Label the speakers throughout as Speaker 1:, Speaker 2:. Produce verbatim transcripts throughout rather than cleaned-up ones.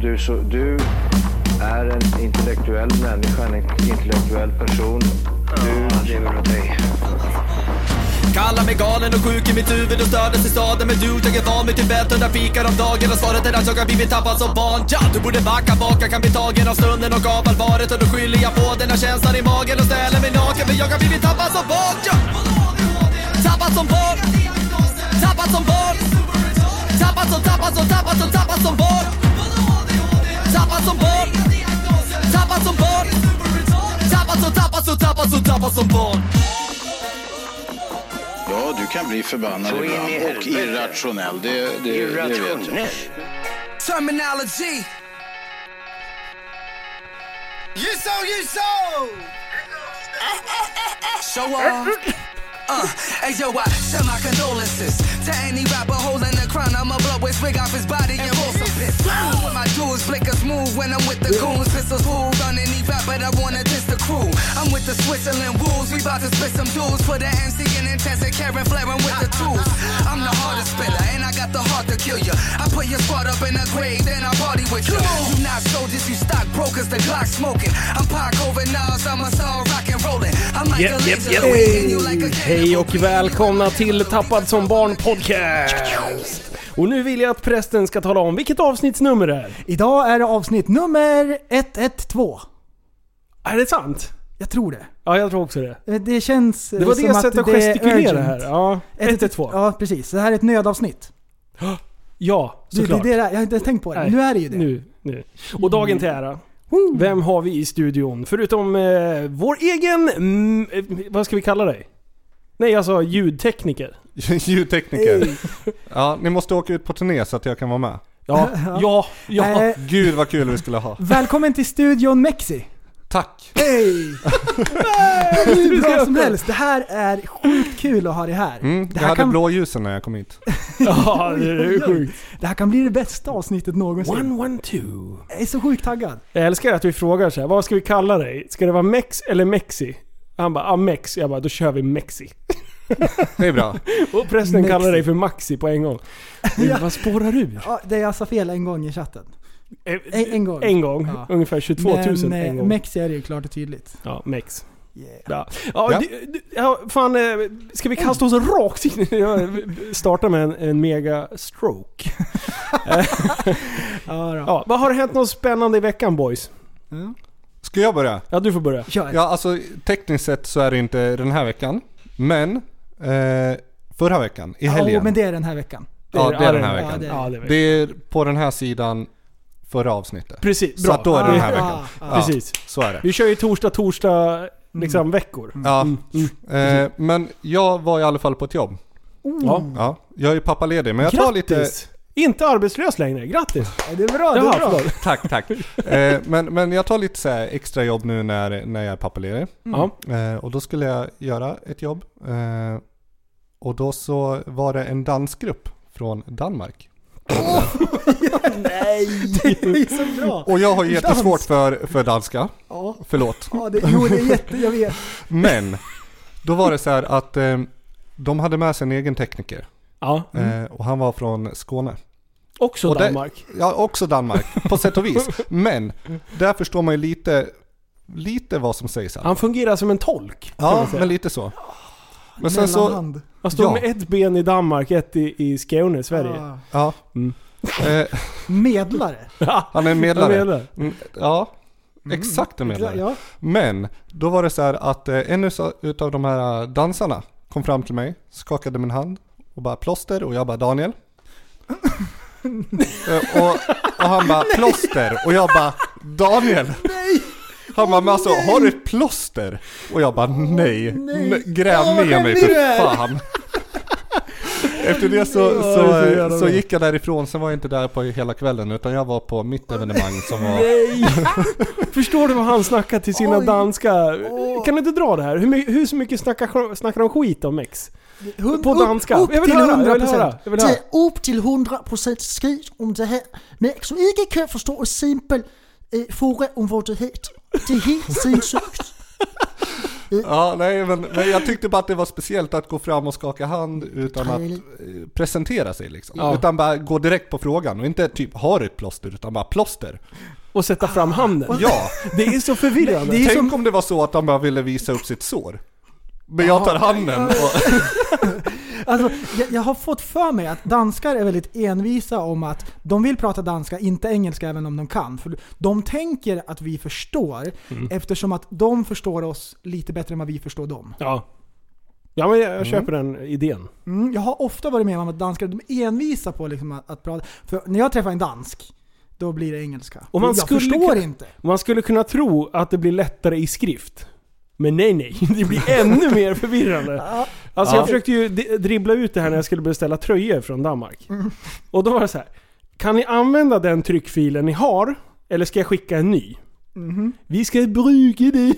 Speaker 1: du, så, du är en intellektuell människa, en intellektuell person. Du lever åt dig.
Speaker 2: Kallar mig galen och sjuk i mitt huvud och stördes i staden. Men du, jag är van vid Tibet under fikar om dagen. Och svaret är att jag har blivit tappad som barn. Ja, du borde backa bak, jag kan bli tagen av stunden och av allvaret. Och då skyller jag på den här känslan i magen och ställer mig naken. För jag har blivit tappad som barn. Ja. Tappad som barn. Tappad som barn. Tappad som, tappad som, tappad som, tappad som barn. Tappad som barn. Tappad som barn. Tappad som, tappad som, tappad som, tappad som barn.
Speaker 3: Ja, du kan bli förbannad ibland och irrationell. Det, det, det vet jag.
Speaker 2: Terminology.
Speaker 4: You so, you so.
Speaker 2: Show off. Uh, hey yo, I send my condolences to any rapper holding the crown. I'ma blow his wig off his body and roll some piss. With my dudes, flicker smooth when I'm with the goons. Pistols hold underneath rap, but I wanna diss the crew. I'm with the Switzerland wolves. We bout to split some dudes. Put the M C in intensive care and flaring with the tools. I'm the hardest spiller, and I got the heart to kill you. I put your squad up in a grave, then I party with you. You not soldiers, you stock brokers, the Glock smoking. I'm Pac over Nas, I'm a song rock and rolling. I'm like
Speaker 5: yep,
Speaker 2: a
Speaker 5: yep,
Speaker 2: laser,
Speaker 5: yep.
Speaker 2: and you like a
Speaker 5: Hej och välkomna till Tappad som barn podcast. Och nu vill jag att prästen ska tala om vilket avsnittsnummer det är.
Speaker 6: Idag är det avsnitt nummer ett ett två.
Speaker 5: Är det sant?
Speaker 6: Jag tror det.
Speaker 5: Ja, jag tror också det.
Speaker 6: Det känns
Speaker 5: Det var
Speaker 6: som
Speaker 5: det sättet att gestikulera här. Ja, ett ett två.
Speaker 6: Ja, precis. Det här är ett nödavsnitt.
Speaker 5: Ja, såklart.
Speaker 6: Det, det, det, jag har inte tänkt på det. Nej. Nu är det ju det.
Speaker 5: Nu, nu. Och dagen till ära. Vem har vi i studion? Förutom eh, vår egen... Mm, vad ska vi kalla dig? Nej, alltså ljudtekniker.
Speaker 7: ljudtekniker. Hey. Ja, ni måste åka ut på turné så att jag kan vara med.
Speaker 5: Ja, ja, ja.
Speaker 6: Äh,
Speaker 7: Gud vad kul vi skulle ha.
Speaker 6: Välkommen till studion Mexi.
Speaker 7: Tack.
Speaker 6: Hej! Det är hur bra som helst. Det här är sjukt kul att ha det här.
Speaker 7: Mm,
Speaker 6: det
Speaker 7: jag
Speaker 6: här
Speaker 7: hade
Speaker 6: kan...
Speaker 7: blå ljusen när jag kom hit.
Speaker 5: Ja, det är sjukt.
Speaker 6: Det här kan bli det bästa avsnittet någonsin.
Speaker 5: One, one, two.
Speaker 6: Jag är så sjukt taggad.
Speaker 5: Jag älskar att vi frågar så här, vad ska vi kalla dig? Ska det vara Mex eller Mexi? Han bara, ah, Mex. Jag bara, då kör vi Mexi.
Speaker 7: Det är bra.
Speaker 5: Och prästen
Speaker 6: Mexi.
Speaker 5: kallar dig för Maxi på en gång.
Speaker 6: Ja.
Speaker 5: Vad spårar ur?
Speaker 6: Ja, det är alltså fel en gång i chatten.
Speaker 5: En,
Speaker 6: en gång.
Speaker 5: En gång. Ja. Ungefär tjugotvåtusen
Speaker 6: Men,
Speaker 5: en gång.
Speaker 6: Mex är det ju klart och tydligt.
Speaker 5: Ja, Mex.
Speaker 6: Yeah.
Speaker 5: Ja, ja,
Speaker 7: ja.
Speaker 5: Du, du, ja fan, ska vi kasta oss rakt in? Jag startar med en, en mega stroke.
Speaker 6: Ja, då.
Speaker 5: Ja, vad har det hänt något spännande i veckan, boys?
Speaker 6: Ja.
Speaker 7: Ska jag börja?
Speaker 5: Ja, du får börja.
Speaker 6: Kör.
Speaker 7: Ja, alltså tekniskt sett så är det inte den här veckan. Men eh, förra veckan, i helgen.
Speaker 6: Ja, men det är den här veckan.
Speaker 7: Ja, det är den här
Speaker 5: ja,
Speaker 7: veckan.
Speaker 6: det,
Speaker 5: ja, det, är
Speaker 7: det är på den här sidan förra avsnittet.
Speaker 5: Precis,
Speaker 7: Så
Speaker 5: bra.
Speaker 7: att då är det den här veckan.
Speaker 6: Ah, ah,
Speaker 7: Ja,
Speaker 5: precis.
Speaker 7: så är det.
Speaker 5: Vi kör ju torsdag, torsdag, liksom mm. veckor.
Speaker 7: Ja,
Speaker 5: mm. Mm.
Speaker 7: Eh, men jag var i alla fall på ett jobb.
Speaker 6: Oh.
Speaker 5: Ja.
Speaker 7: Ja, jag är ju pappaledig, men jag
Speaker 5: Grattis.
Speaker 7: tar lite...
Speaker 5: Inte arbetslös längre, grattis.
Speaker 6: Ja, det är bra, det är bra.
Speaker 7: Tack, tack. Eh, men, men jag tar lite så här extra jobb nu när, när jag är pappaledig.
Speaker 5: Mm.
Speaker 7: Eh, och då skulle jag göra ett jobb. Eh, och då så var det en dansgrupp från Danmark.
Speaker 6: Oh, ja, nej, det är så bra.
Speaker 7: Och jag har jättesvårt för, för danska.
Speaker 6: Ja.
Speaker 7: Förlåt.
Speaker 6: Ja, det, jo, det är jätte, jag vet.
Speaker 7: Men då var det så här att eh, de hade med sig en egen tekniker.
Speaker 5: Ja.
Speaker 7: Mm. Eh, och han var från Skåne.
Speaker 5: Också
Speaker 7: och
Speaker 5: Danmark.
Speaker 7: Det, ja, också Danmark. På sätt och vis. Men där förstår man ju lite, lite vad som sägs här.
Speaker 5: Han fungerar som en tolk.
Speaker 7: Ja, men lite så. Men sen så...
Speaker 5: Han står
Speaker 7: ja.
Speaker 5: med ett ben i Danmark, ett i, i Skåne, Sverige.
Speaker 6: Ah.
Speaker 7: Ja.
Speaker 5: Mm.
Speaker 7: Eh,
Speaker 6: medlare.
Speaker 7: han är en medlare.
Speaker 5: Han är medlare.
Speaker 7: Mm, ja, exakt en medlare.
Speaker 6: Ja.
Speaker 7: Men då var det så här att eh, en utav de här dansarna kom fram till mig, skakade min hand och bara plåster, och jag bara Daniel. eh, och, och han bara plåster, och jag bara Daniel.
Speaker 6: Nej.
Speaker 7: Han bara, men alltså, har du ett plåster? Och jag bara, nej,
Speaker 6: nej.
Speaker 7: N- gräv
Speaker 6: Åh,
Speaker 7: ner mig för
Speaker 6: det?
Speaker 7: fan. Efter det så, så, så, så gick jag därifrån. Sen var jag inte där på hela kvällen, utan jag var på mitt evenemang som var...
Speaker 5: Nej! Förstår du vad han snackar till sina
Speaker 6: Oj.
Speaker 5: danska?
Speaker 6: Åh.
Speaker 5: Kan du inte dra det här? Hur, my- hur så mycket snackar, snackar de skit om Mex?
Speaker 6: Hund,
Speaker 5: På danska.
Speaker 6: Upp, upp
Speaker 5: jag vill
Speaker 6: till
Speaker 5: höra, jag
Speaker 6: hundra
Speaker 5: vill höra.
Speaker 6: procent.
Speaker 5: Jag vill höra.
Speaker 8: Det er op til hundrede procent skrit om det her. Men som ikke kan forstå et simpelt øh, fråga om hvor det het. Det er helt sindssygt.
Speaker 7: Ja, nej, men, men jag tyckte bara att det var speciellt att gå fram och skaka hand utan att eh, presentera sig liksom.
Speaker 5: Ja.
Speaker 7: Utan bara gå direkt på frågan och inte typ har ett plåster utan bara plåster.
Speaker 5: Och sätta fram handen.
Speaker 7: Ja.
Speaker 5: Det är så förvirrande.
Speaker 6: Det är
Speaker 7: Tänk
Speaker 6: som-
Speaker 7: om det var så att de bara ville visa upp sitt sår. Men jag tar handen och...
Speaker 6: Alltså, jag, jag har fått för mig att danskar är väldigt envisa om att de vill prata danska, inte engelska även om de kan. För de tänker att vi förstår
Speaker 5: Mm.
Speaker 6: eftersom att de förstår oss lite bättre än vad vi förstår dem.
Speaker 5: Ja. Ja, men jag, jag köper den idén.
Speaker 6: Mm, jag har ofta varit med om att danskar de är envisa på liksom att, att prata. För när jag träffar en dansk, då blir det engelska.
Speaker 5: Och man
Speaker 6: jag
Speaker 5: skulle
Speaker 6: förstår
Speaker 5: kunna-
Speaker 6: inte.
Speaker 5: Man skulle kunna tro att det blir lättare i skrift. Men nej, nej. Det blir ännu mer förvirrande. Alltså
Speaker 7: Ja.
Speaker 5: jag försökte ju d- dribbla ut det här när jag skulle beställa tröjor från Danmark. Och då var det så här: kan ni använda den tryckfilen ni har? Eller ska jag skicka en ny? Vi ska bruka det.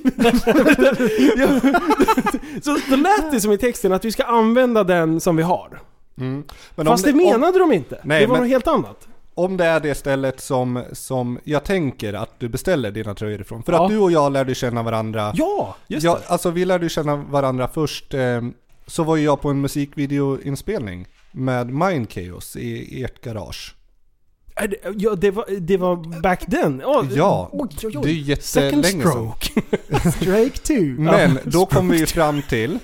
Speaker 5: Så då lät det som i texten att vi ska använda den som vi har.
Speaker 7: Mm. Men
Speaker 5: Fast
Speaker 7: om
Speaker 5: det menade de inte.
Speaker 7: Nej,
Speaker 5: det var
Speaker 7: men-
Speaker 5: något helt annat.
Speaker 7: Om det är det stället som, som jag tänker att du beställer dina tröjor ifrån. För
Speaker 5: Ja.
Speaker 7: att du och jag lärde känna varandra.
Speaker 5: Ja, just
Speaker 7: ja,
Speaker 5: det.
Speaker 7: alltså vi lärde känna varandra först. Eh, så var ju jag på en musikvideoinspelning med Mind Chaos i ert garage.
Speaker 5: Är det- Ja, det var, det var back then. Ja,
Speaker 7: Ja,
Speaker 6: Oj, oj, oj.
Speaker 7: det är
Speaker 5: second
Speaker 7: jättelänge sedan.
Speaker 5: stroke.
Speaker 6: Drake two.
Speaker 7: Men då kom vi ju fram till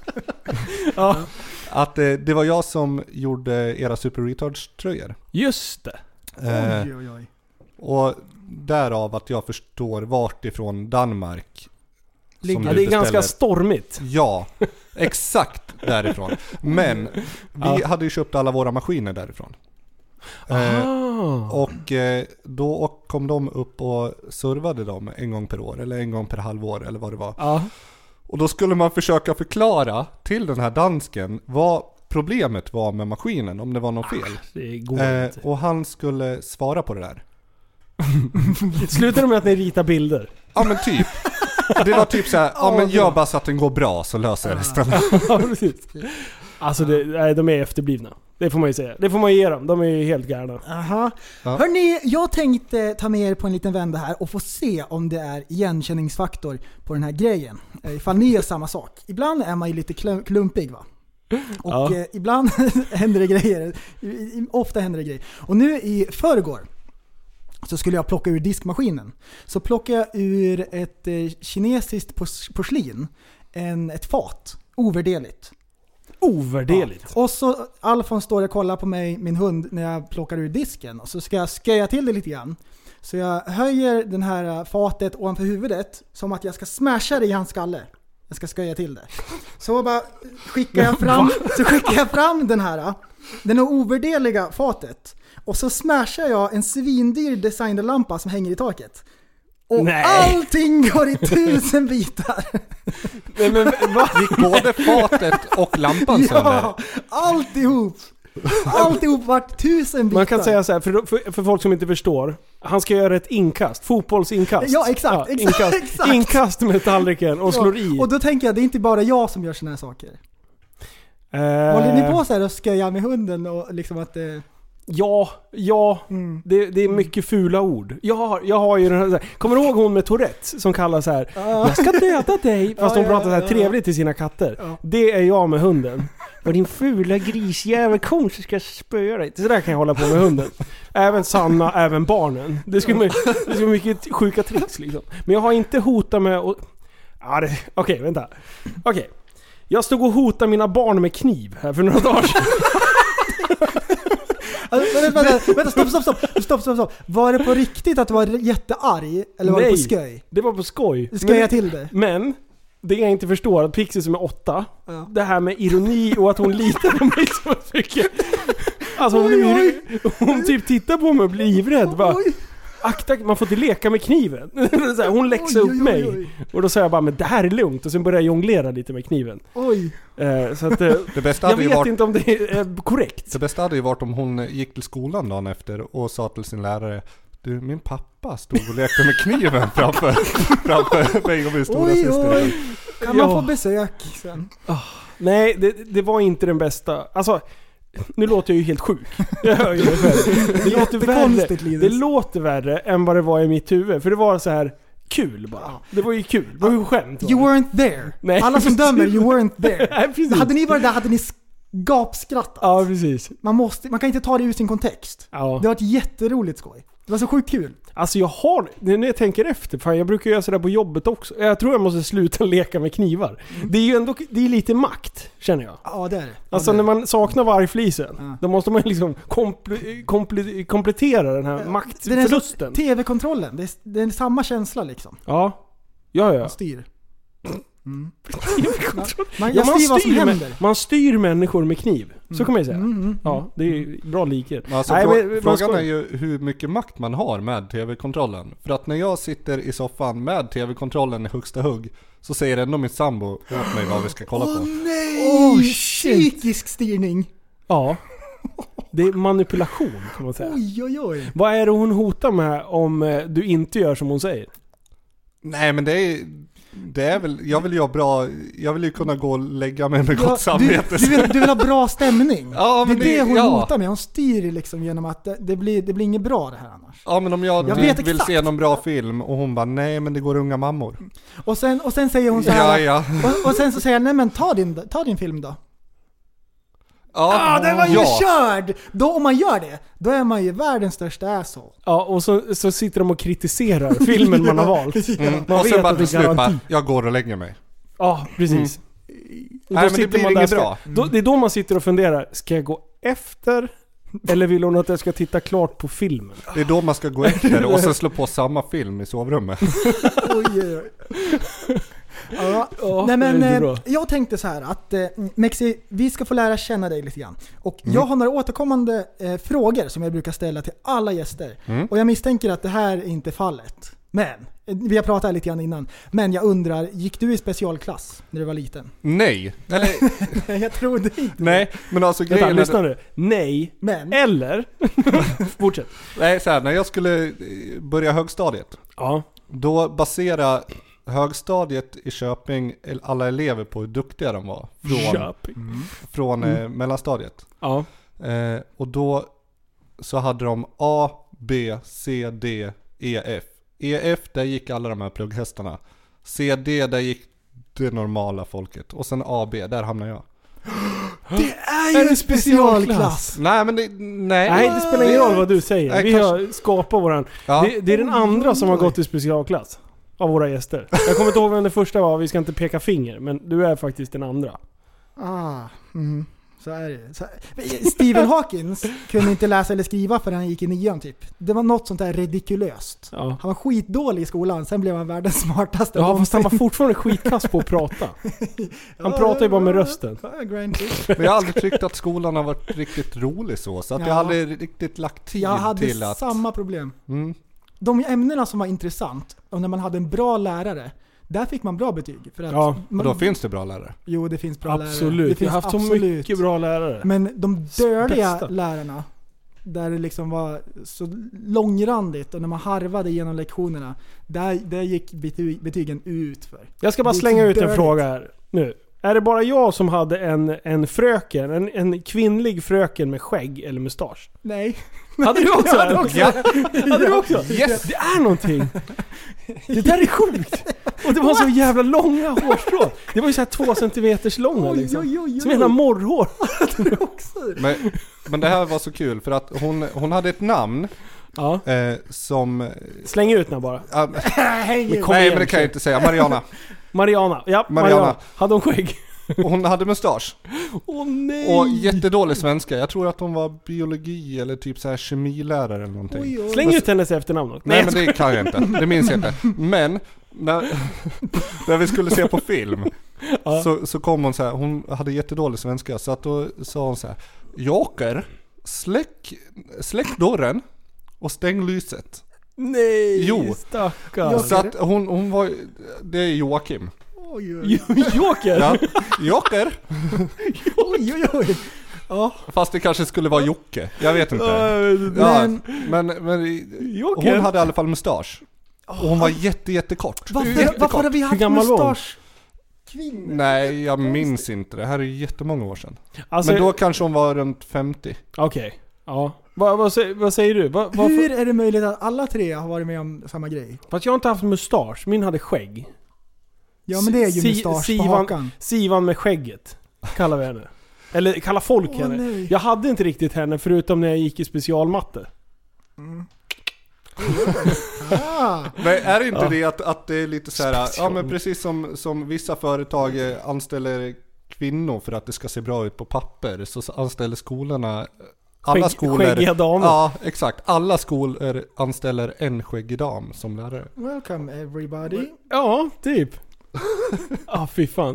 Speaker 5: Ja,
Speaker 7: att eh, det var jag som gjorde era Super Retards-tröjor.
Speaker 5: just det.
Speaker 7: Eh,
Speaker 6: Oj, oj, oj.
Speaker 7: och därav att jag förstår vart ifrån Danmark som
Speaker 5: Ja,
Speaker 7: du
Speaker 5: det är
Speaker 7: beställer.
Speaker 5: ganska stormigt.
Speaker 7: Ja, exakt därifrån. Men vi
Speaker 5: Ja.
Speaker 7: hade ju köpt alla våra maskiner därifrån. Eh,
Speaker 5: Ah.
Speaker 7: och eh, då kom de upp och servade dem en gång per år eller en gång per halvår eller vad det var.
Speaker 5: Ja.
Speaker 7: Och då skulle man försöka förklara till den här dansken vad problemet var med maskinen, om det var något fel.
Speaker 5: Det går
Speaker 7: Eh,
Speaker 5: inte.
Speaker 7: och han skulle svara på det där.
Speaker 5: Slutar det med att ni ritar bilder?
Speaker 7: Ja men typ. Det var typ så här, ja men gör bara så att den går bra så löser jag resten.
Speaker 5: Ja, precis. Alltså, det, nej, de är efterblivna. Det får man ju säga. Det får man ge dem. De är ju helt galna.
Speaker 6: Aha.
Speaker 7: Ja.
Speaker 6: Hörrni, jag tänkte ta med er på en liten vända här och få se om det är igenkänningsfaktor på den här grejen. Eh, Ifall ni gör samma sak. Ibland är man ju lite klum- klumpig va? Och
Speaker 5: Ja.
Speaker 6: eh, ibland händer det grejer. I- i- Ofta händer det grejer. Och nu i förrgår så skulle jag plocka ur diskmaskinen. Så plockade jag ur ett eh, kinesiskt pors- porslin. En, ett fat. Ovärderligt.
Speaker 5: Ovärderligt.
Speaker 6: Och så Alfons står och kollar på mig, min hund, när jag plockar ur disken. Och så ska jag sköja till det lite grann. Så jag höjer den här fatet ovanför huvudet som att jag ska smasha det i hans skalle. Jag ska sköja till det. Så bara skickar jag fram, så skickar jag fram den här, den är ovärderliga fatet. Och så smashar jag en svindyr designerlampa som hänger i taket. Och
Speaker 5: Nej.
Speaker 6: allting går i tusen bitar.
Speaker 5: Nej, men va?
Speaker 7: Gick både fatet och lampan sönder?
Speaker 6: Ja, alltihop. Alltihop vart tusen bitar.
Speaker 5: Man kan säga så här, för, för, för folk som inte förstår. Han ska göra ett inkast. Fotbollsinkast.
Speaker 6: Ja, exakt, exakt,
Speaker 5: inkast,
Speaker 6: exakt.
Speaker 5: inkast med tallriken och slår i.
Speaker 6: Och då tänker jag, det är inte bara jag som gör såna här saker.
Speaker 5: Eh,
Speaker 6: Håller ni på så här och sköja med hunden och liksom att eh,
Speaker 5: Ja, ja.
Speaker 6: mm.
Speaker 5: Det, det är mycket fula ord. Jag har, jag har ju den här, så här, kommer du ihåg hon med Tourette som kallar så här: jag ska döda dig. Fast
Speaker 6: Ja,
Speaker 5: hon
Speaker 6: ja,
Speaker 5: pratar så här
Speaker 6: ja,
Speaker 5: trevligt till sina katter.
Speaker 6: Ja.
Speaker 5: Det är jag med hunden. Och din fula grisjävel kon så ska jag spöa dig. Så där kan jag hålla på med hunden. Även Sanna, även barnen. Det skulle det skulle vara mycket sjuka tricks liksom. Men jag har inte hotat med och ja, det... Okej, vänta. Okej. Jag stod och hotade mina barn med kniv här för några dagar sedan.
Speaker 6: Alltså, vänta, vänta, vänta, stopp, stopp, stopp, stopp, stopp, stopp. Var det på riktigt att du var jättearg? Eller var
Speaker 5: Nej.
Speaker 6: det på skoj?
Speaker 5: Det var på skoj.
Speaker 6: Du ska
Speaker 5: Men-
Speaker 6: jag till det?
Speaker 5: Men det jag inte förstår, att Pixie som är åtta,
Speaker 6: Ja.
Speaker 5: det här med ironi och att hon litar på mig så mycket. Alltså hon,
Speaker 6: Oj,
Speaker 5: blir, hon typ tittar på mig och blir livrädd. Bara,
Speaker 6: Oj.
Speaker 5: akta, man får inte leka med kniven. Så här, hon läxar
Speaker 6: Oj,
Speaker 5: upp
Speaker 6: oj, oj,
Speaker 5: mig.
Speaker 6: oj.
Speaker 5: Och då säger jag bara, men det här är lugnt. Och sen börjar jag jonglera lite med kniven.
Speaker 6: Oj.
Speaker 5: Eh, så att, eh,
Speaker 7: Det bästa
Speaker 5: jag
Speaker 7: hade ju
Speaker 5: vet
Speaker 7: varit...
Speaker 5: inte om det är korrekt.
Speaker 7: Det bästa hade ju varit om hon gick till skolan dagen efter och sa till sin lärare: du, min pappa stod och lekte med kniven framför, framför mig och min stora
Speaker 6: Oj,
Speaker 7: syster.
Speaker 6: oj. Kan man
Speaker 5: Ja.
Speaker 6: få besök sen?
Speaker 5: Nej, det, det var inte den bästa. Alltså, nu låter jag ju helt sjuk. Jag hör ju det själv. Det låter värre.
Speaker 6: Jättekonstigt, Linus.
Speaker 5: Det låter värre än vad det var i mitt huvud. För det var så här: kul bara. Det var ju kul. Det var ju skämt.
Speaker 6: You weren't there.
Speaker 5: Nej,
Speaker 6: Alla som dömer, you weren't there.
Speaker 5: Nej, precis.
Speaker 6: Hade ni varit där hade ni gapskrattat.
Speaker 5: Ja, precis.
Speaker 6: Man, måste, man kan inte ta det ur sin kontext.
Speaker 5: Ja.
Speaker 6: Det var ett jätteroligt skoj. Det var så sjukt kul.
Speaker 5: Alltså jag har, när jag tänker efter, fan jag brukar göra sådär på jobbet också. Jag tror jag måste sluta leka med knivar. Mm. Det är ju ändå, det är lite makt, känner jag.
Speaker 6: Ja, det är det.
Speaker 5: Alltså
Speaker 6: ja, det är
Speaker 5: när man saknar vargflisen,
Speaker 6: ja.
Speaker 5: då måste man liksom komple, komple, komplettera den här maktförlusten.
Speaker 6: T V-kontrollen, det är, det är samma känsla liksom.
Speaker 5: Ja, ja, ja.
Speaker 6: Man styr. Mm.
Speaker 5: man,
Speaker 6: man,
Speaker 5: ja, man,
Speaker 6: styr vad som
Speaker 5: styr
Speaker 6: händer.
Speaker 5: med, man styr människor med kniv. Så
Speaker 6: Mm.
Speaker 5: kan man ju säga.
Speaker 6: Mm, mm,
Speaker 5: ja, det är bra likhet.
Speaker 7: Alltså,
Speaker 5: Nej,
Speaker 7: frå-
Speaker 5: men,
Speaker 7: frågan
Speaker 5: ska...
Speaker 7: är ju hur mycket makt man har med tv-kontrollen. För att när jag sitter i soffan med tv-kontrollen i högsta hugg, så säger ändå min sambo åt mig vad vi ska kolla
Speaker 6: Åh
Speaker 7: på.
Speaker 6: nej! Oh, psykisk styrning.
Speaker 5: Ja. Det är manipulation kan man säga.
Speaker 6: Oj, oj, oj.
Speaker 5: Vad är det hon hotar med om du inte gör som hon säger?
Speaker 7: Nej, men det är, det är väl, jag vill ju ha bra, jag vill ju kunna gå och lägga mig med
Speaker 6: Ja,
Speaker 7: gott samvete.
Speaker 6: Du, du, vill, du vill ha bra stämning.
Speaker 7: Ja,
Speaker 6: det är
Speaker 7: men
Speaker 6: det,
Speaker 7: det-
Speaker 6: hon
Speaker 7: ja.
Speaker 6: hotar med. Hon styr liksom genom att det, det, blir, det blir inget bra det här annars.
Speaker 7: Ja, men om jag,
Speaker 6: Jag
Speaker 7: typ
Speaker 6: vet
Speaker 7: vill
Speaker 6: exakt.
Speaker 7: se någon bra film och hon bara, nej men det går unga mammor.
Speaker 6: Och sen, och sen säger hon så här.
Speaker 7: Ja, ja.
Speaker 6: Och, och sen så säger jag, nej men ta din, ta din film då.
Speaker 7: Ja,
Speaker 6: Ah, det var ju
Speaker 7: ja.
Speaker 6: körd! Då om man gör det, då är man ju världens största asshole.
Speaker 5: Ja, och så, så sitter de och kritiserar filmen man har valt.
Speaker 7: Mm.
Speaker 5: Man
Speaker 7: Och
Speaker 5: vet
Speaker 7: sen bara
Speaker 5: att det är
Speaker 7: till slut bara,
Speaker 5: garanti.
Speaker 7: jag går och lägger mig.
Speaker 5: Ja, precis. Och
Speaker 7: Nej,
Speaker 5: då
Speaker 7: men det
Speaker 5: sitter
Speaker 7: blir
Speaker 5: man där,
Speaker 7: inget
Speaker 5: ska,
Speaker 7: bra.
Speaker 5: då, det är då man sitter och funderar, ska jag gå efter? Eller vill hon att jag ska titta klart på filmen?
Speaker 7: Det är då man ska gå efter och sen slå på samma film i sovrummet.
Speaker 6: Oj, oj, oj. Ja,
Speaker 5: Ja,
Speaker 6: nej men
Speaker 5: det är
Speaker 6: eh,
Speaker 5: bra.
Speaker 6: jag tänkte så här att eh, Mexi, vi ska få lära känna dig lite grann. Och
Speaker 7: Mm.
Speaker 6: jag har några återkommande eh, frågor som jag brukar ställa till alla gäster.
Speaker 7: Mm.
Speaker 6: Och jag misstänker att det här är inte fallet. Men, eh, vi har pratat lite grann innan. Men jag undrar, gick du i specialklass när du var liten?
Speaker 7: Nej. Eller,
Speaker 6: Nej, jag trodde inte.
Speaker 7: nej, men alltså
Speaker 5: Vänta,
Speaker 7: grejen
Speaker 5: lyssna
Speaker 7: är,
Speaker 5: nu. Nej.
Speaker 6: Men,
Speaker 5: Eller? Fortsätt.
Speaker 7: nej, så här, när jag skulle eh, börja högstadiet,
Speaker 5: Ja.
Speaker 7: då baserade högstadiet i Köping alla elever på hur duktiga de var från,
Speaker 5: Köping.
Speaker 7: från eh, mellanstadiet.
Speaker 5: Ja.
Speaker 7: Eh, och då så hade de A, B, C, D, E, F. E, F, där gick alla de här plugghästarna. C, D, där gick det normala folket. Och sen A, B, där hamnar jag.
Speaker 6: det är ju
Speaker 5: Är det
Speaker 6: en specialklass!
Speaker 7: Nej, men det, nej.
Speaker 5: Nej, det spelar ingen roll vad du säger.
Speaker 7: Nej,
Speaker 5: Vi
Speaker 7: kanske-
Speaker 5: har skapat våran...
Speaker 7: Ja.
Speaker 5: Det, det är den andra som har gått i specialklass. Av våra gäster. Jag kommer inte ihåg vem den första var, vi ska inte peka finger. Men du är faktiskt den andra.
Speaker 6: Ah, mm. Så är det. Så, Stephen Hawkins kunde inte läsa eller skriva förrän han gick i nian typ. Det var något sånt där ridikulöst.
Speaker 5: Ja.
Speaker 6: Han var skitdålig i skolan, sen blev han världens smartaste.
Speaker 5: Ja, fast han var
Speaker 6: någonsin.
Speaker 5: fortfarande skitkass på att prata. Han pratar ju bara med rösten.
Speaker 6: Ja, granted.
Speaker 7: Men jag har aldrig tyckt att skolan har varit riktigt rolig så. Så att
Speaker 6: Ja.
Speaker 7: jag har aldrig riktigt lagt tid
Speaker 6: Jag hade
Speaker 7: till att...
Speaker 6: samma problem.
Speaker 7: Mm.
Speaker 6: De ämnena som var intressant, och när man hade en bra lärare, där fick man bra betyg. För att
Speaker 5: Ja,
Speaker 7: Och
Speaker 6: man,
Speaker 7: då finns det bra lärare.
Speaker 6: Jo, det finns bra lärare. Det
Speaker 5: Absolut.
Speaker 6: finns
Speaker 5: Jag har haft så
Speaker 6: absolut.
Speaker 5: mycket bra lärare.
Speaker 6: Men de dödliga
Speaker 5: Bästa.
Speaker 6: lärarna, där det liksom var så långrandigt och när man harvade genom lektionerna, där, där gick betyg, betygen ut för.
Speaker 5: Jag ska bara
Speaker 6: Det är
Speaker 5: slänga
Speaker 6: så
Speaker 5: ut en
Speaker 6: dörligt.
Speaker 5: fråga här nu. Är det bara jag som hade en, en fröken, en, en kvinnlig fröken med skägg eller mustasch?
Speaker 6: Nej.
Speaker 5: Hade du också?
Speaker 6: Jag hade också.
Speaker 5: Ja. Hade du också?
Speaker 7: Yes.
Speaker 5: Det är någonting. Det där är sjukt. Och det var så jävla långa hårstrå. Det var ju så här två centimeters långa
Speaker 6: Oj,
Speaker 5: liksom.
Speaker 6: oj, oj, oj.
Speaker 5: Som hela morrhår.
Speaker 7: Men, men det här var så kul för att hon, hon hade ett namn
Speaker 5: Ja.
Speaker 7: eh, som...
Speaker 5: Släng ut den bara.
Speaker 7: ah,
Speaker 6: Hänger.
Speaker 5: Kom
Speaker 7: nej,
Speaker 5: igen,
Speaker 7: men det kan jag
Speaker 5: kör.
Speaker 7: inte säga. Mariana.
Speaker 5: Mariana. Ja, Mariana.
Speaker 7: Mariana.
Speaker 5: Hade hon skägg?
Speaker 7: Och hon hade mustasch.
Speaker 5: Åh nej.
Speaker 7: Och jättedålig svenska. Jag tror att hon var biologi eller typ så här kemilärare eller någonting.
Speaker 6: Oj, oj.
Speaker 5: Släng ut hennes efternamn då.
Speaker 7: Nej, men det kan jag inte. Det minns jag inte. Men när, när vi skulle se på film
Speaker 5: Ja.
Speaker 7: så, så kom hon så här. Hon hade jättedålig svenska. Så att då sa hon så här: Joker, släck, släck dörren och stäng lyset.
Speaker 5: Nej,
Speaker 7: Jo.
Speaker 5: stackarn.
Speaker 7: Så att hon, hon var... Det är Joakim.
Speaker 6: Oj, oj,
Speaker 5: Joker?
Speaker 7: Ja. Joker.
Speaker 6: oj, oj, oj. Ja,
Speaker 7: Fast det kanske skulle vara Jocke. Jag vet inte.
Speaker 5: Ja,
Speaker 7: Ja,
Speaker 6: men-
Speaker 7: men, men
Speaker 5: Joker?
Speaker 7: hon hade i alla fall mustasch. Och hon var jätte, jättekort.
Speaker 6: varför,
Speaker 7: Jättekort.
Speaker 6: varför hade vi haft
Speaker 5: gammal var hon?
Speaker 6: mustasch? Kvinnor?
Speaker 7: Nej, jag minns inte. Det här är jättemånga år sedan.
Speaker 5: Alltså,
Speaker 7: Men då kanske hon var runt femtio.
Speaker 5: okej. Ja. Va, vad, säger, vad säger du? Va, va,
Speaker 6: Hur är det möjligt att alla tre har varit med om samma grej?
Speaker 5: Fast jag har inte haft mustasch. Min hade skägg.
Speaker 6: Ja, men det är ju
Speaker 5: Si-
Speaker 6: mustasch på
Speaker 5: Sivan,
Speaker 6: hakan.
Speaker 5: Sivan med skägget kallar vi henne. Eller kallar folk
Speaker 6: Åh,
Speaker 5: henne.
Speaker 6: nej.
Speaker 5: Jag hade inte riktigt henne förutom när jag gick i specialmatte.
Speaker 6: Ah.
Speaker 7: Men är det inte
Speaker 5: Ja.
Speaker 7: det att, att det är lite så här, ja men precis som, som vissa företag eh, anställer kvinnor för att det ska se bra ut på papper, så anställer skolorna alla
Speaker 5: Skägg-
Speaker 7: skolor.
Speaker 5: skäggiga damer.
Speaker 7: Ja, exakt. Alla skolor anställer en skäggig dam som lärare.
Speaker 6: Welcome everybody.
Speaker 5: Ja, typ. Ja, ah, fy fan.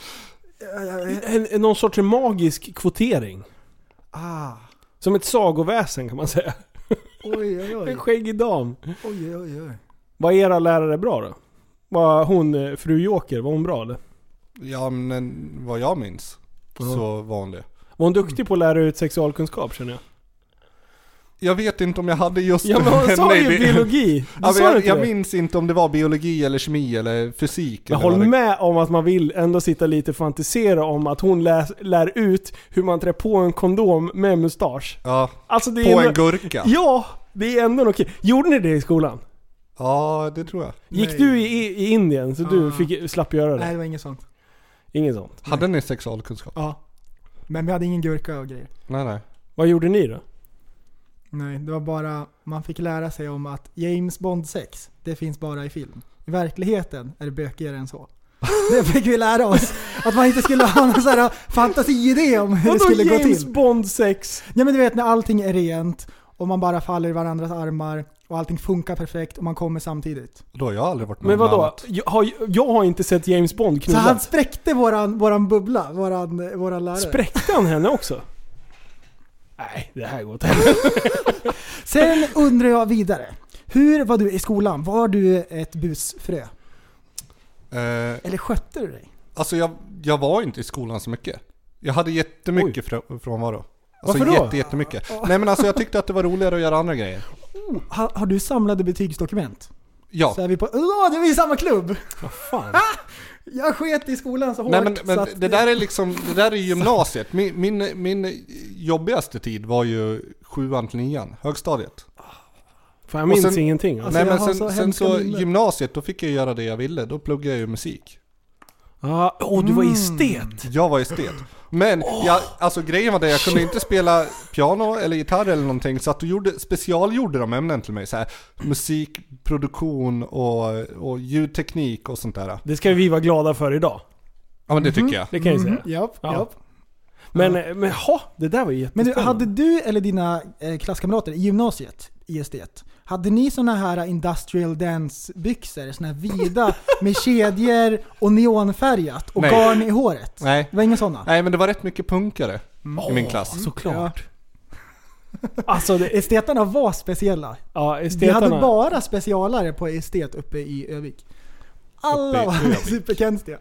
Speaker 5: En, en, någon sorts magisk kvotering.
Speaker 6: Ah.
Speaker 5: Som ett sagoväsen kan man säga.
Speaker 6: Oj, oj, oj.
Speaker 5: En skäggig dam.
Speaker 6: Oj, oj, oj.
Speaker 5: Var era lärare bra då? Var hon, fru Joker, var hon bra eller?
Speaker 7: Ja, men vad jag minns så var hon det.
Speaker 5: Var hon duktig på att lära ut sexualkunskap, känner jag?
Speaker 7: Jag vet inte om jag hade just
Speaker 5: Ja, men hon sa
Speaker 7: nej,
Speaker 5: ju
Speaker 7: det-
Speaker 5: biologi. Du
Speaker 7: Ja,
Speaker 5: sa
Speaker 7: men jag,
Speaker 5: inte
Speaker 7: jag
Speaker 5: det?
Speaker 7: minns inte om det var biologi eller kemi eller fysik.
Speaker 5: Men
Speaker 7: eller
Speaker 5: håll
Speaker 7: vad det-
Speaker 5: med om att man vill ändå sitta lite och fantisera om att hon lär, lär ut hur man trär på en kondom med mustasch.
Speaker 7: Ja,
Speaker 5: Alltså det
Speaker 7: på
Speaker 5: är
Speaker 7: en gurka.
Speaker 5: Ja, det är ändå okej. Gjorde ni det i skolan?
Speaker 7: Ja, det tror jag.
Speaker 5: Gick
Speaker 6: Nej.
Speaker 5: du i, i Indien så du
Speaker 6: Ah.
Speaker 5: fick, slapp göra det?
Speaker 6: Nej, det var inget sånt.
Speaker 5: Inget sånt.
Speaker 7: Hade ni sexualkunskap?
Speaker 6: Ja. Men vi hade ingen gurka och grejer.
Speaker 7: Nej, nej.
Speaker 5: Vad gjorde ni då?
Speaker 6: Nej, det var bara, man fick lära sig om att James Bond sex, det finns bara i film. I verkligheten är det bökigare än så. Det fick vi lära oss. Att man inte skulle ha någon sån här fantasiidé om hur det
Speaker 5: Vadå
Speaker 6: skulle gå
Speaker 5: James
Speaker 6: till.
Speaker 5: Bond sex?
Speaker 6: Ja, men du vet när allting är rent och man bara faller i varandras armar och allting funkar perfekt och man kommer samtidigt.
Speaker 7: Då har jag aldrig varit med
Speaker 5: Men
Speaker 7: om
Speaker 5: vadå?
Speaker 7: annat.
Speaker 5: Jag har, jag har inte sett James Bond
Speaker 6: Så
Speaker 5: knulla.
Speaker 6: han spräckte våran, våran bubbla, våran, våran lärare.
Speaker 5: Spräckte han henne också? Nej, det här går inte heller.
Speaker 6: Sen undrar jag vidare. Hur var du i skolan? Var du ett busfrö?
Speaker 7: Eh,
Speaker 6: Eller skötte du dig?
Speaker 7: alltså jag, jag var inte i skolan så mycket. Jag hade jättemycket frå- frånvaro. Alltså
Speaker 5: Varför då?
Speaker 7: jätte, jättemycket. Nej men alltså jag tyckte att det var roligare att göra andra grejer.
Speaker 6: Har, har du samlade betygsdokument?
Speaker 7: Ja.
Speaker 6: Så är vi på, åh, det är vi i samma klubb!
Speaker 5: Vad fan?
Speaker 6: Jag sket i skolan så hårt.
Speaker 7: Nej men,
Speaker 6: så
Speaker 7: men
Speaker 6: att
Speaker 7: det där är liksom, det där är gymnasiet. Min, min, min jobbigaste tid var ju sjuan till nian, högstadiet.
Speaker 5: Fan, jag minns
Speaker 7: Och sen-
Speaker 5: ingenting. Alltså.
Speaker 6: Alltså,
Speaker 7: Nej
Speaker 6: jag
Speaker 7: men
Speaker 6: har
Speaker 7: sen
Speaker 6: så
Speaker 7: så, sen
Speaker 6: hemska
Speaker 7: så
Speaker 6: minnen.
Speaker 7: gymnasiet, då fick jag göra det jag ville. Då pluggade jag ju musik.
Speaker 5: Ah, åh, du var estet.
Speaker 7: Jag var estet. Men jag, alltså grejen var det, jag kunde inte spela piano eller gitarr eller någonting, så att du gjorde, specialgjorde de ämnen till mig. Så här, musikproduktion och, och ljudteknik och sånt där.
Speaker 5: Det ska vi vara glada för idag.
Speaker 7: Ja men det tycker jag.
Speaker 5: Det kan jag säga.
Speaker 6: Mm, japp,
Speaker 5: Ja.
Speaker 6: japp.
Speaker 5: Men, men ha, det där var ju
Speaker 6: Men du,
Speaker 5: jättespännande.
Speaker 6: hade du eller dina eh, klasskamrater i gymnasiet, i estet, hade ni såna här industrial dance byxor, såna här vida med kedjor och neonfärgat och
Speaker 7: Nej.
Speaker 6: garn i håret?
Speaker 7: Nej.
Speaker 6: Det var inga såna?
Speaker 7: Nej men det var rätt mycket punkare i min klass.
Speaker 5: Såklart. Alltså, det,
Speaker 6: Esteterna var speciella.
Speaker 5: ja,
Speaker 6: Vi
Speaker 5: esteterna.
Speaker 6: hade bara specialare på estet uppe i Övik. Alla
Speaker 7: Uppe i
Speaker 6: var
Speaker 7: Övik.
Speaker 6: superkonstiga.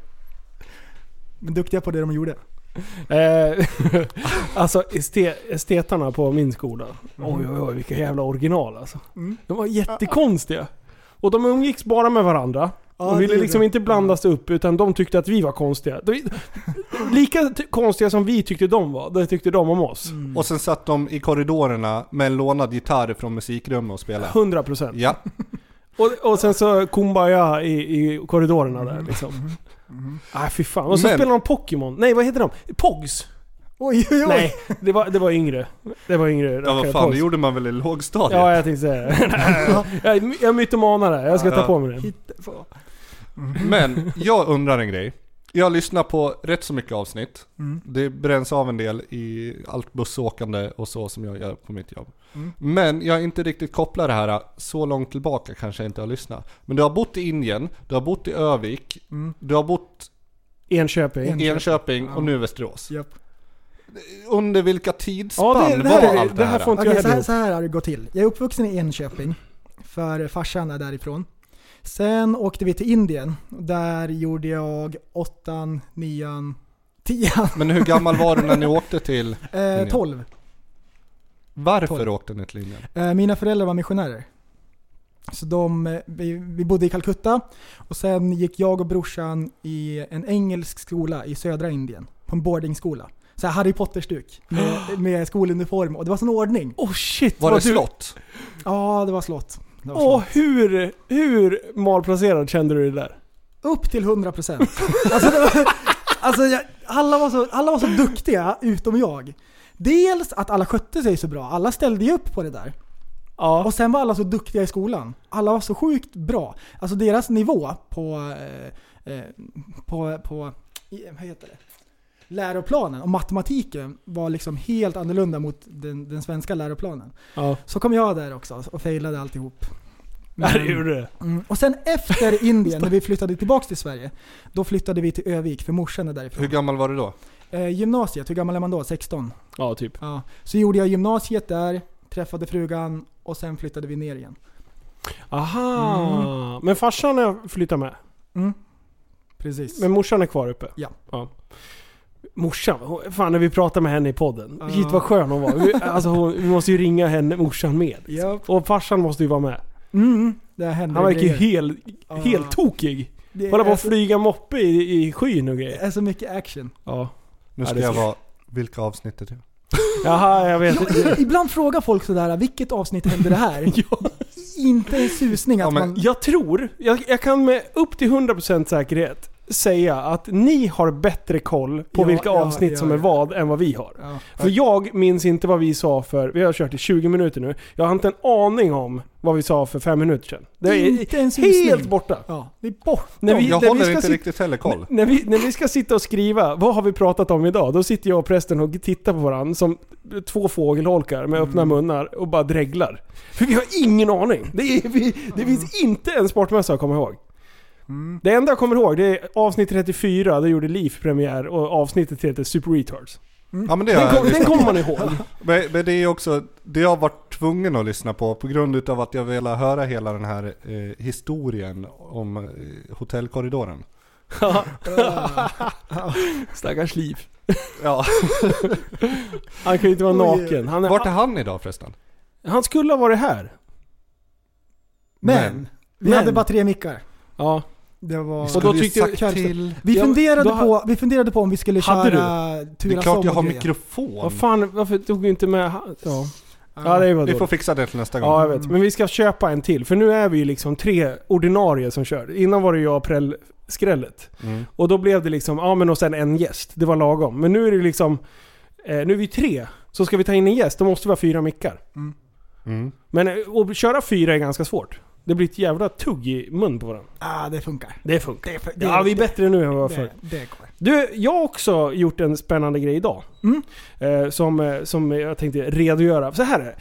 Speaker 6: Men duktiga på det de gjorde.
Speaker 5: Eh, alltså este, estetarna på min skola. Oj oj oj, vilka jävla original alltså.
Speaker 6: Mm.
Speaker 5: De var jättekonstiga. Och de umgicks bara med varandra.
Speaker 6: Ja,
Speaker 5: De ville
Speaker 6: det är
Speaker 5: liksom
Speaker 6: det.
Speaker 5: inte blandas upp, utan de tyckte att vi var konstiga. De, lika t- konstiga som vi tyckte de var, det tyckte de om oss.
Speaker 7: Och sen satt de i korridorerna med en lånad gitarr från musikrummet och spelade.
Speaker 5: hundra procent.
Speaker 7: Ja.
Speaker 5: Och, och sen så kumbaya i, i korridorerna där liksom. Nej fy fan. Och så
Speaker 7: Men-
Speaker 5: spelade de Pokémon. Nej vad heter de? Pogs?
Speaker 6: Oj, oj, oj.
Speaker 5: Nej, det var, det var yngre. Det var yngre.
Speaker 7: Ja vad fan,
Speaker 5: Pogs.
Speaker 7: det gjorde man väl i lågstadiet?
Speaker 5: Ja, jag tänkte säga det. jag, jag mytomanare, jag ska ta
Speaker 7: Ja.
Speaker 5: på mig det.
Speaker 6: Hittepå.
Speaker 7: Men jag undrar en grej. Jag lyssnar på rätt så mycket avsnitt.
Speaker 6: Mm.
Speaker 7: Det bränns av en del i allt bussåkande och så som jag gör på mitt jobb.
Speaker 6: Mm.
Speaker 7: Men jag har inte riktigt kopplat det här så långt tillbaka, kanske jag inte har lyssnat. Men du har bott i Indien, du har bott i Övik,
Speaker 6: Mm.
Speaker 7: du har bott
Speaker 5: Enköping.
Speaker 7: i
Speaker 6: Enköping.
Speaker 7: Enköping och nu Västerås.
Speaker 6: Japp.
Speaker 7: Under vilka tidsspann
Speaker 5: Ja, det- det
Speaker 7: var
Speaker 5: här är-
Speaker 7: allt det
Speaker 5: det här
Speaker 7: här?
Speaker 5: får inte-
Speaker 6: Okej,
Speaker 5: jag
Speaker 6: så, här,
Speaker 5: ihop.
Speaker 6: så här har det gått till. Jag är uppvuxen i Enköping, för farsan är därifrån. Sen åkte vi till Indien. Där gjorde jag åttan, nian, tian,
Speaker 7: Men hur gammal var du när ni åkte till
Speaker 6: eh,
Speaker 7: Indien?
Speaker 6: tolv.
Speaker 7: Varför
Speaker 6: tolv.
Speaker 7: åkte ni till Indien?
Speaker 6: Eh, mina föräldrar var missionärer. Så de, eh, vi, vi bodde i Calcutta och sen gick jag och brorsan i en engelsk skola i södra Indien. På en boardingskola. så här Harry Potter-stuk med, med skoluniform. Och det var sån ordning.
Speaker 5: Oh shit.
Speaker 7: Var det
Speaker 5: du...
Speaker 7: slott?
Speaker 6: Ja, det var slott. Det var
Speaker 5: Åh,
Speaker 6: slott.
Speaker 5: hur, hur malplacerad kände du det där?
Speaker 6: Upp till hundra procent. Alltså, det var, alltså jag, alla, var så, alla var så duktiga, utom jag. Dels att alla skötte sig så bra. Alla ställde ju upp på det där.
Speaker 5: Ja.
Speaker 6: Och sen var alla så duktiga i skolan. Alla var så sjukt bra. Alltså deras nivå på eh, eh, på, på vad heter det? läroplanen och matematiken var liksom helt annorlunda mot den, den svenska läroplanen.
Speaker 5: Ja.
Speaker 6: Så kom jag där också och failade alltihop.
Speaker 5: Men, det gjorde det.
Speaker 6: Mm, och sen efter Indien, när vi flyttade tillbaka till Sverige, då flyttade vi till Övik, för morsan är därifrån.
Speaker 7: Hur gammal var du då?
Speaker 6: Eh, gymnasiet, hur gammal är man då? sexton?
Speaker 5: Ja, typ.
Speaker 6: Ja. Så gjorde jag gymnasiet där, träffade frugan och sen flyttade vi ner igen.
Speaker 5: Aha. Mm. Men farsan har flyttat med.
Speaker 6: Mm. Precis.
Speaker 5: Men morsan är kvar uppe.
Speaker 6: Ja.
Speaker 5: ja. Morsan, fan när vi pratar med henne i podden.
Speaker 6: Uh.
Speaker 5: Shit vad skön hon var. Vi, alltså hon, vi måste ju ringa henne, morsan med.
Speaker 6: Yep.
Speaker 5: Och farsan måste ju vara med.
Speaker 6: Mm. Det händer.
Speaker 5: Han verkar ju
Speaker 6: grejer.
Speaker 5: helt,
Speaker 6: uh.
Speaker 5: helt tokig.
Speaker 6: Det
Speaker 5: Hålla på att
Speaker 6: så,
Speaker 5: flyga moppe i, i skyn och grejer.
Speaker 6: Det är så mycket action.
Speaker 5: Ja.
Speaker 7: Nu ska
Speaker 5: ja,
Speaker 7: jag vara... Vilka avsnitt är det?
Speaker 5: Jaha, jag vet inte.
Speaker 6: Ibland frågar folk sådär, vilket avsnitt händer det här?
Speaker 5: ja.
Speaker 6: Inte en susning att
Speaker 7: ja, men,
Speaker 6: man...
Speaker 5: Jag tror, jag, jag kan med upp till hundra procent säkerhet säga att ni har bättre koll på
Speaker 6: Ja,
Speaker 5: vilka
Speaker 6: ja,
Speaker 5: avsnitt
Speaker 6: ja,
Speaker 5: som är
Speaker 6: ja.
Speaker 5: vad än vad vi har.
Speaker 6: Ja.
Speaker 5: För jag minns inte vad vi sa för, vi har kört i tjugo minuter nu. Jag har inte en aning om vad vi sa för fem minuter sedan. Det är
Speaker 6: Inte en susning.
Speaker 5: helt borta.
Speaker 6: Ja, det är bort.
Speaker 5: När vi,
Speaker 7: jag
Speaker 5: när
Speaker 7: håller
Speaker 5: vi ska
Speaker 7: inte
Speaker 5: sit-
Speaker 7: riktigt heller koll.
Speaker 5: När vi, när vi ska sitta och skriva, vad har vi pratat om idag? Då sitter jag och prästen och tittar på varandra som två fågelholkar med öppna
Speaker 6: Mm.
Speaker 5: munnar och bara dreglar. För vi har ingen aning. Det, är, vi, det finns inte en sportmässa att komma ihåg.
Speaker 6: Mm.
Speaker 5: Det enda jag kommer ihåg, det är avsnitt trettiofyra, det gjorde Liv premiär, och avsnittet heter Super Retards.
Speaker 7: Ja, men det
Speaker 5: Den,
Speaker 7: har jag
Speaker 5: kom, den
Speaker 7: lyssnat
Speaker 5: kommer
Speaker 7: på.
Speaker 5: man ihåg.
Speaker 7: Men, men det är också, det har jag varit tvungen att lyssna på på grund utav att jag vill höra hela den här eh, historien om eh, hotellkorridoren.
Speaker 5: Stackars Liv.
Speaker 7: Ja.
Speaker 5: Han kan ju inte vara
Speaker 6: Oj.
Speaker 5: naken. Han, är,
Speaker 7: Vart är han idag förresten?
Speaker 5: han skulle ha varit här.
Speaker 6: Men,
Speaker 7: Men.
Speaker 6: vi
Speaker 5: Men.
Speaker 6: hade bara tre mickar.
Speaker 5: Ja.
Speaker 6: Det var...
Speaker 5: Och då
Speaker 7: Du
Speaker 5: tyckte
Speaker 7: sagt
Speaker 5: jag...
Speaker 7: till...
Speaker 6: Vi,
Speaker 5: Ja,
Speaker 6: funderade
Speaker 5: då ha-
Speaker 6: på, vi funderade på om vi skulle
Speaker 5: Hade
Speaker 6: köra
Speaker 7: Det är
Speaker 6: turas
Speaker 7: klart
Speaker 6: om
Speaker 7: jag har
Speaker 6: och grejer.
Speaker 7: mikrofon.
Speaker 5: Vad fan, varför tog vi inte med... ha- Ja, ja det var
Speaker 7: Vi
Speaker 5: dåligt.
Speaker 7: får fixa det till nästa gång.
Speaker 5: Ja, jag vet. Men vi ska köpa en till. För nu är vi ju liksom tre ordinarie som kör. Innan var det jag och Prell skrället.
Speaker 7: Mm.
Speaker 5: Och då blev det liksom, ja men och sen en gäst. Det var lagom. Men nu är det liksom, eh, nu är vi tre. Så ska vi ta in en gäst, då måste vi ha fyra mickar.
Speaker 7: Mm.
Speaker 5: Men eh, att köra fyra är ganska svårt. Det blir ett jävla tugg i mun på varandra.
Speaker 6: Ah, det funkar.
Speaker 5: Det funkar.
Speaker 6: Det, det,
Speaker 5: Ja, vi är
Speaker 6: det,
Speaker 5: bättre nu än vad vi var
Speaker 6: det,
Speaker 5: förr.
Speaker 6: det går.
Speaker 5: Du, jag har också gjort en spännande grej idag.
Speaker 6: Mm.
Speaker 5: Eh, som, eh, som jag tänkte redogöra. Så här är det.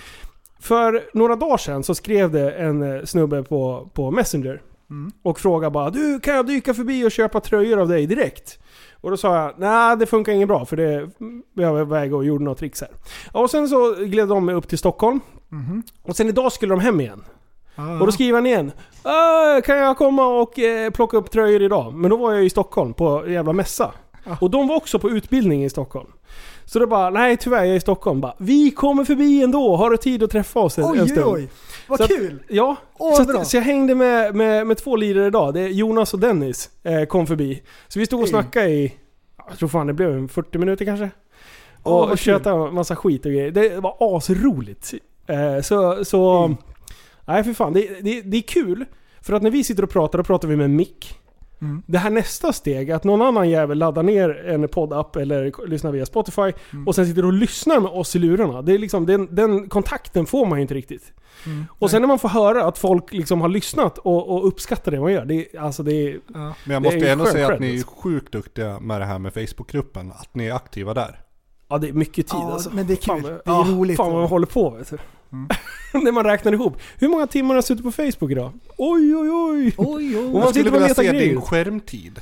Speaker 5: För några dagar sedan så skrev det en eh, snubbe på, på Messenger.
Speaker 6: Mm.
Speaker 5: Och frågade bara, du kan jag dyka förbi och köpa tröjor av dig direkt? Och då sa jag, nej det funkar inget bra för det, jag var iväg och gjorde något tricks här. Och sen så gled de upp till Stockholm.
Speaker 6: Mhm.
Speaker 5: Och sen idag skulle de hem igen.
Speaker 6: Ah.
Speaker 5: Och då skriver han igen, "Äh, kan jag komma och eh, plocka upp tröjor idag? Men då var jag i Stockholm på en jävla mässa.
Speaker 6: Ah.
Speaker 5: Och de var också på utbildning i Stockholm. Så då bara, nej tyvärr jag är i Stockholm. Bara, vi kommer förbi ändå, har du tid att träffa oss en, en
Speaker 6: Oj,
Speaker 5: stund?
Speaker 6: oj, oj. Vad
Speaker 5: Så att-
Speaker 6: kul!
Speaker 5: Ja,
Speaker 6: Åh,
Speaker 5: så,
Speaker 6: bra.
Speaker 5: att, så jag hängde med, med, med två lirare idag. Det är Jonas och Dennis eh, kom förbi. Så vi stod och
Speaker 6: Hej.
Speaker 5: snackade i, jag tror fan det blev en fyrtio minuter kanske.
Speaker 6: Åh,
Speaker 5: Och
Speaker 6: vad kul.
Speaker 5: köta en massa skit och grejer. Det var asroligt. Eh, så, så
Speaker 6: Mm.
Speaker 5: nej för fan, det, det, det är kul. För att när vi sitter och pratar, då pratar vi med en mick.
Speaker 6: Mm.
Speaker 5: Det här nästa steg, att någon annan jävel laddar ner en poddapp eller lyssnar via Spotify
Speaker 6: Mm.
Speaker 5: och sen sitter och lyssnar med oss i lurarna. Det är liksom, den, den kontakten får man ju inte riktigt.
Speaker 6: Mm.
Speaker 5: Och sen när man får höra att folk liksom har lyssnat och, och uppskattar det man gör. Det är, alltså det är,
Speaker 6: Ja.
Speaker 7: Men jag
Speaker 5: Det är
Speaker 7: måste
Speaker 5: ju
Speaker 7: ändå
Speaker 5: skön
Speaker 7: säga att
Speaker 5: cred,
Speaker 7: ni är
Speaker 5: alltså.
Speaker 7: sjukt duktiga med det här med Facebookgruppen. Att ni är aktiva där.
Speaker 5: ja, det är mycket tid
Speaker 6: Ja,
Speaker 5: alltså.
Speaker 6: men det är kul.
Speaker 5: Fan,
Speaker 6: Det är
Speaker 5: ja,
Speaker 6: roligt.
Speaker 5: Fan vad man håller på vet du.
Speaker 6: Mm.
Speaker 5: När man räknar ihop. Hur många timmar har jag suttit på Facebook idag? Oj oj oj.
Speaker 6: Oj, oj,
Speaker 5: Och man
Speaker 7: Jag skulle
Speaker 5: sitter och
Speaker 7: vilja
Speaker 5: letar
Speaker 7: se
Speaker 5: grejer.
Speaker 7: din skärmtid.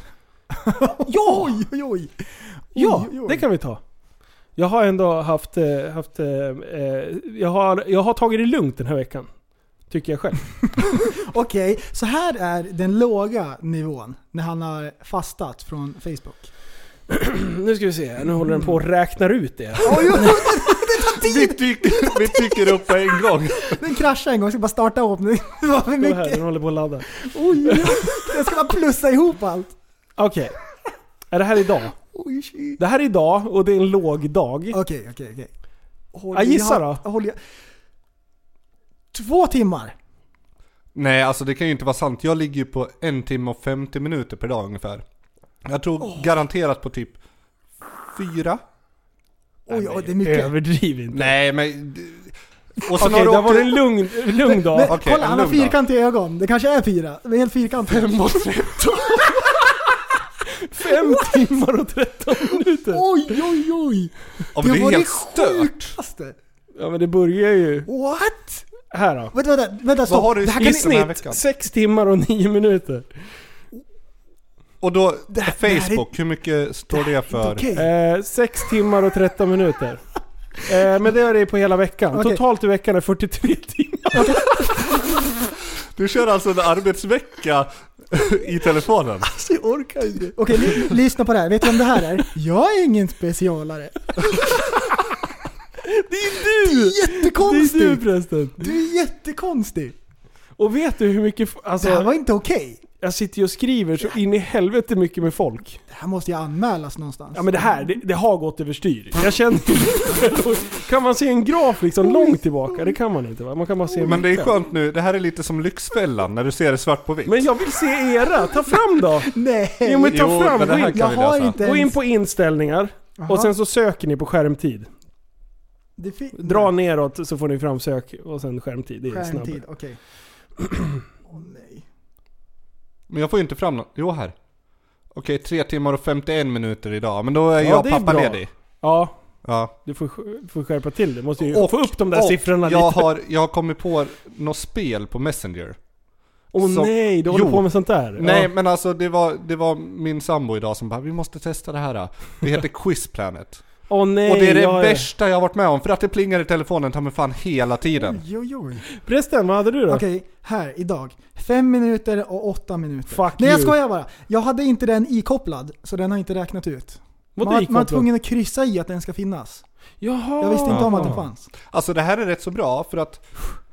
Speaker 5: Ja!
Speaker 6: oj, oj, oj.
Speaker 5: Ja,
Speaker 6: Oj, oj, oj.
Speaker 5: det kan vi ta. Jag har ändå haft, eh, haft eh, eh, jag, har, jag har tagit det lugnt den här veckan. Tycker jag själv.
Speaker 6: Okej, så här är den låga nivån när han har fastat från Facebook.
Speaker 5: Nu ska vi se, nu håller den på att räkna ut det.
Speaker 6: Oj, oj, oj,
Speaker 7: Vi, tycker, vi tycker upp på en gång.
Speaker 6: den kraschade en gång, jag ska bara starta om. Det var för
Speaker 5: Det här,
Speaker 6: mycket.
Speaker 5: den håller på att ladda.
Speaker 6: Oj, oj, oj. Jag ska bara plussa ihop allt.
Speaker 5: Okej. Är det här idag?
Speaker 6: Oj, shit.
Speaker 5: Det här är idag och det är en låg dag.
Speaker 6: Okej, okej, okej.
Speaker 5: Ja, gissa då.
Speaker 6: Håll, två timmar.
Speaker 7: Nej, alltså det kan ju inte vara sant. Jag ligger ju på en timme och femtio minuter per dag ungefär. Jag tror oh. garanterat på typ fyra.
Speaker 6: Oj, oj, det är mycket.
Speaker 5: Överdriv inte.
Speaker 7: Nej, men...
Speaker 5: Och så Okej, det var en lugn, lugn dag.
Speaker 6: Men,
Speaker 7: okay,
Speaker 6: kolla, han har fyrkantiga ögon. Det kanske är fyra. Det är helt fyrkantigt.
Speaker 7: Fem och tretton.
Speaker 5: Fem timmar och tretton minuter.
Speaker 6: Oj, oj, oj.
Speaker 7: Ja, det, det är helt stört.
Speaker 5: Ja, men det börjar ju...
Speaker 6: What?
Speaker 5: Här då.
Speaker 6: Vänta, vänta, vänta, stopp.
Speaker 7: Vad har du
Speaker 5: det här kan i snitt sex timmar och nio minuter.
Speaker 7: Och då,
Speaker 6: det,
Speaker 7: Facebook,
Speaker 6: det
Speaker 7: hur mycket står det, det för?
Speaker 5: Okay. Eh, sex timmar och tretton minuter. Eh, men det är det på hela veckan. Okay. Totalt i veckan är fyrtiotre timmar.
Speaker 7: Du kör alltså en arbetsvecka i telefonen.
Speaker 5: Alltså jag orkar inte.
Speaker 6: Okej, okay, l- lyssna på det här. Vet du om det här är? Jag är ingen specialare.
Speaker 5: Det är du!
Speaker 6: Det är jättekonstigt.
Speaker 5: Det är du förresten.
Speaker 6: Du är jättekonstig.
Speaker 5: Och vet du hur mycket... Alltså,
Speaker 6: det här var inte okej. Okay.
Speaker 5: Jag sitter ju och skriver så in i helvete mycket med folk.
Speaker 6: Det här måste ju anmälas någonstans.
Speaker 5: Ja men det här, det, det har gått överstyr. Jag känner kan man se en graf liksom långt tillbaka? Det kan man inte va? Man kan bara se.
Speaker 7: Men det är skönt nu, det här är lite som Lyxfällan när du ser det svart på vitt.
Speaker 5: Men jag vill se era, ta fram då.
Speaker 6: Nej.
Speaker 5: Jo men ta
Speaker 7: jo,
Speaker 5: fram,
Speaker 7: men det här kan
Speaker 6: jag har inte ens...
Speaker 5: gå in på inställningar. Aha. Och sen så söker ni på skärmtid. Det fi- Dra neråt så får ni fram sök och sen skärmtid. Det är
Speaker 6: skärmtid, okej. Okay. Åh nej.
Speaker 7: Men jag får ju inte fram något. Jo, här. Okej, tre timmar och femtioen minuter idag. Men då är
Speaker 5: ja,
Speaker 7: jag
Speaker 5: är
Speaker 7: pappa
Speaker 5: bra.
Speaker 7: ledig.
Speaker 5: Ja.
Speaker 7: Ja.
Speaker 5: Du får, får skärpa till det. Måste ju
Speaker 7: och,
Speaker 5: få upp de där
Speaker 7: och
Speaker 5: siffrorna
Speaker 7: jag
Speaker 5: lite.
Speaker 7: Har, jag har kommit på något spel på Messenger.
Speaker 5: Åh oh, nej, du håller jo, på med sånt där.
Speaker 7: Nej,
Speaker 5: ja.
Speaker 7: men alltså det var, det var min sambo idag som bara, vi måste testa det här. Det heter Quiz Planet.
Speaker 5: Åh oh, nej,
Speaker 7: och det är det
Speaker 5: jag
Speaker 7: värsta jag har varit med om. För att det plingar i telefonen tar mig fan hela tiden.
Speaker 6: Oj, oj, oj.
Speaker 5: Förresten, vad hade du då?
Speaker 6: Okej, okay, här idag. Fem minuter och åtta minuter.
Speaker 5: Fuck
Speaker 6: Nej, jag
Speaker 5: you.
Speaker 6: skojar bara. Jag hade inte den ikopplad, så den har inte räknat ut.
Speaker 5: Vad
Speaker 6: man, man är tvungen att kryssa i att den ska finnas.
Speaker 5: Jaha.
Speaker 6: Jag visste inte om att den fanns.
Speaker 7: Alltså det här är rätt så bra för att...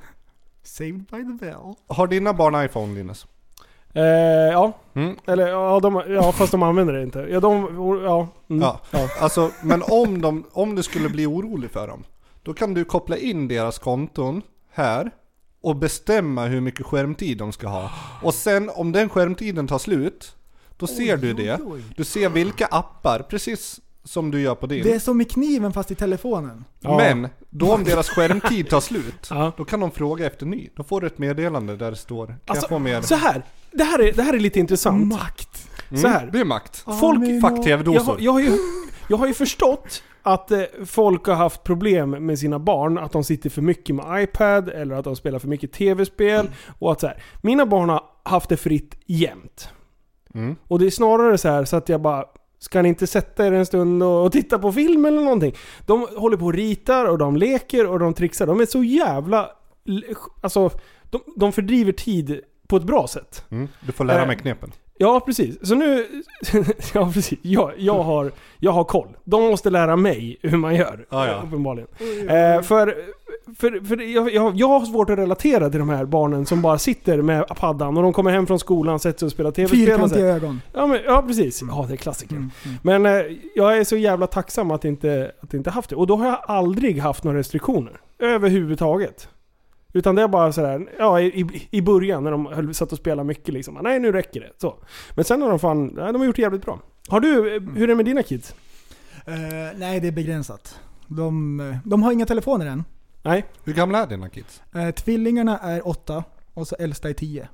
Speaker 6: Saved by the bell.
Speaker 7: Har dina barn iPhone, Linus?
Speaker 5: Eh, ja.
Speaker 7: Mm.
Speaker 5: Eller ja, de, ja, fast de använder det inte. Ja, de, ja, mm,
Speaker 7: ja.
Speaker 5: ja.
Speaker 7: Alltså, men om, de, om du skulle bli orolig för dem, då kan du koppla in deras konton här och bestämma hur mycket skärmtid de ska ha. Och sen om den skärmtiden tar slut, då ser oj, du det. Oj, oj. Du ser vilka appar, precis som du gör på din.
Speaker 6: Det är som med kniven fast i telefonen.
Speaker 7: Ja. Men då om deras skärmtid tar slut,
Speaker 5: ja.
Speaker 7: då kan de fråga efter ny. Då får du ett meddelande där det står, kan
Speaker 5: alltså,
Speaker 7: jag få mer?
Speaker 5: Så här, det här är, det här är lite intressant.
Speaker 6: Makt.
Speaker 7: Mm,
Speaker 5: så här.
Speaker 7: Det är makt.
Speaker 5: Folk,
Speaker 7: fuck tv-dosor.
Speaker 5: Jag, jag, har ju, jag har ju förstått att eh, folk har haft problem med sina barn. Att de sitter för mycket med iPad eller att de spelar för mycket tv-spel. Mm. Och att så här, mina barn har haft det fritt jämt.
Speaker 7: Mm.
Speaker 5: Och det är snarare så här så att jag bara... Ska ni inte sätta er en stund och, och titta på film eller någonting? De håller på och ritar och de leker och de trixar. De är så jävla... Alltså, de, de fördriver tid på ett bra sätt.
Speaker 7: Mm, du får lära
Speaker 5: eh,
Speaker 7: mig knepen.
Speaker 5: Ja, precis. Så nu... ja, precis. Jag, jag, har, jag har koll. De måste lära mig hur man gör.
Speaker 7: Ah, ja.
Speaker 5: Uppenbarligen. Eh, för för, för jag, jag, jag har svårt att relatera till de här barnen som bara sitter med paddan och de kommer hem från skolan, sätter sig och spelar tv-spel.
Speaker 6: Fyrkantiga ögon.
Speaker 5: Ja, men, ja, precis. Ja, det är klassiker. Mm, mm. Men eh, jag är så jävla tacksam att inte, att inte haft det. Och då har jag aldrig haft några restriktioner. Överhuvudtaget. Utan det är bara sådär, ja, i, i början när de höll, satt och spelade mycket liksom. Nej, nu räcker det. Så. Men sen har de fan, nej, de har gjort det jävligt bra. Har du, hur är det med dina kids?
Speaker 6: Uh, nej, det är begränsat. De, de har inga telefoner än.
Speaker 5: Nej.
Speaker 7: Hur gamla är dina kids?
Speaker 6: Uh, tvillingarna är åtta och så äldsta är tio.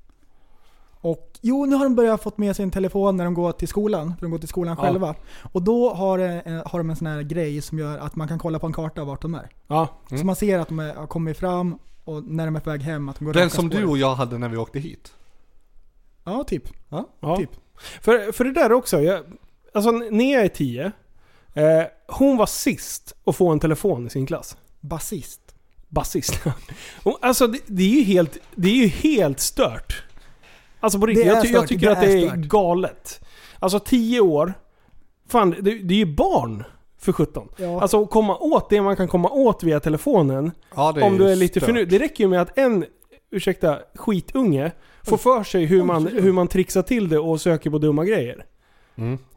Speaker 6: Och jo, nu har de börjat fått med sig en telefon när de går till skolan. För de går till skolan ja. själva. Och då har, eh, har de en sån här grej som gör att man kan kolla på en karta vart de är.
Speaker 5: Ja.
Speaker 6: Mm. Så man ser att de är, har kommit fram och när de är på väg hem att de går
Speaker 7: den som du och jag hade när vi åkte hit.
Speaker 6: Ja, typ.
Speaker 7: Ja,
Speaker 5: ja.
Speaker 7: typ.
Speaker 5: För, för det där också, jag, alltså Nea är tio. Eh, hon var sist att få en telefon i sin klass.
Speaker 6: Basist.
Speaker 5: Basist. Alltså det, det är ju helt, det är ju helt stört. Alltså på riktigt, jag, ty- jag tycker det att det är stört. Galet. Alltså tio år, fan, det, det är ju barn för sjutton. Ja. Alltså komma åt det man kan komma åt via telefonen.
Speaker 7: Ja,
Speaker 5: om du är lite förnu- Det räcker ju med att en, ursäkta, skitunge får för sig hur man, hur man trixar till det och söker på dumma grejer.
Speaker 7: Mm.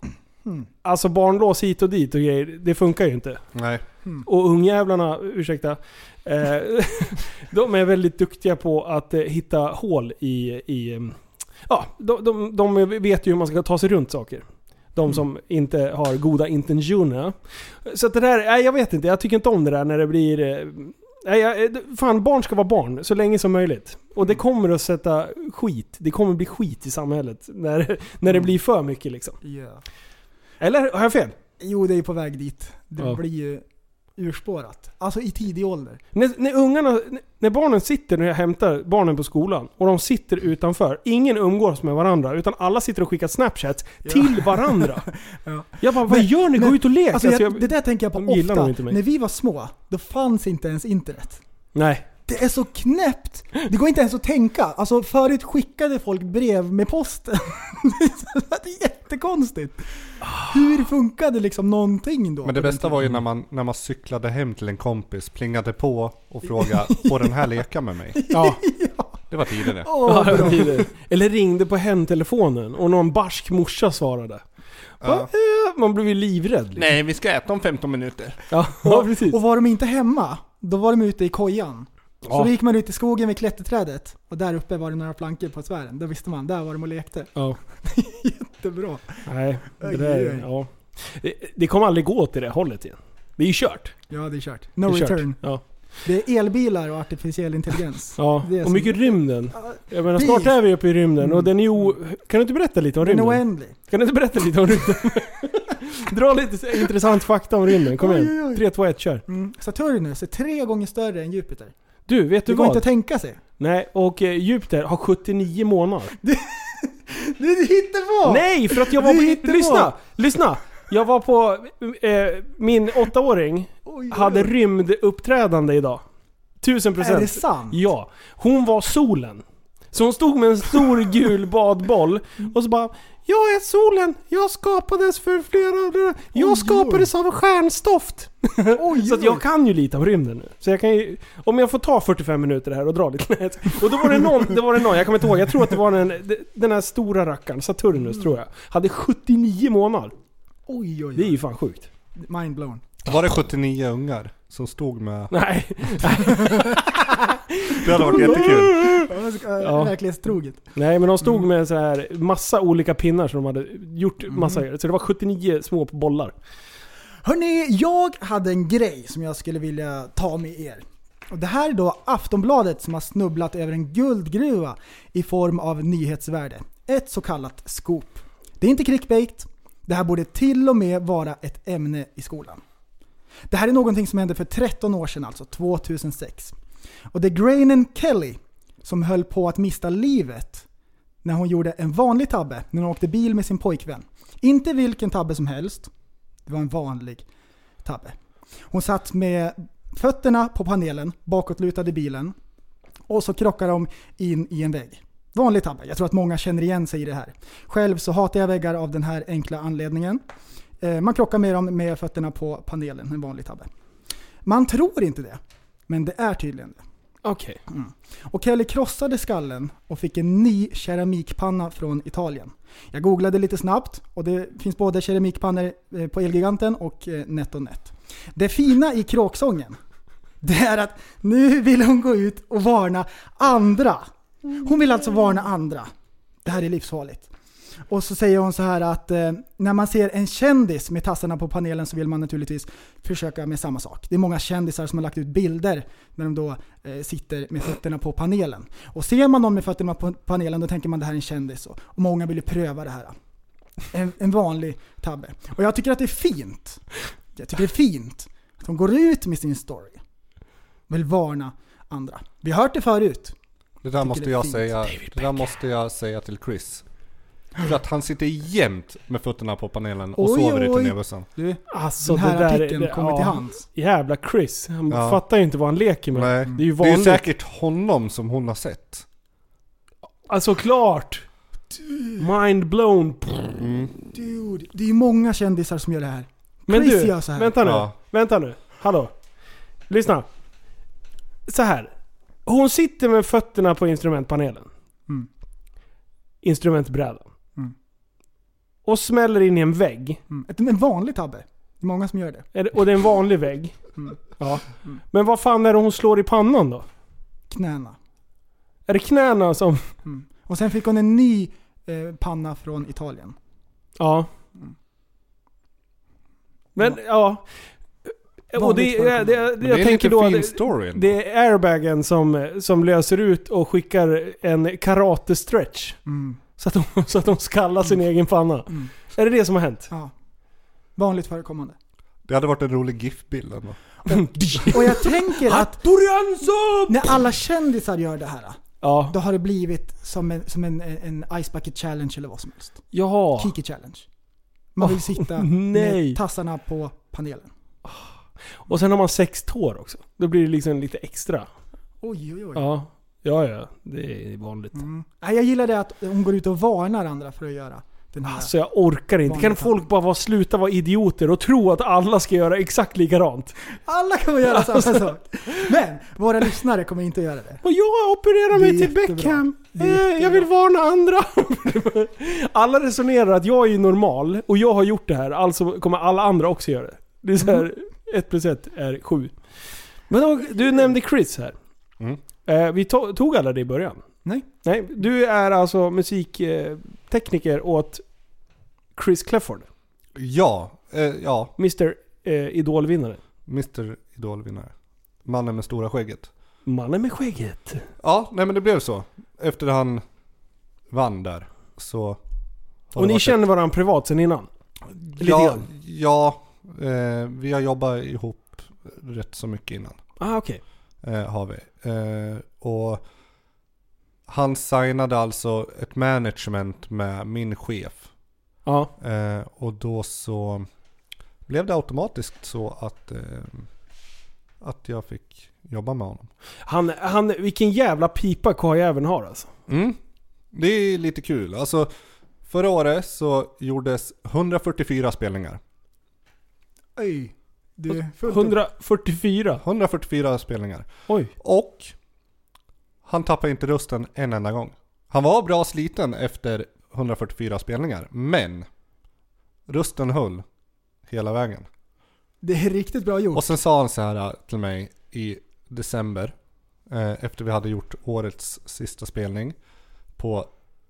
Speaker 6: Mm.
Speaker 5: Alltså barnlås hit och dit och grejer, det funkar ju inte.
Speaker 7: Nej.
Speaker 6: Mm.
Speaker 5: Och ungjävlarna, ursäkta, eh, de är väldigt duktiga på att eh, hitta hål i... i um, ja, de, de, de vet ju hur man ska ta sig runt saker. De mm. som inte har goda intentioner. Så att det där, nej, jag vet inte, jag tycker inte om det där när det blir... Eh, nej, jag, fan, barn ska vara barn så länge som möjligt. Och det kommer att sätta skit. Det kommer bli skit i samhället när, när det blir för mycket liksom.
Speaker 6: Yeah.
Speaker 5: Eller har jag fel?
Speaker 6: Jo, det är ju på väg dit. Det
Speaker 5: Ja.
Speaker 6: blir ju urspårat. Alltså i tidig ålder.
Speaker 5: När, när ungarna, när barnen sitter, när jag hämtar barnen på skolan och de sitter utanför, ingen umgås med varandra utan alla sitter och skickar Snapchat
Speaker 6: Ja.
Speaker 5: till varandra.
Speaker 6: Ja.
Speaker 5: Jag bara, vad
Speaker 6: Men-
Speaker 5: gör ni? Gå
Speaker 6: men-
Speaker 5: ut och lek.
Speaker 6: Alltså,
Speaker 5: Alltså,
Speaker 6: jag,
Speaker 5: jag,
Speaker 6: det där tänker jag på
Speaker 5: de gillar nog
Speaker 6: ofta.
Speaker 5: inte mig.
Speaker 6: När vi var små, då fanns inte ens internet.
Speaker 5: nej.
Speaker 6: Det är så knäppt. Det går inte ens att tänka. Alltså förut skickade folk brev med posten. Det är jättekonstigt. Hur funkade liksom någonting då?
Speaker 7: Men det bästa var ju när man, när man cyklade hem till en kompis, plingade på och frågade, får den här leka med mig?
Speaker 5: Ja.
Speaker 7: Det var tiden det.
Speaker 6: Åh,
Speaker 5: Ja,
Speaker 6: bra.
Speaker 5: det är det. Eller ringde på hemtelefonen och någon barsk morsa svarade.
Speaker 7: Ja.
Speaker 5: Va? Eh, Man blev ju livrädd. Liksom.
Speaker 7: Nej, vi ska äta om femton minuter.
Speaker 5: Ja, ja, precis.
Speaker 6: Och var de inte hemma, då var de ute i kojan. Så
Speaker 5: Ja.
Speaker 6: då gick man ut i skogen vid klätterträdet. Och där uppe var det några plankor på tvären. Då visste man, där var de och lekte.
Speaker 5: Ja.
Speaker 6: Jättebra.
Speaker 5: Nej, det
Speaker 6: Oj,
Speaker 5: där,
Speaker 6: oj.
Speaker 5: ja. Det, det kommer aldrig gå till det hållet igen. Det är ju kört.
Speaker 6: Ja, det är kört. No
Speaker 5: Det är kört.
Speaker 6: return.
Speaker 5: Ja.
Speaker 6: Det är elbilar och artificiell intelligens.
Speaker 5: Ja,
Speaker 6: Det är
Speaker 5: och
Speaker 6: som-
Speaker 5: mycket rymden. Jag menar,
Speaker 6: Precis.
Speaker 5: snart är vi uppe i rymden och den är ju... Kan du inte berätta lite om
Speaker 6: Den är
Speaker 5: rymden?
Speaker 6: oändlig.
Speaker 5: Kan du inte berätta lite om rymden? Dra lite intressant fakta om rymden. Kom
Speaker 6: Oj,
Speaker 5: igen.
Speaker 6: oj, oj.
Speaker 5: tre, två, ett, kör.
Speaker 6: Mm. Saturnus är tre gånger större än Jupiter.
Speaker 5: Du, vet
Speaker 6: Det
Speaker 5: du
Speaker 6: går inte
Speaker 5: vad?
Speaker 6: att tänka sig.
Speaker 5: Nej, och eh, Jupiter har sjuttionio månader.
Speaker 6: Du hittar på!
Speaker 5: Nej, för att jag var
Speaker 6: Det är
Speaker 5: på...
Speaker 6: inte
Speaker 5: Lyssna!
Speaker 6: bra.
Speaker 5: Lyssna! Jag var på... Eh, min åttaåring
Speaker 6: Oj, oj,
Speaker 5: hade
Speaker 6: oj.
Speaker 5: rymduppträdande idag. Tusen procent.
Speaker 6: Är det sant?
Speaker 5: Ja. Hon var solen. Så hon stod med en stor gul badboll och så bara: jag är solen, jag skapades för flera... Jag
Speaker 6: Oj,
Speaker 5: skapades av stjärnstoft.
Speaker 6: Oj,
Speaker 5: Så att
Speaker 6: oj.
Speaker 5: jag kan ju lite om rymden nu. Så jag kan ju, om jag får ta fyrtiofem minuter här och dra lite nät. Och då var det någon, det var det någon, jag kommer inte ihåg, jag tror att det var den, den här stora rackaren, Saturnus tror jag, hade sjuttionio månader.
Speaker 6: Oj, oj,
Speaker 5: Det är
Speaker 6: oj.
Speaker 5: ju fan sjukt.
Speaker 6: Mind blown.
Speaker 7: Var det sjuttionio ungar som stod med...
Speaker 5: Nej.
Speaker 7: Det hade varit jättekul.
Speaker 6: Ja. Verklighetstroget.
Speaker 5: Nej, men de stod med så här massa olika pinnar som de hade gjort massa, så det var sjuttionio små bollar.
Speaker 6: Hörrni, jag hade en grej som jag skulle vilja ta med er. Och det här är då Aftonbladet som har snubblat över en guldgruva i form av nyhetsvärde. Ett så kallat scoop. Det är inte clickbait. Det här borde till och med vara ett ämne i skolan. Det här är någonting som hände för tretton år sedan, alltså tjugohundrasex. Och det är Grainen Kelly som höll på att mista livet när hon gjorde en vanlig tabbe när hon åkte bil med sin pojkvän. Inte vilken tabbe som helst. Det var en vanlig tabbe. Hon satt med fötterna på panelen, bakåtlutade bilen, och så krockade de in i en vägg. Vanlig tabbe. Jag tror att många känner igen sig i det här. Själv så hatar jag väggar av den här enkla anledningen. Eh, man krockar med dem med fötterna på panelen, en vanlig tabbe. Man tror inte det, men det är tydligen det.
Speaker 5: Okej.
Speaker 6: Mm. Och Kelly krossade skallen och fick en ny keramikpanna från Italien. Jag googlade lite snabbt och det finns både keramikpannor på Elgiganten och NetOnNet. Det fina i kråksången, det är att nu vill hon gå ut och varna andra. Hon vill alltså varna andra. Det här är livsfarligt. Och så säger hon så här att eh, när man ser en kändis med tassarna på panelen så vill man naturligtvis försöka med samma sak. Det är många kändisar som har lagt ut bilder när de då eh, sitter med fötterna på panelen. Och ser man någon med fötterna på panelen då tänker man det här är en kändis. Och, och många vill ju pröva det här. En, en vanlig tabbe. Och jag tycker att det är fint. Jag tycker det är fint att hon går ut med sin story. Vill varna andra. Vi har hört det förut.
Speaker 7: Det där måste
Speaker 6: det är
Speaker 7: jag
Speaker 6: fint.
Speaker 7: säga. Det där måste jag säga till Chris. För att han sitter jämt med fötterna på panelen och
Speaker 6: Oj,
Speaker 7: sover i
Speaker 6: oj.
Speaker 7: turnébussen.
Speaker 6: Du,
Speaker 5: Alltså
Speaker 6: den här
Speaker 5: det där,
Speaker 6: artikeln
Speaker 5: det,
Speaker 6: kommer
Speaker 5: ja,
Speaker 6: till hands.
Speaker 5: Jävla Chris. Han
Speaker 7: Ja.
Speaker 5: fattar ju inte vad han leker med.
Speaker 7: Nej.
Speaker 5: Det är ju
Speaker 7: Det är ju
Speaker 5: vanligt.
Speaker 7: säkert honom som hon har sett.
Speaker 5: Alltså klart. Mind blown.
Speaker 7: Mm.
Speaker 6: Dude, det är ju många kändisar som gör det här.
Speaker 5: Men
Speaker 6: Chris
Speaker 5: du,
Speaker 6: gör så här.
Speaker 5: vänta nu.
Speaker 7: Ja.
Speaker 5: Vänta nu. Hallå. Lyssna. Så här. Hon sitter med fötterna på instrumentpanelen.
Speaker 6: Mm.
Speaker 5: Instrumentbrädan.
Speaker 6: Mm.
Speaker 5: och smäller in i en vägg.
Speaker 6: Mm. En vanlig tabbe. Det är många som gör det.
Speaker 5: Är det och det är en vanlig vägg. Mm. Ja. Mm. Men vad fan är det hon slår i pannan då?
Speaker 6: Knäna.
Speaker 5: Är det knäna som...
Speaker 6: Mm. Och sen fick hon en ny eh, panna från Italien.
Speaker 5: Ja. Mm. Men ja... Och det, det, det, det jag
Speaker 7: är
Speaker 5: tänker då,
Speaker 7: det,
Speaker 5: det är airbagen som, som löser ut och skickar en karate-stretch. Mm. Så, att de, så att de skallar sin mm. egen panna. Mm. Är det det som har hänt?
Speaker 6: Ja. Vanligt förekommande.
Speaker 7: Det hade varit en rolig GIF-bild ändå.
Speaker 6: Och, och jag tänker att när alla kändisar gör det här, ja. Då har det blivit som en, som en, en Ice Bucket Challenge eller vad som helst.
Speaker 5: Jaha.
Speaker 6: Kiki Challenge. Man vill sitta
Speaker 5: oh,
Speaker 6: med tassarna på panelen.
Speaker 5: Och sen har man sex tår också. Då blir det liksom lite extra.
Speaker 6: Oj, oj, oj.
Speaker 5: Ja, ja, ja. Det är vanligt.
Speaker 6: Mm. Jag gillar det att hon går ut och varnar andra för att göra den här.
Speaker 5: Alltså jag orkar inte. Kan folk bara vara, sluta vara idioter och tro att alla ska göra exakt likadant?
Speaker 6: Alla kommer göra samma sak. Men våra lyssnare kommer inte att göra det.
Speaker 5: Och jag opererar mig till Beckham. Jag vill varna andra. Alla resonerar att jag är normal och jag har gjort det här. Alltså kommer alla andra också göra det. Det är så här... Mm. ett plus ett är sju. Men då, du nämnde Chris här. Mm. Eh, vi to- tog alla det i början.
Speaker 6: Nej.
Speaker 5: Nej, du är alltså musiktekniker åt Chris Clefford.
Speaker 7: Ja, eh, ja.
Speaker 5: mister Eh, Idolvinnare.
Speaker 7: mister Idolvinnare. Mannen med stora skägget.
Speaker 5: Mannen med skägget.
Speaker 7: Ja, nej men det blev så. Efter han vann där så...
Speaker 5: Och ni känner ett... varandra privat sen innan?
Speaker 7: Lite ja, grann. ja. Eh, vi har jobbat ihop rätt så mycket innan.
Speaker 5: Ah, okej.
Speaker 7: Okay. Eh, har vi. Eh, och han signade alltså ett management med min chef.
Speaker 5: Ja.
Speaker 7: Eh, och då så blev det automatiskt så att eh, att jag fick jobba med honom.
Speaker 5: Han, han vilken jävla pipa karljäveln har alltså.
Speaker 7: Mm. Det är lite kul. Alltså förra året så gjordes hundrafyrtiofyra spelningar.
Speaker 6: Oj. Det är
Speaker 5: hundrafyrtiofyra
Speaker 7: hundrafyrtiofyra spelningar.
Speaker 5: Oj.
Speaker 7: Och han tappade inte rösten en enda gång. Han var bra sliten efter hundrafyrtiofyra spelningar, men rösten höll hela vägen.
Speaker 6: Det är riktigt bra gjort.
Speaker 7: Och sen sa han så här till mig i december eh, efter vi hade gjort årets sista spelning på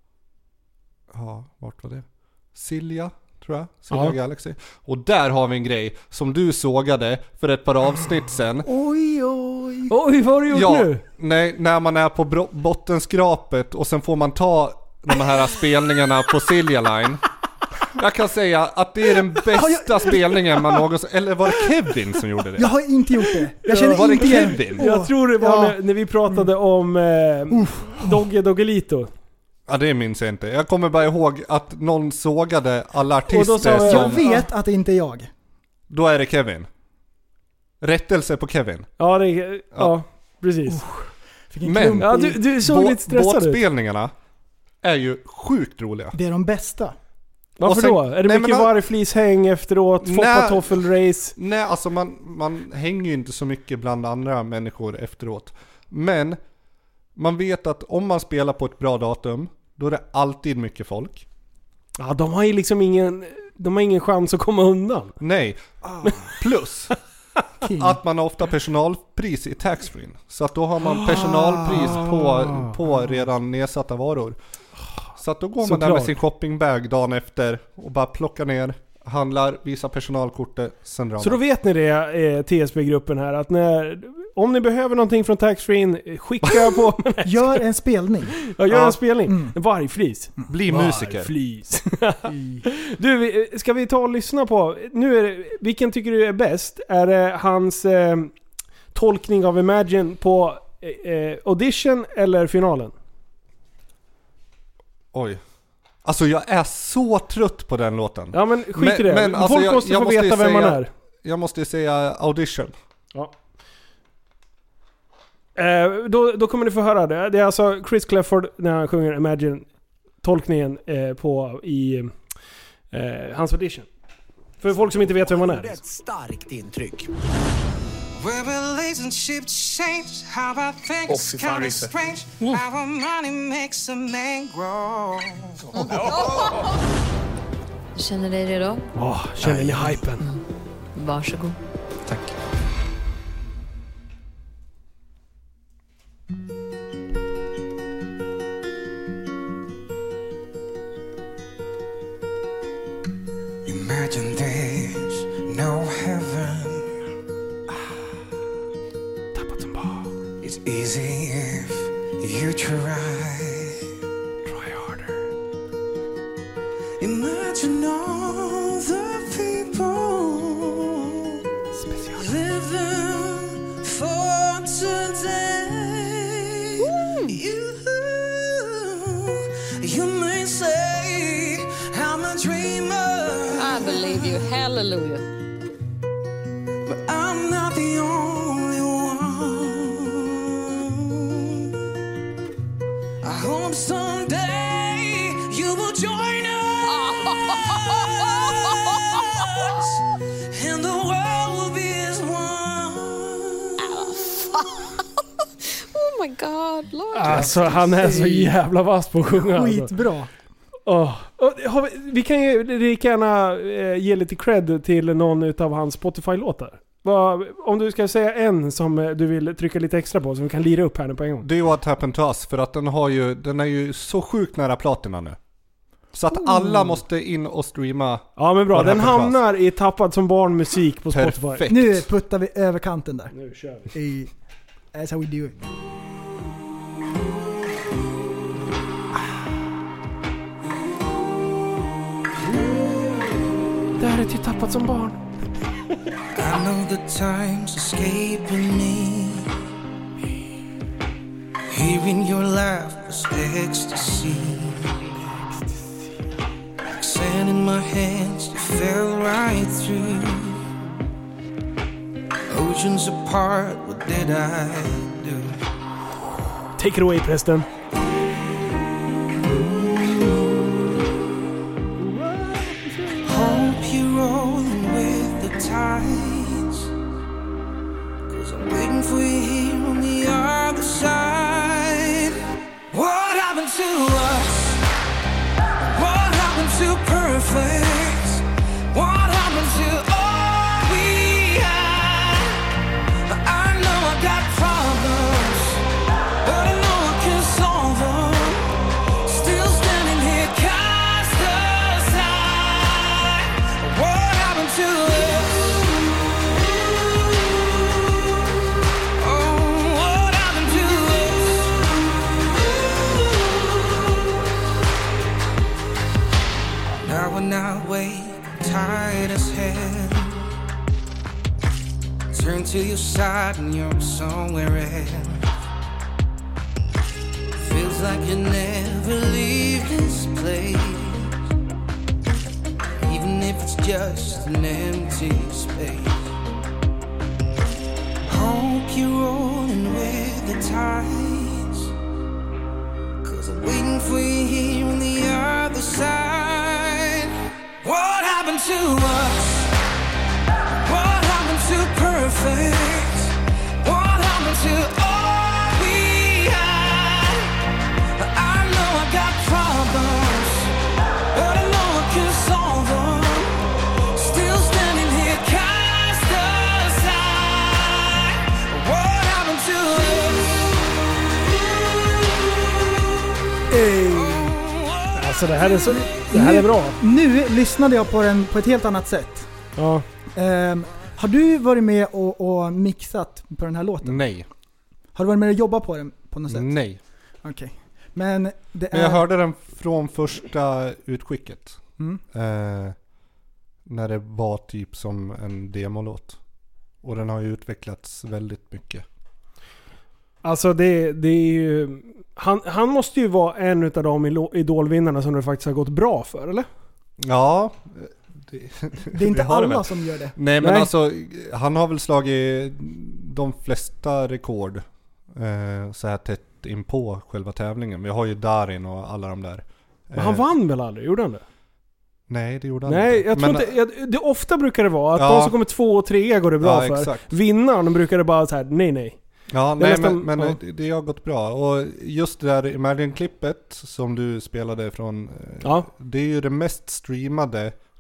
Speaker 7: ja, vart var det? Silja tror jag, Silja ja. Galaxy. Och där har vi en grej som du sågade för ett par avsnitt sen.
Speaker 6: Oj, oj.
Speaker 5: Oj, vad har du gjort
Speaker 7: ja,
Speaker 5: nu?
Speaker 7: Nej, när man är på bro- bottenskrapet och sen får man ta de här spelningarna på Silja Line. Jag kan säga att det är den bästa spelningen man någonsin... Eller var det Kevin som gjorde det?
Speaker 6: Jag har inte gjort det. Jag känner
Speaker 7: var
Speaker 6: inte
Speaker 7: det Kevin?
Speaker 6: Oh.
Speaker 5: Jag tror det var ja. när, när vi pratade om eh, Dogge Doggelito.
Speaker 7: Ja, det minns jag inte. Jag kommer bara ihåg att någon sågade alla artister
Speaker 5: jag,
Speaker 7: som...
Speaker 6: Jag vet att det inte är jag.
Speaker 7: Då är det Kevin. Rättelse på Kevin.
Speaker 5: Ja, det är, ja, ja precis.
Speaker 6: Uh,
Speaker 7: Men
Speaker 5: ja, du, du såg
Speaker 7: bå-
Speaker 5: lite stressad ut.
Speaker 7: Båtspelningarna är ju sjukt roliga.
Speaker 6: Det är de bästa.
Speaker 5: Varför sen, då? Är det nej, mycket vargflishäng efteråt? Foppatoffel-race?
Speaker 7: Nej, alltså man, man hänger ju inte så mycket bland andra människor efteråt. Men man vet att om man spelar på ett bra datum, då är det alltid mycket folk.
Speaker 5: Ja, de har ju liksom ingen, de har ingen chans att komma undan.
Speaker 7: Nej, plus att man har ofta personalpris i taxfree. Så att då har man personalpris på, på redan nedsatta varor. Så att då går man så där klart. Med sin shoppingbag dagen efter och bara plockar ner, handlar, visar personalkortet, sen drar man.
Speaker 5: Så då vet ni det, eh, T S B-gruppen här, att när, om ni behöver någonting från taxfree, skicka på...
Speaker 6: Gör en spelning.
Speaker 5: Ja, gör
Speaker 7: ja.
Speaker 5: en spelning. Mm. Vargflis.
Speaker 7: Bli musiker.
Speaker 5: Vargflis. Du, ska vi ta och lyssna på... Nu är det, vilken tycker du är bäst? Är det hans eh, tolkning av Imagine på eh, audition eller finalen?
Speaker 7: Oj. Alltså jag är så trött på den låten.
Speaker 5: Ja men skit i det.
Speaker 7: Men, alltså,
Speaker 5: folk
Speaker 7: jag,
Speaker 5: måste
Speaker 7: jag
Speaker 5: få
Speaker 7: måste
Speaker 5: veta
Speaker 7: säga,
Speaker 5: vem man är.
Speaker 7: Jag måste ju säga audition.
Speaker 5: Ja. Eh, då, då kommer ni få höra det. Det är alltså Chris Clefford när han sjunger Imagine, tolkningen eh, på i eh, hans audition. För folk som inte vet vem man är.
Speaker 2: Det är ett starkt intryck. Where relationships change, how I think
Speaker 3: oh,
Speaker 2: it's kind of strange, mm. how money makes a man grow.
Speaker 9: Känner dig redo?
Speaker 5: Åh, oh, känner ni hypen?
Speaker 9: Mm. Varsågod.
Speaker 7: Tack.
Speaker 2: Imagine there's no heaven.
Speaker 5: Tappat som bara.
Speaker 2: It's easy if you try.
Speaker 5: Try harder.
Speaker 2: Imagine all the people living for today. You, you may say I'm a dreamer.
Speaker 9: I believe you. Hallelujah.
Speaker 2: But I'm not the only one. I hope someday you will join us, and the world will be as one.
Speaker 9: Oh my god, Lord.
Speaker 5: Alltså han är så jävla vass på att sjunga. Alltså.
Speaker 6: Skitbra.
Speaker 5: Oh. Har vi, vi kan ju lika gärna eh, ge lite cred till någon av hans Spotify-låtar. Vad, om du ska säga en som eh, du vill trycka lite extra på, som vi kan lira upp här nu på en gång.
Speaker 7: Det är What Happened to Us, för att den har ju, den är ju så sjukt nära platina nu. Så att alla måste in och streama.
Speaker 5: Ja men bra,
Speaker 7: What
Speaker 5: den
Speaker 7: Happened to Us.
Speaker 5: hamnar i Tappad som barn musik på Spotify.
Speaker 7: Perfekt.
Speaker 6: Nu puttar vi över kanten där.
Speaker 5: Nu kör vi.
Speaker 6: I, that's how we do it.
Speaker 5: Det här är till Tappad som barn.
Speaker 2: I know the time's escaping me. Hearing your laugh was ecstasy. Like sand in my hands, you fell right through. Oceans apart, what did I do?
Speaker 5: Take it away, prästen.
Speaker 2: Hope you're rolling with the tides, 'cause I'm waiting for you here on the other side. What happened to us? What happened to perfect? What happened to all we had? I know I got problems, but I know I can solve them. Still standing here cast aside. What happened to us? Oh, what happened to us? Now when I wake, tired as hell, turn to your side and you're somewhere else. Feels like you never leave this place, even if it's just an empty space. Hope you're rolling with the tides, 'cause I'm waiting for you here on the other side. What happened to us? What happened to perfect? What happened to all we had? I know I got problems, but I know I can solve them. Still standing here cast aside. What happened to us?
Speaker 5: Hey. Alltså det här är så, det här
Speaker 6: nu,
Speaker 5: är bra.
Speaker 6: Nu lyssnade jag på den på ett helt annat sätt.
Speaker 5: Ja.
Speaker 6: Um, har du varit med och, och mixat på den här låten?
Speaker 7: Nej.
Speaker 6: Har du varit med och jobbat på den på något sätt?
Speaker 7: Nej.
Speaker 6: Okej. Okay. Men det är...
Speaker 7: Men jag hörde den från första utskicket.
Speaker 6: Mm.
Speaker 7: Eh, när det var typ som en demolåt. Och den har ju utvecklats väldigt mycket.
Speaker 5: Alltså det, det är ju... Han, han måste ju vara en av de idolvinnarna som det faktiskt har gått bra för, eller?
Speaker 7: Ja. Det,
Speaker 6: det är inte
Speaker 7: det
Speaker 6: alla som gör det.
Speaker 7: Nej, men
Speaker 5: Nej.
Speaker 7: alltså han har väl slagit de flesta rekord eh, så här tätt in på själva tävlingen. Vi har ju Darin och alla de där.
Speaker 5: Men han vann väl aldrig? Gjorde han det?
Speaker 7: Nej, det gjorde han
Speaker 5: Nej,
Speaker 7: inte.
Speaker 5: jag tror
Speaker 7: Men,
Speaker 5: inte... Jag, det ofta brukar det vara att
Speaker 7: Ja.
Speaker 5: de som kommer två och tre går det bra
Speaker 7: Ja,
Speaker 5: för.
Speaker 7: exakt.
Speaker 5: Vinnaren brukar det bara så här: nej, nej.
Speaker 7: Ja,
Speaker 5: Det är
Speaker 7: nej,
Speaker 5: nästan-
Speaker 7: men, men
Speaker 5: ja.
Speaker 7: det, det har gått bra. Och just det där Imagine-klippet som du spelade från, eh,
Speaker 5: Ja.
Speaker 7: det är ju det mest streamade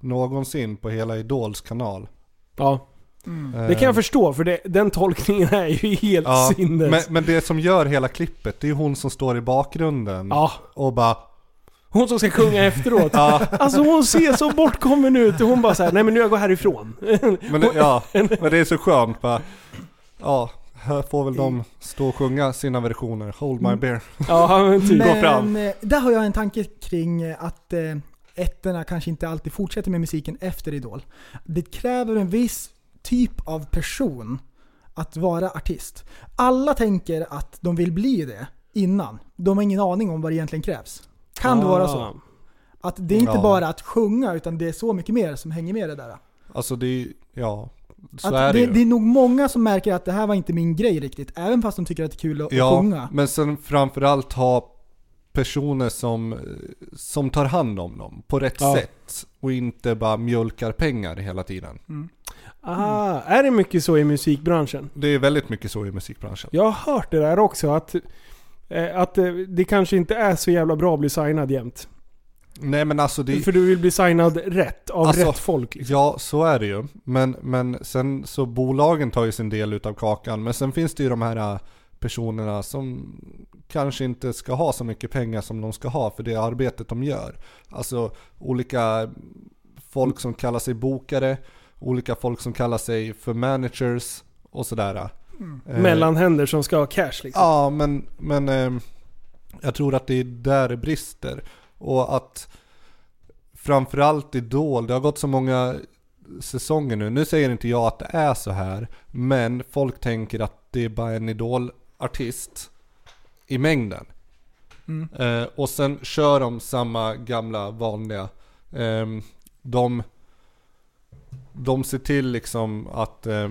Speaker 7: någonsin på hela Idols kanal.
Speaker 5: Ja. Mm. Det kan jag förstå, för det, den tolkningen är ju helt
Speaker 7: ja,
Speaker 5: sinnes.
Speaker 7: Men, men det som gör hela klippet, det är hon som står i bakgrunden.
Speaker 5: Ja.
Speaker 7: Och bara...
Speaker 5: Hon som ska sjunga efteråt.
Speaker 7: Ja.
Speaker 5: Alltså hon ser så bortkommen ut. Och hon bara såhär, nej men nu jag går härifrån.
Speaker 7: Men det, ja, men det är så skönt. Bara, ja, här får väl de stå och sjunga sina versioner. Hold my beer.
Speaker 5: Ja, men typ.
Speaker 6: Men
Speaker 5: gå fram.
Speaker 6: där har jag en tanke kring att eh, ettorna kanske inte alltid fortsätter med musiken efter Idol. Det kräver en viss typ av person att vara artist. Alla tänker att de vill bli det innan. De har ingen aning om vad det egentligen krävs. Kan ah. det vara så? Att det är inte ja. bara att sjunga, utan det är så mycket mer som hänger med det där.
Speaker 7: Alltså det är, ja, så
Speaker 6: att
Speaker 7: är det,
Speaker 6: det,
Speaker 7: ju.
Speaker 6: det är nog många som märker att det här var inte min grej riktigt. Även fast de tycker att det är kul att,
Speaker 7: ja,
Speaker 6: att sjunga.
Speaker 7: Men sen framförallt ha personer som, som tar hand om dem på rätt ja. sätt. Och inte bara mjölkar pengar hela tiden.
Speaker 6: Mm.
Speaker 5: Ah, är det mycket så i musikbranschen?
Speaker 7: Det är väldigt mycket så i musikbranschen.
Speaker 5: Jag har hört det där också, att, eh, att eh, det kanske inte är så jävla bra att bli signad jämt.
Speaker 7: Nej men alltså det...
Speaker 5: För du vill bli signad rätt, av
Speaker 7: alltså,
Speaker 5: rätt folk liksom.
Speaker 7: Ja, så är det ju. Men, men sen så bolagen tar ju sin del utav kakan. Men sen finns det ju de här personerna som kanske inte ska ha så mycket pengar som de ska ha för det arbetet de gör. Alltså olika folk som kallar sig bokare, olika folk som kallar sig för managers och sådär.
Speaker 5: Mm. Eh, Mellanhänder som ska ha cash liksom.
Speaker 7: Ja, men, men eh, jag tror att det är där det brister. Och att framförallt Idol, det har gått så många säsonger nu. Nu säger inte jag att det är så här, men folk tänker att det är bara en Idol-artist i mängden.
Speaker 6: Mm.
Speaker 7: Eh, och sen kör de samma gamla vanliga. Eh, de, de ser till liksom att, eh,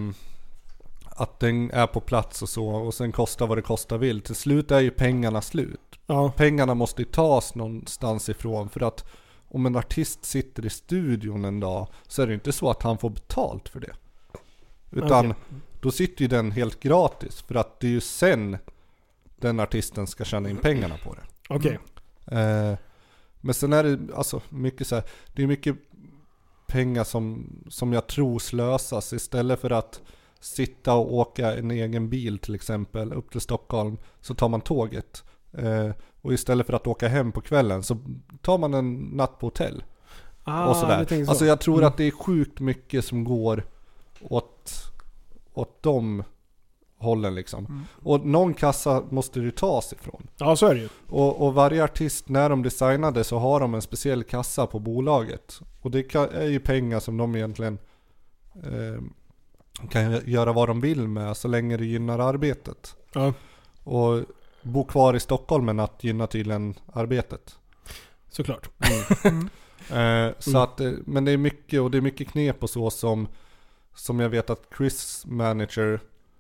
Speaker 7: att den är på plats och så. Och sen kostar vad det kostar vill. Till slut är ju pengarna slut.
Speaker 5: Ja.
Speaker 7: Pengarna måste tas någonstans ifrån. För att om en artist sitter i studion en dag, så är det inte så att han får betalt för det. Utan okay. då sitter ju den helt gratis. För att det är ju sen den artisten ska tjäna in pengarna på det.
Speaker 5: Okej.
Speaker 7: Okay. Eh, men sen är det alltså mycket så här, det är mycket pengar som, som jag tror slösas. Istället för att sitta och åka en egen bil till exempel upp till Stockholm, så tar man tåget. Eh, och istället för att åka hem på kvällen så tar man en natt på hotell.
Speaker 5: Ah,
Speaker 7: och sådär.
Speaker 5: Så.
Speaker 7: Alltså jag tror
Speaker 5: mm.
Speaker 7: att det är sjukt mycket som går åt, åt de hållen liksom. Mm. Och någon kassa måste det tas ifrån.
Speaker 5: Ja, så är det ju.
Speaker 7: Och, och varje artist, när de designade, så har de en speciell kassa på bolaget. Och det kan, är ju pengar som de egentligen eh, kan göra vad de vill med så länge det gynnar arbetet.
Speaker 5: Ja.
Speaker 7: Och bo kvar i Stockholm men att gynna tydligen arbetet.
Speaker 5: Såklart.
Speaker 7: Mm. eh, så
Speaker 5: mm.
Speaker 7: att, men det är mycket, och det är mycket knep och så som, som jag vet att Chris manager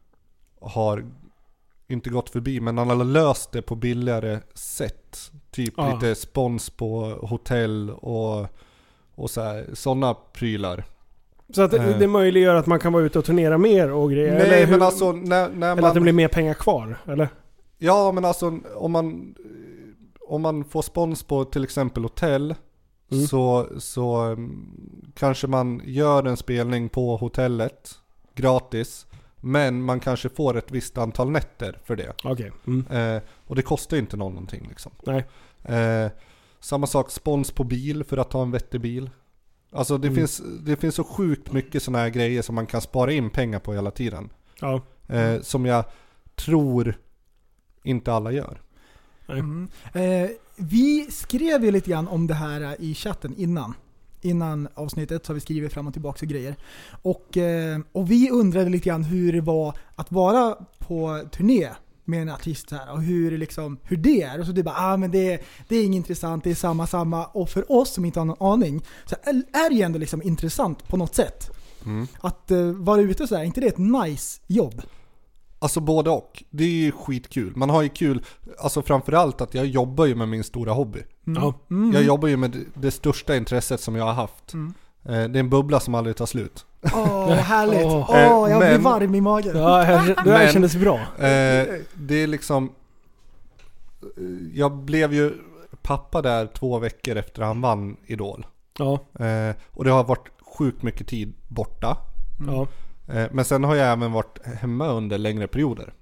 Speaker 7: har inte gått förbi, men han har löst det på billigare sätt. Typ
Speaker 5: ah.
Speaker 7: lite spons på hotell och, och så här, sådana prylar.
Speaker 5: Så att det, det möjliggör att man kan vara ute och turnera mer och grejer?
Speaker 7: Nej,
Speaker 5: eller
Speaker 7: men
Speaker 5: hur,
Speaker 7: alltså när, när
Speaker 5: eller
Speaker 7: man,
Speaker 5: att det blir mer pengar kvar, eller?
Speaker 7: Ja, men alltså om man om man får spons på till exempel hotell, mm. så, så um, kanske man gör en spelning på hotellet gratis, men man kanske får ett visst antal nätter för det.
Speaker 5: Okay. Mm.
Speaker 7: Eh, och det kostar inte någonting liksom.
Speaker 5: Nej.
Speaker 7: Eh, samma sak, spons på bil för att ha en vettig bil. Alltså det, mm. finns, det finns så sjukt mycket sådana här grejer som man kan spara in pengar på hela tiden.
Speaker 5: Ja.
Speaker 7: Eh, som jag tror inte alla gör.
Speaker 6: Mm. Eh, vi skrev ju lite grann om det här i chatten innan. Innan avsnittet så har vi skrivit fram och tillbaka och grejer. Och, eh, och vi undrade lite grann hur det var att vara på turné med en artist här. Och hur, liksom, hur det är. Och så du bara, ah men det, det är inget intressant, det är samma, samma. Och för oss som inte har någon aning så är det ju ändå liksom intressant på något sätt.
Speaker 7: Mm.
Speaker 6: Att eh, vara ute så här, är inte det ett nice jobb?
Speaker 7: Alltså både och. Det är ju skitkul. Man har ju kul. Alltså framförallt att jag jobbar ju med min stora hobby.
Speaker 5: Mm.
Speaker 6: Mm.
Speaker 7: Jag jobbar ju med det största intresset som jag har haft.
Speaker 6: Mm.
Speaker 7: Det är en bubbla som aldrig tar slut.
Speaker 6: Åh, oh, härligt. Åh,
Speaker 5: oh,
Speaker 6: oh, jag blir varm i magen.
Speaker 5: Ja, det här kändes bra.
Speaker 7: Eh, det är liksom... Jag blev ju pappa där två veckor efter han vann Idol.
Speaker 5: Ja.
Speaker 7: Eh, och det har varit sjukt mycket tid borta.
Speaker 5: Mm. Ja.
Speaker 7: Eh, men sen har jag även varit hemma under längre perioder.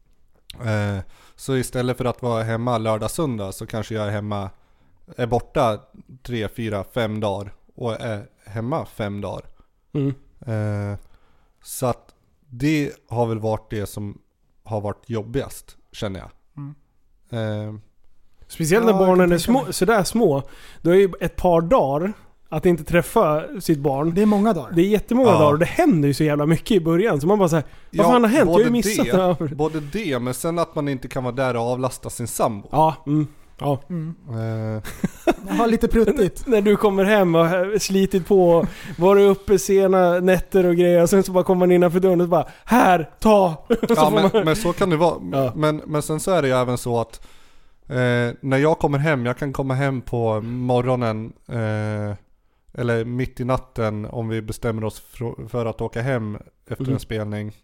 Speaker 7: Eh, så istället för att vara hemma lördag, söndag så kanske jag är hemma, är borta tre, fyra, fem dagar och är hemma fem dagar.
Speaker 5: Mm.
Speaker 7: Eh, så att det har väl varit det som har varit jobbigast, känner jag.
Speaker 6: Mm.
Speaker 7: Eh,
Speaker 5: Speciellt när
Speaker 6: Ja,
Speaker 5: barnen är
Speaker 6: jag kan tänka
Speaker 5: små, sådär små. Då är ju ett par dagar att inte träffa sitt barn.
Speaker 6: Det är många dagar.
Speaker 5: Det är jättemånga
Speaker 7: Ja.
Speaker 5: dagar och det händer ju så jävla mycket i början. Så man bara säger, vad
Speaker 7: Ja,
Speaker 5: fan har hänt? Jag har
Speaker 7: både
Speaker 5: ju missat det.
Speaker 7: det, både det, men sen att man inte kan vara där och avlasta sin sambo.
Speaker 5: Ja, mm, ja.
Speaker 6: Mm.
Speaker 7: Eh,
Speaker 6: Jag har lite pruttigt.
Speaker 5: När du kommer hem och har slitit på, varit uppe sena nätter och grejer. Och sen så bara kommer man innanför dörren och bara, här, ta! Så
Speaker 7: ja,
Speaker 5: får
Speaker 7: men,
Speaker 5: man-
Speaker 7: men så kan det vara.
Speaker 5: Ja.
Speaker 7: Men, men sen så är det ju även så att eh, när jag kommer hem, jag kan komma hem på morgonen eh, eller mitt i natten om vi bestämmer oss för, för att åka hem efter
Speaker 5: Mm.
Speaker 7: en spelning.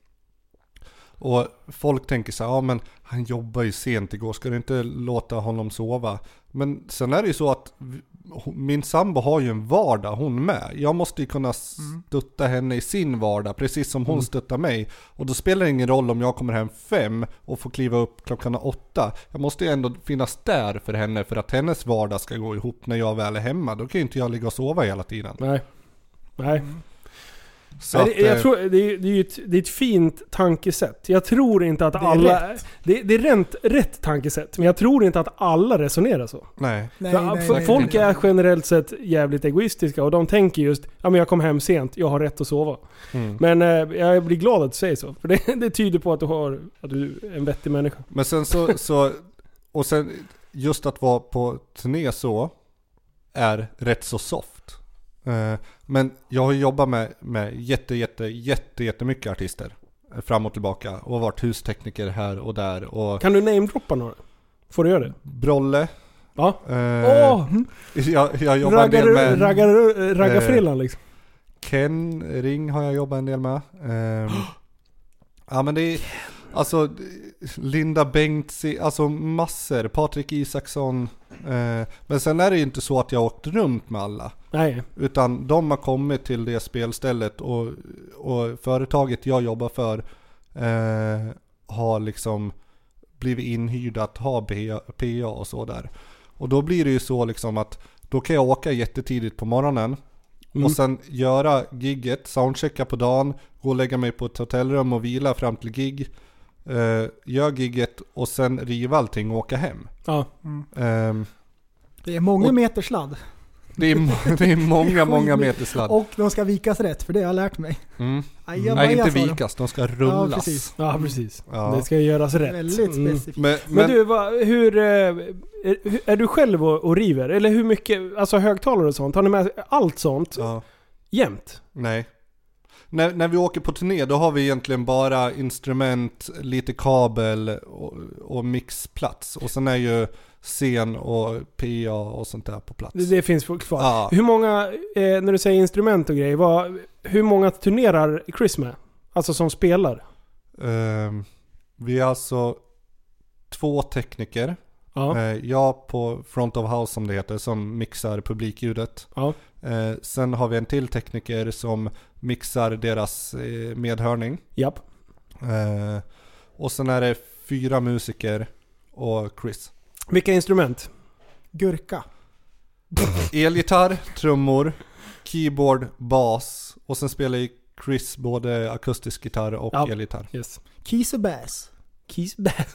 Speaker 7: Och folk tänker så här, ja men han jobbar ju sent igår, ska du inte låta honom sova? Men sen är det ju så att vi- min sambo har ju en vardag, hon med. Jag måste ju kunna stötta henne i sin vardag, precis som hon
Speaker 5: Mm.
Speaker 7: stöttar mig. Och då spelar det ingen roll om jag kommer hem fem och får kliva upp klockan åtta. Jag måste ju ändå finnas där för henne för att hennes vardag ska gå ihop när jag väl är hemma. Då kan ju inte jag ligga och sova hela tiden.
Speaker 5: Nej. Nej.
Speaker 7: Så
Speaker 5: Nej,
Speaker 7: att,
Speaker 5: det, jag
Speaker 7: eh,
Speaker 5: tror, det, är, det, är ju ett, det är ett fint tankesätt. Jag tror inte att
Speaker 6: är
Speaker 5: alla...
Speaker 6: rätt.
Speaker 5: Det, det är rätt, rätt tankesätt. Men jag tror inte att alla resonerar så.
Speaker 7: nej.
Speaker 6: Nej,
Speaker 5: För,
Speaker 6: nej,
Speaker 5: för
Speaker 6: nej,
Speaker 5: folk
Speaker 6: nej.
Speaker 5: är generellt sett jävligt egoistiska och de tänker just, ja men jag kom hem sent, jag har rätt att sova.
Speaker 7: Mm.
Speaker 5: Men eh, jag blir glad att du säger så. För det, det tyder på att du, har, att du är en vettig människa.
Speaker 7: Men sen så, så, och sen just att vara på turné så är rätt så soft. Eh, Men jag har jobbat med, med jätte, jätte, jätte, jättemycket artister eh, fram och tillbaka och varit hustekniker här och där och
Speaker 5: Kan du namedroppa några? Får du göra det?
Speaker 7: Brolle.
Speaker 5: Ja.
Speaker 7: Eh,
Speaker 5: Åh!
Speaker 7: jag, jag jobbar en del
Speaker 5: Raggar,
Speaker 7: med
Speaker 5: raggar, raggarfrillan liksom.
Speaker 7: Ken Ring har jag jobbat en del med. Ehm, ja men det är alltså Linda Bengtsi, alltså massor, Patrik Isaksson. Eh, men sen är det ju inte så att jag har åkt runt med alla.
Speaker 5: Nej.
Speaker 7: Utan de har kommit till det spelstället och, och företaget jag jobbar för eh, har liksom blivit inhyrda att ha P A och så där. Och då blir det ju så liksom att då kan jag åka jättetidigt på morgonen
Speaker 5: Mm.
Speaker 7: och sen göra gigget, soundchecka på dagen, gå och lägga mig på ett hotellrum och vila fram till gig. Eh, gör gigget och sen riva allting och åka hem.
Speaker 5: Ja.
Speaker 7: Ehm,
Speaker 6: Det är många
Speaker 7: Och-
Speaker 6: meter sladd.
Speaker 7: det, är, må- det är många, många meter sladd.
Speaker 6: Och de ska vikas rätt, för det har jag lärt mig.
Speaker 7: Mm.
Speaker 6: Ajabaja,
Speaker 7: Nej, inte
Speaker 6: sa de.
Speaker 7: vikas, de ska rullas.
Speaker 6: Ja, precis.
Speaker 5: Ja, precis.
Speaker 7: Ja.
Speaker 5: Det ska göras rätt.
Speaker 6: Väldigt
Speaker 5: Mm.
Speaker 6: specifikt.
Speaker 7: Men, men,
Speaker 5: Men du, va, hur, eh, är, är du själv och, och river? Eller hur mycket, alltså högtalare och sånt, har ni med allt sånt
Speaker 7: ja,
Speaker 5: jämt?
Speaker 7: nej. När, när vi åker på turné då har vi egentligen bara instrument, lite kabel och, och mixplats. Och sen är ju scen och P A och sånt där på plats.
Speaker 5: Det, det finns kvar.
Speaker 7: Ja.
Speaker 5: Hur många, eh, när du säger instrument och grejer, vad, hur många turnerar Chris med? Alltså som spelar?
Speaker 7: Ehm, vi är alltså två tekniker.
Speaker 5: Ja.
Speaker 7: Eh, jag på front of house som det heter, som mixar publikljudet.
Speaker 5: Ja.
Speaker 7: Eh, sen har vi en till tekniker som mixar deras eh, medhörning.
Speaker 5: Japp.
Speaker 7: Eh, och sen är det fyra musiker och Chris.
Speaker 5: Vilka instrument?
Speaker 6: Gurka.
Speaker 7: Elgitarr, trummor, keyboard, bas och sen spelar ju Chris både akustisk gitarr och
Speaker 5: Ja.
Speaker 7: elgitarr.
Speaker 5: Yes.
Speaker 6: Keys och bass.
Speaker 5: Keys bass.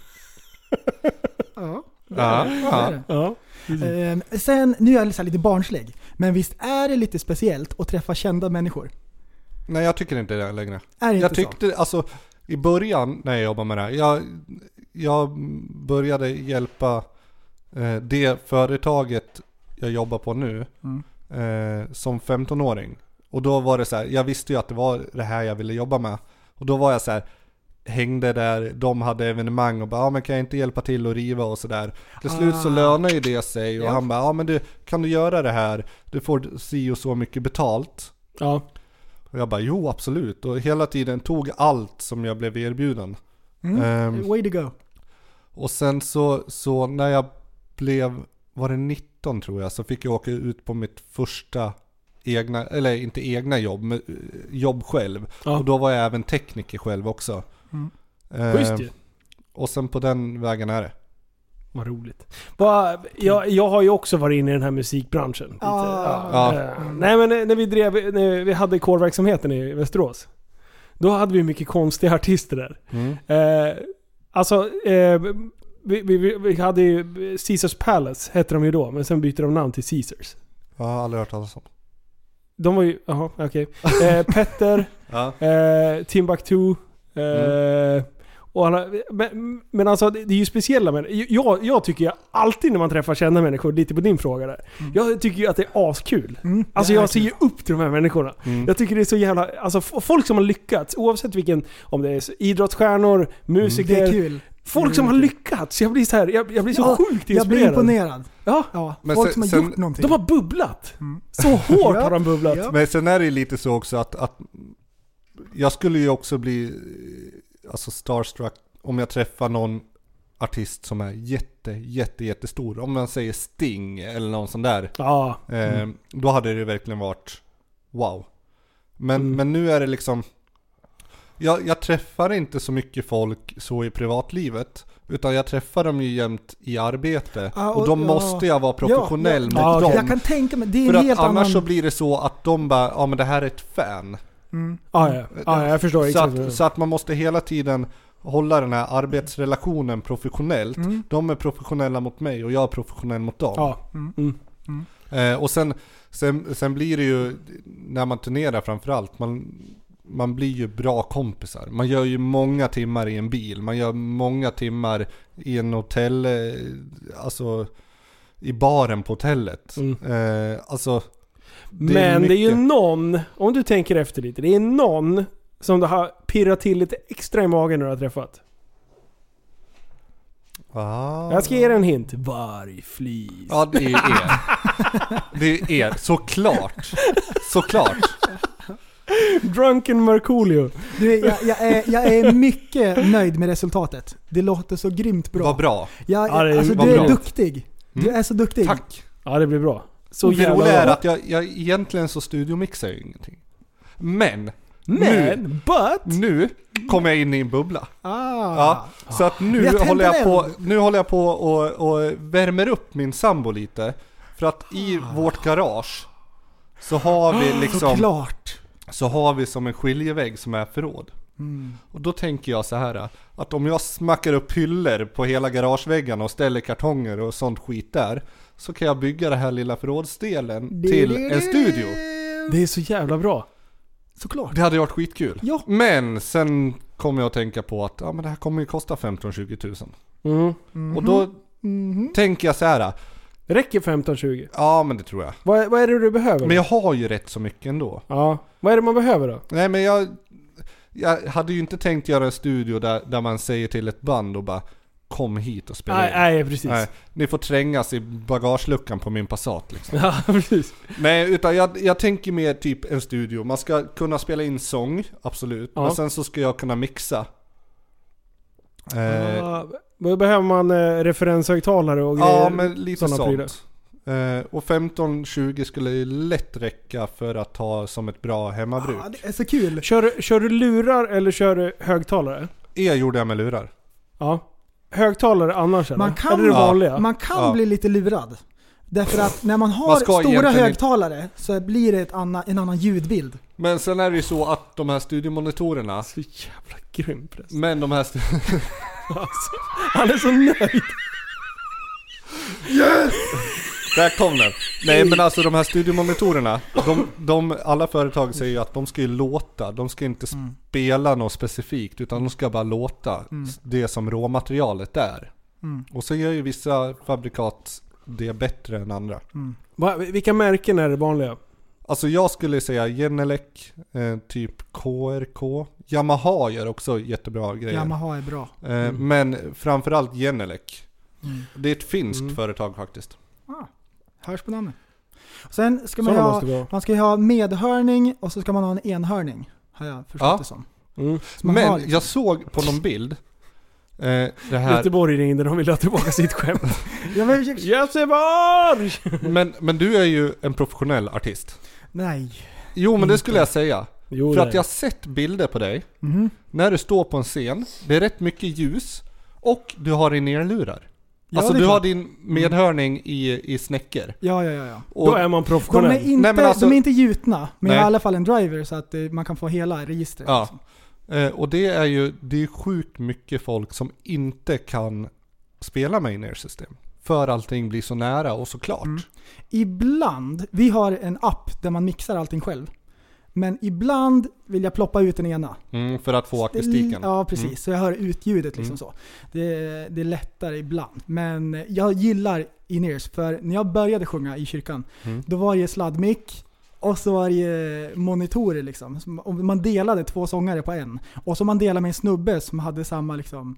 Speaker 6: Ja.
Speaker 7: Ja, ja.
Speaker 5: Ja.
Speaker 6: Ehm, sen, nu är jag så här lite barnslig. Men visst är det lite speciellt att träffa kända människor?
Speaker 7: Nej, jag tycker inte det längre.
Speaker 6: Är det inte
Speaker 7: Jag tyckte, alltså i början när jag jobbade med det här, jag, jag började hjälpa eh, det företaget jag jobbar på nu
Speaker 6: Mm.
Speaker 7: eh, som femtonåring. Och då var det så här, jag visste ju att det var det här jag ville jobba med. Och då var jag så här, hängde där, de hade evenemang och bara, ja men kan jag inte hjälpa till att riva och sådär. Till slut så
Speaker 6: Ah.
Speaker 7: lönar ju det sig och
Speaker 6: Ja.
Speaker 7: han bara, ja men du, kan du göra det här? Du får si och så mycket betalt.
Speaker 5: Ja.
Speaker 7: Och jag bara, jo absolut. Och hela tiden tog allt som jag blev erbjuden.
Speaker 6: Mm.
Speaker 7: Ehm,
Speaker 6: Way to go.
Speaker 7: och sen så, så när jag blev var det nitton tror jag, så fick jag åka ut på mitt första egna, eller inte egna jobb, men jobb själv. Ja. Och då var jag även tekniker själv också.
Speaker 5: Mm. Eh, Just det.
Speaker 7: Och sen på den vägen är det.
Speaker 5: Vad roligt. Va, jag, jag har ju också varit inne i den här musikbranschen. Lite.
Speaker 6: Ah.
Speaker 5: Ja.
Speaker 7: Ja.
Speaker 5: Eh, nej men när vi drev, när vi hade kårverksamheten i Västerås, då hade vi mycket konstiga artister där.
Speaker 7: Mm.
Speaker 5: Eh, alltså eh, vi, vi, vi hade ju Caesars Palace hette de ju då, men sen bytte de namn till Caesars.
Speaker 7: Jag har aldrig hört talas om.
Speaker 5: De var ju, jaha, okej. Okay. Eh, Petter,
Speaker 7: ja.
Speaker 5: eh, Timbuktu, eh, mm. och alla, men, men alltså det, det är ju speciella människor. Jag, jag tycker ju alltid när man träffar kända människor, lite på din fråga där. Mm. Jag tycker ju att det är askul. Mm, alltså jag ser ju upp till de här människorna. Mm. Jag tycker det är så jävla, alltså folk som har lyckats, oavsett vilken, om det är idrottsstjärnor, musiker.
Speaker 6: Mm. Det är kul.
Speaker 5: Folk som har lyckats. Jag blir så här, jag, jag blir så ja, sjukt inspirerad.
Speaker 6: Jag blir imponerad.
Speaker 5: Ja,
Speaker 6: ja
Speaker 7: men
Speaker 6: folk
Speaker 7: sen,
Speaker 6: som har
Speaker 7: sen,
Speaker 6: gjort någonting.
Speaker 5: De har bubblat. Mm. Så hårt har de bubblat.
Speaker 7: Ja. Men sen är det lite så också att, att jag skulle ju också bli alltså starstruck om jag träffar någon artist som är jätte, jätte, jättestor. Om man säger Sting eller någon sån där.
Speaker 5: Ja. Mm.
Speaker 7: Eh, då hade det verkligen varit wow. Men,
Speaker 5: mm.
Speaker 7: men nu är det liksom jag, jag träffar inte så mycket folk så i privatlivet. Utan jag träffar dem ju jämt i arbete. Ah, och, och då ja, måste jag vara professionell ja, mot
Speaker 6: ja,
Speaker 7: dem.
Speaker 6: Jag kan tänka mig, det är
Speaker 7: för
Speaker 6: helt
Speaker 7: att annars
Speaker 6: annan...
Speaker 7: så blir det så att de bara, ja men det här är ett fan.
Speaker 6: Mm.
Speaker 5: Ah, ja. Ah, ja, jag förstår.
Speaker 7: Så att, så att man måste hela tiden hålla den här arbetsrelationen professionellt. Mm. De är professionella mot mig och jag är professionell mot dem.
Speaker 5: Ah. Mm. Mm. Mm.
Speaker 7: Eh, och sen, sen, sen blir det ju, när man turnerar framförallt, man... man blir ju bra kompisar. Man gör ju många timmar i en bil. Man gör många timmar i en hotell, alltså i baren på hotellet. Mm. Eh, alltså det
Speaker 5: Men
Speaker 7: är
Speaker 5: det är ju någon, om du tänker efter lite, det är någon som du har pirrat till lite extra i magen när du har träffat.
Speaker 7: Ah.
Speaker 5: Jag ska ge er en hint. Vargflis.
Speaker 7: Ja, det är er. Det är er, såklart. Såklart.
Speaker 5: Drunken Markoolio.
Speaker 6: Du, jag, jag, är, jag är mycket nöjd med resultatet. Det låter så grymt bra.
Speaker 7: Vad bra.
Speaker 6: Jag,
Speaker 5: ja, det,
Speaker 6: alltså,
Speaker 5: vad
Speaker 6: du är
Speaker 5: bra.
Speaker 6: duktig. Du är så duktig.
Speaker 7: Tack.
Speaker 5: Ja, det blir bra. Så
Speaker 7: det roliga är att jag, jag egentligen så studiomixar ju ingenting. Men
Speaker 5: Men,
Speaker 7: nu,
Speaker 5: but
Speaker 7: nu kommer jag in i en bubbla.
Speaker 6: Ah.
Speaker 7: Ja, så att nu
Speaker 6: jag
Speaker 7: håller jag på nu håller jag på och, och värmer upp min sambo lite, för att i ah. vårt garage så har vi liksom
Speaker 6: Såklart.
Speaker 7: så har vi som en skiljevägg som är förråd. Mm. Och då tänker jag så här att om jag smackar upp hyllor på hela garageväggarna och ställer kartonger och sånt skit där, så kan jag bygga det här lilla förrådsdelen till en studio.
Speaker 5: Det är så jävla bra.
Speaker 6: Såklart.
Speaker 7: Det hade varit skitkul.
Speaker 6: Ja.
Speaker 7: Men sen kommer jag att tänka på att ja, men det här kommer ju kosta femton till tjugo tusen.
Speaker 5: Mm.
Speaker 7: Mm-hmm. Och då mm-hmm. tänker jag så här.
Speaker 5: Räcker femton till tjugo?
Speaker 7: Ja, men det tror jag.
Speaker 5: Vad, vad är det du behöver?
Speaker 7: Men jag har ju rätt så mycket ändå.
Speaker 5: Ja. Vad är det man behöver då?
Speaker 7: Nej, men jag, jag hade ju inte tänkt göra en studio där, där man säger till ett band och bara kom hit och spela
Speaker 5: nej,
Speaker 7: in.
Speaker 5: Nej, precis. Nej,
Speaker 7: ni får trängas i bagageluckan på min Passat liksom.
Speaker 5: Ja, precis.
Speaker 7: Nej, utan jag, jag tänker mer typ en studio. Man ska kunna spela in sång, absolut. Ja. Men sen så ska jag kunna mixa.
Speaker 5: Eh, uh, behöver man eh, referenshögtalare och grejer?
Speaker 7: Ja, men lite sånt. Eh, och femton till tjugo skulle lätt räcka för att ha som ett bra hemmabruk.
Speaker 6: Ja, det är så kul.
Speaker 5: Kör, kör du lurar eller kör du högtalare?
Speaker 7: E gjorde jag med lurar.
Speaker 5: Ja. Högtalare annars eller?
Speaker 6: Man kan,
Speaker 5: är det det vanliga?
Speaker 6: Ja, man kan ja. bli lite lurad. Därför att när man har man stora högtalare så blir det ett anna, en annan ljudbild.
Speaker 7: Men sen är det ju så att de här studiomonitorerna...
Speaker 5: Så jävla grym förresten.
Speaker 7: Men de här... Stu-
Speaker 5: alltså, han är så nöjd.
Speaker 7: Yes! Där kom den. Nej, men alltså de här studiomonitorerna, de, de, alla företag säger ju att de ska ju låta, de ska inte mm. spela något specifikt, utan de ska bara låta mm. det som råmaterialet är. Mm. Och så gör ju vissa fabrikat det bättre än andra.
Speaker 5: Mm. Va, vilka märken är det vanliga?
Speaker 7: Alltså jag skulle säga Genelec, eh, typ K R K. Yamaha gör också jättebra grejer.
Speaker 6: Yamaha är bra.
Speaker 7: Eh, mm. Men framförallt Genelec. Mm. Det är ett finskt mm. företag faktiskt.
Speaker 6: Ah, hörs på namnet. Sen ska man, ha, man ska ha medhörning och så ska man ha en enhörning. Har jag förstått
Speaker 7: ja.
Speaker 6: det som.
Speaker 7: Mm. Men har liksom. Jag såg på någon bild Eh, det här...
Speaker 5: Göteborg ringde, de ville ha tillbaka sitt skämt.
Speaker 6: Ja, men...
Speaker 5: Göteborg!
Speaker 7: men, men du är ju en professionell artist.
Speaker 6: Nej.
Speaker 7: Jo, men
Speaker 6: inte.
Speaker 7: det skulle jag säga.
Speaker 5: Jo,
Speaker 7: För
Speaker 5: det.
Speaker 7: att jag har sett bilder på dig.
Speaker 6: Mm.
Speaker 7: När du står på en scen. Det är rätt mycket ljus. Och du har din nerlurar.
Speaker 6: Ja,
Speaker 7: alltså
Speaker 6: det är
Speaker 7: du
Speaker 6: klart.
Speaker 7: har din medhörning i, i snäckor.
Speaker 6: Ja, ja, ja. ja.
Speaker 7: Och,
Speaker 5: Då är man
Speaker 6: De
Speaker 5: professionell.
Speaker 6: är, inte,
Speaker 7: Nej, men alltså-
Speaker 6: de är inte gjutna, men
Speaker 7: Nej.
Speaker 6: jag har i alla fall en driver så att eh, man kan få hela registret.
Speaker 7: Ja.
Speaker 6: Liksom.
Speaker 7: Eh, och det är ju det är sjukt mycket folk som inte kan spela med in-ear-system. För allting blir så nära och så klart.
Speaker 6: Mm. Ibland, vi har en app där man mixar allting själv. Men ibland vill jag ploppa ut den ena.
Speaker 7: Mm, för att få akustiken.
Speaker 6: Ja, precis.
Speaker 7: Mm.
Speaker 6: Så jag hör utljudet liksom
Speaker 7: Mm.
Speaker 6: så. Det, det är lättare ibland. Men jag gillar in-ears, för när jag började sjunga i kyrkan,
Speaker 7: Mm.
Speaker 6: då var det sladdmick och så var det monitorer liksom. Och man delade två sångare på en. Och så man delade med en snubbe som hade samma liksom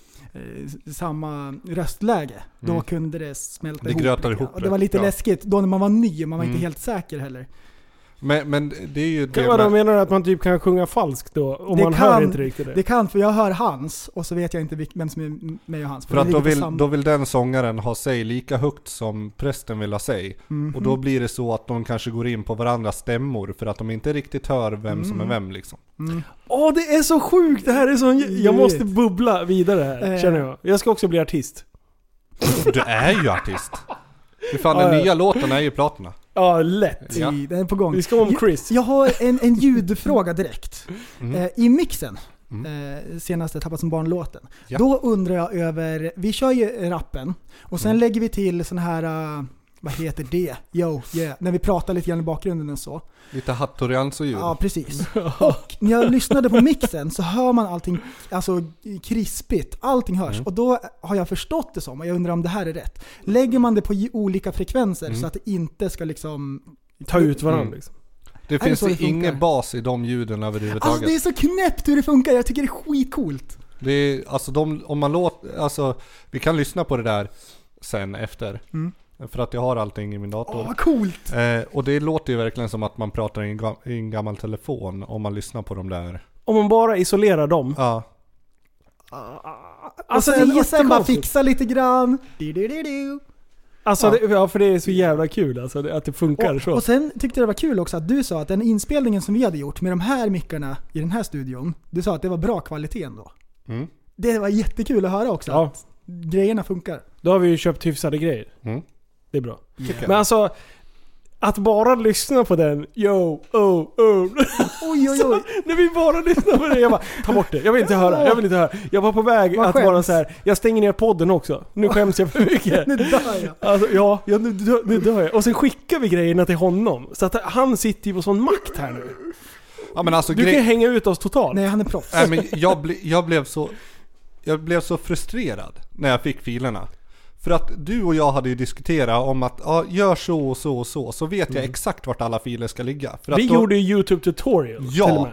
Speaker 6: eh, samma röstläge. Då
Speaker 7: Mm.
Speaker 6: kunde det smälta
Speaker 7: Det
Speaker 6: ihop.
Speaker 7: grötar
Speaker 6: lite.
Speaker 7: ihop
Speaker 6: Och det var lite
Speaker 7: ja.
Speaker 6: läskigt då när man var ny och man var
Speaker 7: Mm.
Speaker 6: inte helt säker heller.
Speaker 7: Men, men det är ju
Speaker 5: Kan
Speaker 7: det
Speaker 5: vara
Speaker 7: med,
Speaker 5: menar du att man typ kan sjunga falskt då? Om
Speaker 6: Det
Speaker 5: man
Speaker 6: kan-
Speaker 5: hör inte riktigt det.
Speaker 6: Det kan, för jag hör hans och så vet jag inte vilk- vem som är mig och hans.
Speaker 7: För att
Speaker 6: det
Speaker 7: då
Speaker 6: ligger på
Speaker 7: vill,
Speaker 6: samma-
Speaker 7: då vill den sångaren ha sig lika högt som prästen vill ha sig.
Speaker 6: Mhm.
Speaker 7: Och då blir det så att de kanske går in på varandras stämmor för att de inte riktigt hör vem som är
Speaker 6: Mm.
Speaker 7: vem liksom.
Speaker 6: Mm.
Speaker 5: Åh, det är så sjukt! Det här är så... Jag
Speaker 6: Jag
Speaker 5: måste
Speaker 6: vet.
Speaker 5: bubbla vidare här,
Speaker 6: Eh.
Speaker 5: känner jag. Jag ska också bli artist.
Speaker 7: Du är ju artist. Hur fan,
Speaker 5: Ja,
Speaker 7: den
Speaker 5: ja.
Speaker 7: nya låten är ju platina.
Speaker 5: Ja, lätt.
Speaker 7: Ja.
Speaker 6: I, den är på gång.
Speaker 5: Vi ska om Chris.
Speaker 6: Jag har en, en ljudfråga direkt.
Speaker 7: Mm.
Speaker 6: Eh, I mixen,
Speaker 7: Mm.
Speaker 6: eh, senaste Tappat som barn-låten,
Speaker 7: Ja.
Speaker 6: då undrar jag över, vi kör ju rappen och sen
Speaker 7: Mm.
Speaker 6: lägger vi till sån här, uh, vad heter det? Yo, yeah. När vi pratar lite grann i bakgrunden och så.
Speaker 7: Lite Hattorianso-ljud.
Speaker 6: Ja, precis. Och när jag lyssnade på mixen så hör man allting alltså krispigt. Allting hörs.
Speaker 7: Mm.
Speaker 6: Och då har jag förstått det som, och jag undrar om det här är rätt. Lägger man det på j- olika frekvenser
Speaker 7: Mm.
Speaker 6: så att det inte ska liksom
Speaker 5: Ta ut varandra
Speaker 7: Mm.
Speaker 5: liksom.
Speaker 7: Det
Speaker 6: Är det
Speaker 7: finns
Speaker 6: så det
Speaker 7: ju ingen
Speaker 6: funkar?
Speaker 7: bas i de ljuden överhuvudtaget.
Speaker 6: Alltså det är så knäppt hur det funkar. Jag tycker det är skitcoolt.
Speaker 7: Det är, alltså de, om man låter, alltså vi kan lyssna på det där sen efter.
Speaker 6: Mm.
Speaker 7: För att jag har allting i min dator.
Speaker 6: Åh, vad coolt!
Speaker 7: Eh, och det låter ju verkligen som att man pratar i en, ga- i en gammal telefon om man lyssnar på de där.
Speaker 5: Om man bara isolerar dem.
Speaker 7: Ja.
Speaker 5: Alltså
Speaker 6: och
Speaker 5: det
Speaker 6: sen,
Speaker 5: är
Speaker 6: och sen bara
Speaker 5: jättekonstigt.
Speaker 6: fixa lite grann. Du, du, du, du.
Speaker 5: Alltså,
Speaker 6: Ja.
Speaker 5: Det, ja, för det är så jävla kul alltså, det, att det funkar
Speaker 6: Och,
Speaker 5: så.
Speaker 6: och sen tyckte jag det var kul också att du sa att den inspelningen som vi hade gjort med de här mickarna i den här studion, du sa att det var bra kvalitet ändå.
Speaker 7: Mm.
Speaker 6: Det var jättekul att höra också.
Speaker 5: Ja.
Speaker 6: Att grejerna funkar.
Speaker 5: Då har vi ju köpt hyfsade grejer.
Speaker 7: Mm.
Speaker 5: Det är bra.
Speaker 7: Tycker jag.
Speaker 5: Men alltså, att bara lyssna på den, yo, oh, oh.
Speaker 6: Oj, oj, oj.
Speaker 5: Så, när vi bara lyssnar på det, jag bara, ta bort det. Jag vill inte höra, jag vill inte höra. Jag var på väg
Speaker 6: Vad
Speaker 5: att
Speaker 6: skäms.
Speaker 5: vara så här. Jag stänger ner podden också. Nu skäms jag för mycket.
Speaker 6: Nu dör jag.
Speaker 5: Alltså, ja, ja nu, dö- nu dör jag. Och sen skickar vi grejerna till honom. Så att han sitter ju på sån makt här nu.
Speaker 7: Ja, men alltså
Speaker 5: Du kan ju
Speaker 7: grej-
Speaker 5: hänga ut oss totalt.
Speaker 6: Nej, han är proffs.
Speaker 7: Nej, men jag, ble, jag blev så Jag blev så frustrerad när jag fick filerna. För att du och jag hade ju diskuterat om att ja, gör så och så och så. Så vet jag exakt vart alla filer ska ligga. För att
Speaker 5: Vi
Speaker 7: då,
Speaker 5: gjorde ju YouTube tutorial
Speaker 7: Ja.
Speaker 5: till och med.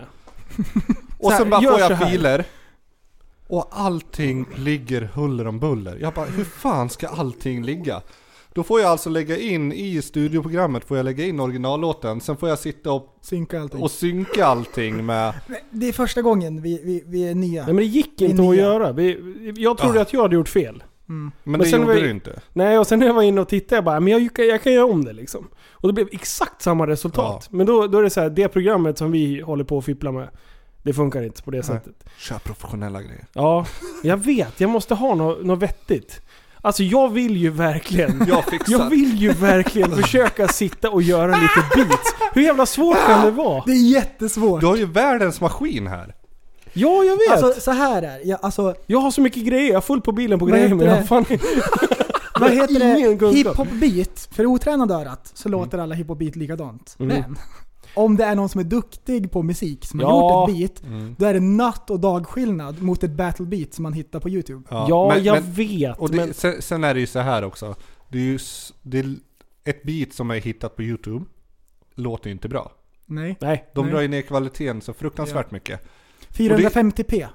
Speaker 7: Och
Speaker 5: Så
Speaker 7: sen
Speaker 5: här,
Speaker 7: bara
Speaker 5: gör
Speaker 7: får
Speaker 5: så
Speaker 7: jag
Speaker 5: här.
Speaker 7: filer. Och allting ligger huller om buller. Jag bara, hur fan ska allting ligga? Då får jag alltså lägga in i studioprogrammet, får jag lägga in originallåten. Sen får jag sitta och,
Speaker 6: Synka allting.
Speaker 7: och synka allting med...
Speaker 6: Det är första gången vi, vi, vi är nya.
Speaker 5: Nej men det gick
Speaker 6: Vi är
Speaker 5: inte att
Speaker 6: nya.
Speaker 5: göra. Vi, jag trodde
Speaker 7: Ah.
Speaker 5: att jag hade gjort fel.
Speaker 6: Mm.
Speaker 7: Men,
Speaker 5: Men
Speaker 7: det
Speaker 5: sen
Speaker 7: gjorde
Speaker 5: var jag-
Speaker 7: du inte.
Speaker 5: Nej, och sen när jag var inne och tittade, jag bara, men jag, kan- jag kan göra om det liksom. Och det blev exakt samma resultat. Men då, då är det så här, det programmet som vi håller på att fippla med, det funkar inte på det
Speaker 7: Nej.
Speaker 5: sättet.
Speaker 7: Kör professionella grejer.
Speaker 5: Ja, jag vet. Jag måste ha något, något vettigt. Alltså jag vill ju verkligen...
Speaker 7: Jag fixar.
Speaker 5: Jag vill ju verkligen försöka sitta och göra lite beats. Hur jävla svårt kan det vara?
Speaker 6: Det är jättesvårt.
Speaker 7: Du har ju världens maskin här.
Speaker 5: Ja, jag vet.
Speaker 6: Alltså så här är jag, alltså,
Speaker 5: jag har så mycket grejer. Jag har fullt på bilen på
Speaker 6: Vad
Speaker 5: grejer.
Speaker 6: heter
Speaker 5: Men jag har
Speaker 6: det?
Speaker 5: fan...
Speaker 6: vad heter
Speaker 5: ingen
Speaker 6: det?
Speaker 5: kunskap.
Speaker 6: Hiphop-beat. För otränade örat så låter alla hiphop-beat likadant.
Speaker 5: Mm.
Speaker 6: Men om det är någon som är duktig på musik som har
Speaker 5: Ja.
Speaker 6: gjort ett beat,
Speaker 7: Mm.
Speaker 6: då är det natt och dagskillnad mot ett battle beat som man hittar på YouTube.
Speaker 5: Ja,
Speaker 7: men-
Speaker 5: jag
Speaker 7: men-
Speaker 5: vet.
Speaker 7: Och det,
Speaker 5: men...
Speaker 7: sen, sen är det ju så här också. Det är ju s- det är ett beat som är hittat på YouTube. Låter ju inte bra.
Speaker 6: Nej.
Speaker 5: Nej.
Speaker 7: De
Speaker 6: Nej.
Speaker 7: drar ju ner kvaliteten så fruktansvärt mycket.
Speaker 6: fyrahundrafemtio p.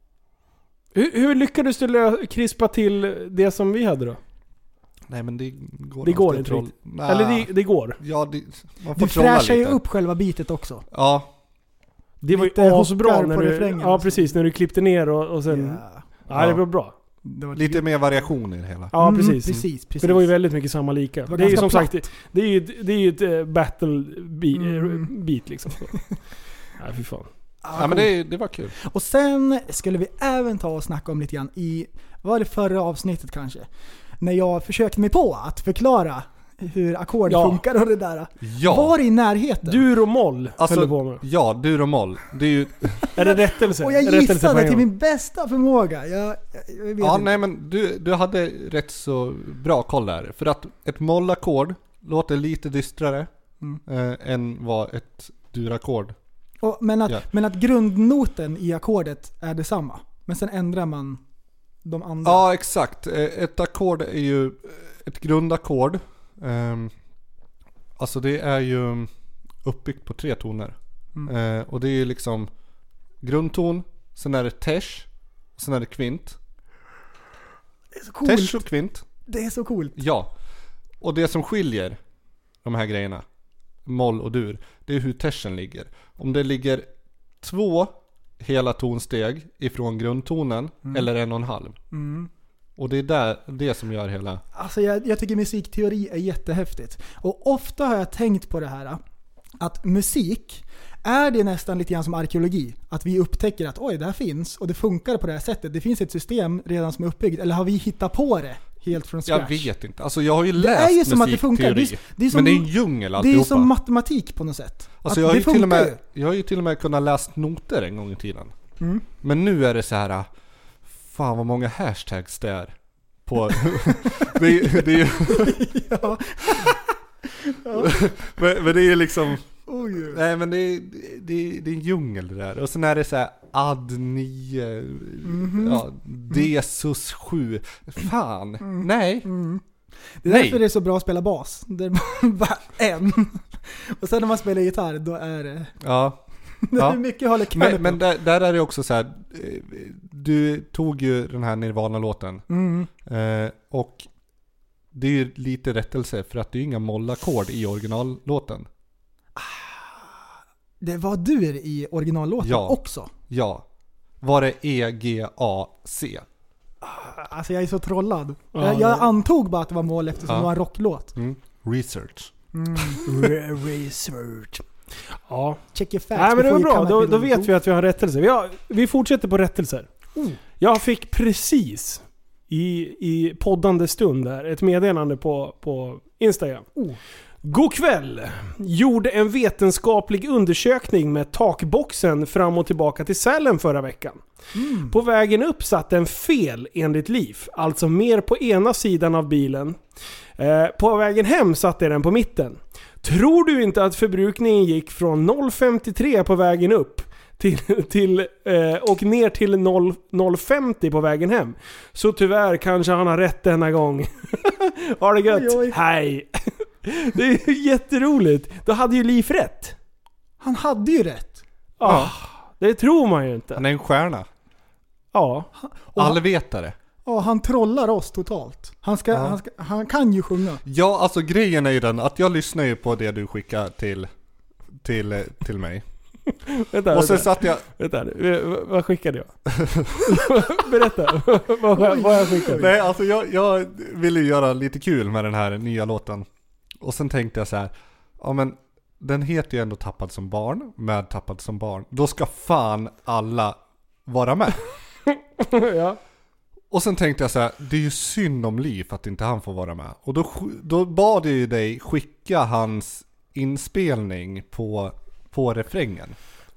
Speaker 5: Hur, hur lyckades du lö- krispa till det som vi hade då?
Speaker 7: Nej men det går
Speaker 5: Det går
Speaker 7: alltid
Speaker 5: inte
Speaker 7: troll-
Speaker 5: riktigt.
Speaker 7: Nah.
Speaker 5: Eller det, det går.
Speaker 7: Ja, det, man får
Speaker 6: Du
Speaker 7: trolla
Speaker 6: fräschar ju
Speaker 7: lite.
Speaker 6: upp själva beatet också.
Speaker 7: Ja.
Speaker 5: Det var ju
Speaker 6: Lite
Speaker 5: asbra
Speaker 6: hookar
Speaker 5: när
Speaker 6: på
Speaker 5: du...
Speaker 6: refrängen
Speaker 5: Ja,
Speaker 6: och så.
Speaker 5: precis. När du klippte ner och, och sen...
Speaker 6: Ja.
Speaker 5: Ja, det var bra.
Speaker 6: Det var
Speaker 7: Lite mer variation i det hela.
Speaker 5: Ja,
Speaker 6: Mm,
Speaker 5: precis.
Speaker 6: precis, precis.
Speaker 5: För det var ju väldigt mycket samma lika.
Speaker 6: Det var
Speaker 5: Det är ju
Speaker 6: ganska
Speaker 5: som
Speaker 6: platt.
Speaker 5: sagt, det är ju ett, det är ju ett uh, battle beat,
Speaker 6: Mm.
Speaker 5: beat liksom. Nej, fy fan.
Speaker 7: Ja, men det, det var kul.
Speaker 6: Och sen skulle vi även ta och snacka om lite grann i, var det förra avsnittet kanske? När jag försökte mig på att förklara hur ackord
Speaker 5: Ja.
Speaker 6: funkar och det där.
Speaker 7: Ja.
Speaker 6: Var i närheten.
Speaker 5: Dur och moll
Speaker 7: Alltså,
Speaker 5: höll du på med.
Speaker 7: ja, dur och moll. Det är ju...
Speaker 5: Är det rättelse?
Speaker 6: och jag
Speaker 5: Rättelse på
Speaker 6: gissade
Speaker 5: en
Speaker 6: till
Speaker 5: gång.
Speaker 6: min bästa förmåga. Jag, jag, jag vet
Speaker 7: Ja,
Speaker 6: inte.
Speaker 7: nej men du, du hade rätt så bra koll där. För att ett mollackord låter lite dystrare
Speaker 6: Mm.
Speaker 7: eh, än vad ett durackord.
Speaker 6: Och, men, att,
Speaker 7: Ja.
Speaker 6: men att grundnoten i ackordet är detsamma. Men sen ändrar man de andra.
Speaker 7: Ja, exakt. Eh, Ett ackord är ju ett grundackord. Ehm, Alltså det är ju uppbyggt på tre toner.
Speaker 6: Mm.
Speaker 7: Eh, och det är ju liksom grundton, sen är det terz, sen är det kvint.
Speaker 6: Det är så coolt.
Speaker 7: Terz och kvint.
Speaker 6: Det är så coolt.
Speaker 7: Ja. Och det som skiljer de här grejerna, moll och dur, det är hur tersen ligger. Om det ligger två hela tonsteg ifrån grundtonen
Speaker 6: Mm.
Speaker 7: eller en och en halv.
Speaker 6: Mm.
Speaker 7: Och det är där, det som gör hela...
Speaker 6: Alltså jag, jag tycker musikteori är jättehäftigt. Och ofta har jag tänkt på det här, att musik, är det nästan lite grann som arkeologi? Att vi upptäcker att oj, det här finns och det funkar på det här sättet. Det finns ett system redan som är uppbyggt. Eller har vi hittat på det helt från scratch?
Speaker 7: Jag vet inte. Alltså jag har ju
Speaker 6: Det
Speaker 7: läst
Speaker 6: är ju som att det funkar.
Speaker 7: musikteori.
Speaker 6: Det är, det är som,
Speaker 7: men det är en djungel
Speaker 6: det är
Speaker 7: alltihopa.
Speaker 6: som matematik på något sätt.
Speaker 7: Alltså
Speaker 6: Att
Speaker 7: jag har,
Speaker 6: det
Speaker 7: ju till och
Speaker 6: funkar
Speaker 7: med, jag har ju till och med kunnat läst noter en gång i tiden.
Speaker 6: Mm.
Speaker 7: Men nu är det så här. Fan vad många hashtags det är. På, det, är, det är ju...
Speaker 6: ja.
Speaker 7: men, men det är ju liksom...
Speaker 6: Oj.
Speaker 7: Nej men det är, det, är, det är en djungel det där. Och sen är det så här ad nio,
Speaker 6: Mhm.
Speaker 7: ja, desus sju. Fan, nej.
Speaker 6: Mm. Det är
Speaker 7: Nej.
Speaker 6: därför det är så bra att spela bas. Det är bara en. Och sen när man spelar gitarr, då är det...
Speaker 7: Ja.
Speaker 6: Det
Speaker 7: Ja.
Speaker 6: är mycket jag håller
Speaker 7: Men,
Speaker 6: kvar
Speaker 7: men
Speaker 6: på.
Speaker 7: där, där är det också så här. eh, Du tog ju den här Nirvana-låten.
Speaker 6: Mm.
Speaker 7: Eh, och det är ju lite rättelse för att det är inga mollackord i originallåten.
Speaker 6: Det var dur i originallåten
Speaker 7: Ja.
Speaker 6: också.
Speaker 7: Ja. Var det E, G, A, C?
Speaker 6: Alltså jag är så trollad.
Speaker 5: Ja,
Speaker 6: jag, jag
Speaker 5: det-
Speaker 6: antog bara att det var mål eftersom
Speaker 7: Ja.
Speaker 6: det var en rocklåt.
Speaker 7: Mm. Research.
Speaker 6: Mm.
Speaker 5: Research. Ja.
Speaker 6: Check your facts.
Speaker 5: Nej men det
Speaker 6: before
Speaker 5: var
Speaker 6: you
Speaker 5: bra,
Speaker 6: come
Speaker 5: då,
Speaker 6: at me
Speaker 5: då
Speaker 6: with
Speaker 5: vet vi att vi har rättelse. Vi, har, vi fortsätter på rättelser.
Speaker 6: Mm.
Speaker 5: Jag fick precis i, i poddande stund där ett meddelande på, på Instagram.
Speaker 6: Oh.
Speaker 5: God kväll! Gjorde en vetenskaplig undersökning med takboxen fram och tillbaka till Sälen förra veckan.
Speaker 6: Mm.
Speaker 5: På vägen upp satt en fel enligt Liv, alltså mer på ena sidan av bilen. Eh, på vägen hem satte den på mitten. Tror du inte att förbrukningen gick från noll komma femtiotre på vägen upp till, till, eh, och ner till noll komma femtio på vägen hem? Så tyvärr kanske han har rätt denna gång. Ha det gött.
Speaker 6: Oj, oj.
Speaker 5: Hej! Det är ju jätteroligt. Då hade ju Liv rätt.
Speaker 6: Han hade ju rätt.
Speaker 5: Ah, det tror man ju inte.
Speaker 7: Han är en stjärna.
Speaker 5: Ja.
Speaker 6: Och han,
Speaker 7: Allvetare.
Speaker 6: ja, han trollar oss totalt. Han, ska,
Speaker 7: Ja.
Speaker 6: han, ska, han kan ju sjunga.
Speaker 7: Ja, alltså grejen är ju den att jag lyssnar ju på det du skickar till, till, eh, till mig.
Speaker 5: Vänta,
Speaker 7: Och sen
Speaker 5: vänta.
Speaker 7: satt jag...
Speaker 5: Vänta nu. V- vad skickade jag? Berätta. vad, vad, vad jag skickade.
Speaker 7: Nej, alltså jag, jag ville ju göra lite kul med den här nya låten. Och sen tänkte jag så här. Ja men, den heter ju ändå Tappad som barn. Med Tappad som barn. Då ska fan alla vara med.
Speaker 5: Ja.
Speaker 7: Och sen tänkte jag så här, det är ju synd om Liv att inte han får vara med. Och då, då bad jag ju dig skicka hans inspelning på, på refrängen.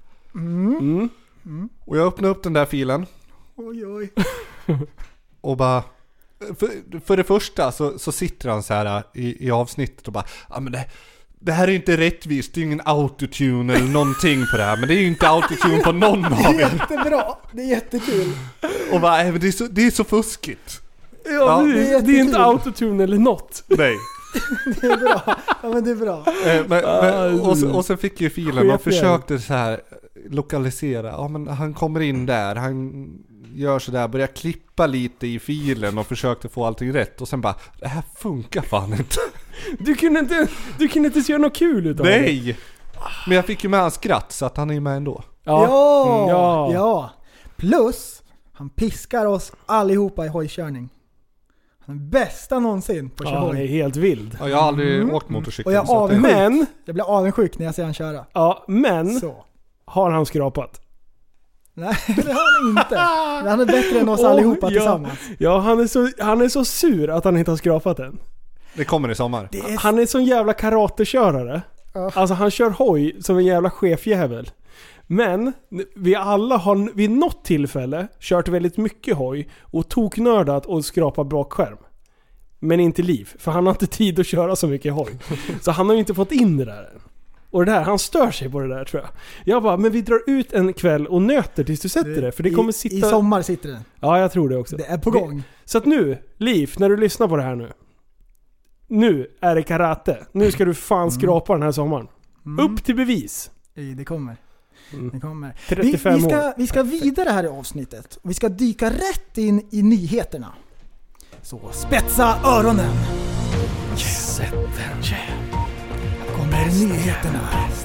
Speaker 5: Mm.
Speaker 7: Och jag öppnade upp den där filen
Speaker 6: Oj, oj.
Speaker 7: och bara... För, för det första så, så sitter han så här i, i avsnittet och bara, ja men det, det här är inte rättvist, det är ingen autotune eller någonting på det här. Men det är ju inte autotune på någon av er.
Speaker 6: Jättebra. Det är jättekul.
Speaker 7: Och bara, "Nej, men det är så, det är så fuskigt."
Speaker 5: Ja,
Speaker 7: Ja,
Speaker 5: det,
Speaker 6: det är
Speaker 5: är, det är
Speaker 6: jättekul.
Speaker 5: inte autotune eller något.
Speaker 7: Nej.
Speaker 6: Det är bra. Ja men det är bra.
Speaker 7: Eh, men, men, och, så, och sen fick ju filen, man
Speaker 5: Skep
Speaker 7: försökte så här lokalisera. Ja men han kommer in där, han gör så där, börjar klippa lite i filen och försökte få allting rätt. Och sen bara, det här funkar fan inte.
Speaker 5: Du kunde inte, du kunde inte göra något kul utav det.
Speaker 7: Nej! Men jag fick ju med hans skratt så att han är med ändå.
Speaker 6: Ja,
Speaker 5: Mm,
Speaker 6: ja.
Speaker 5: ja.
Speaker 6: Plus, Han piskar oss allihopa i hojkörning. Han är bästa någonsin på att köra
Speaker 5: Ja, han är
Speaker 6: hoj.
Speaker 5: helt vild.
Speaker 7: Ja, jag har aldrig
Speaker 6: Mm.
Speaker 7: åkt motorcykel.
Speaker 6: Och jag,
Speaker 7: så att det-
Speaker 6: avundsjuk.
Speaker 5: Men,
Speaker 6: jag blir avundsjuk när jag ser han köra.
Speaker 5: ja, men
Speaker 6: Så.
Speaker 5: har han skrapat?
Speaker 6: Nej, det har han inte. Men han är bättre än oss
Speaker 5: Åh,
Speaker 6: allihopa
Speaker 5: ja.
Speaker 6: tillsammans.
Speaker 5: Ja, han är, så, han är så sur att han inte har skrapat än.
Speaker 7: Det kommer i sommar.
Speaker 6: Det är...
Speaker 5: Han är sån jävla karatekörare.
Speaker 6: Ja.
Speaker 5: Alltså han kör hoj som en jävla chefjävel. Men vi alla har vid något tillfälle kört väldigt mycket hoj och toknördat och skrapat bakskärm. Men inte Liv, för han har inte tid att köra så mycket hoj. Så han har ju inte fått in det där än. Och det där, han stör sig på det där tror jag. Jag bara, men vi drar ut en kväll och nöter tills du sätter det. För det kommer sitta...
Speaker 6: I, I sommar sitter den.
Speaker 5: Ja, jag tror det också.
Speaker 6: Det är på gång.
Speaker 5: Så att nu, Liv, när du lyssnar på det här nu. Nu är det karate. Nu ska du fan skrapa den här sommaren.
Speaker 6: Mm.
Speaker 5: Upp till bevis.
Speaker 6: Det kommer.
Speaker 5: Mm.
Speaker 6: Det kommer.
Speaker 5: trettiofem
Speaker 6: vi, vi, ska,
Speaker 5: år.
Speaker 6: vi ska vidare här i avsnittet. Vi ska dyka rätt in i nyheterna. Så spetsa öronen.
Speaker 5: Yes.
Speaker 6: Här kommer nyheterna.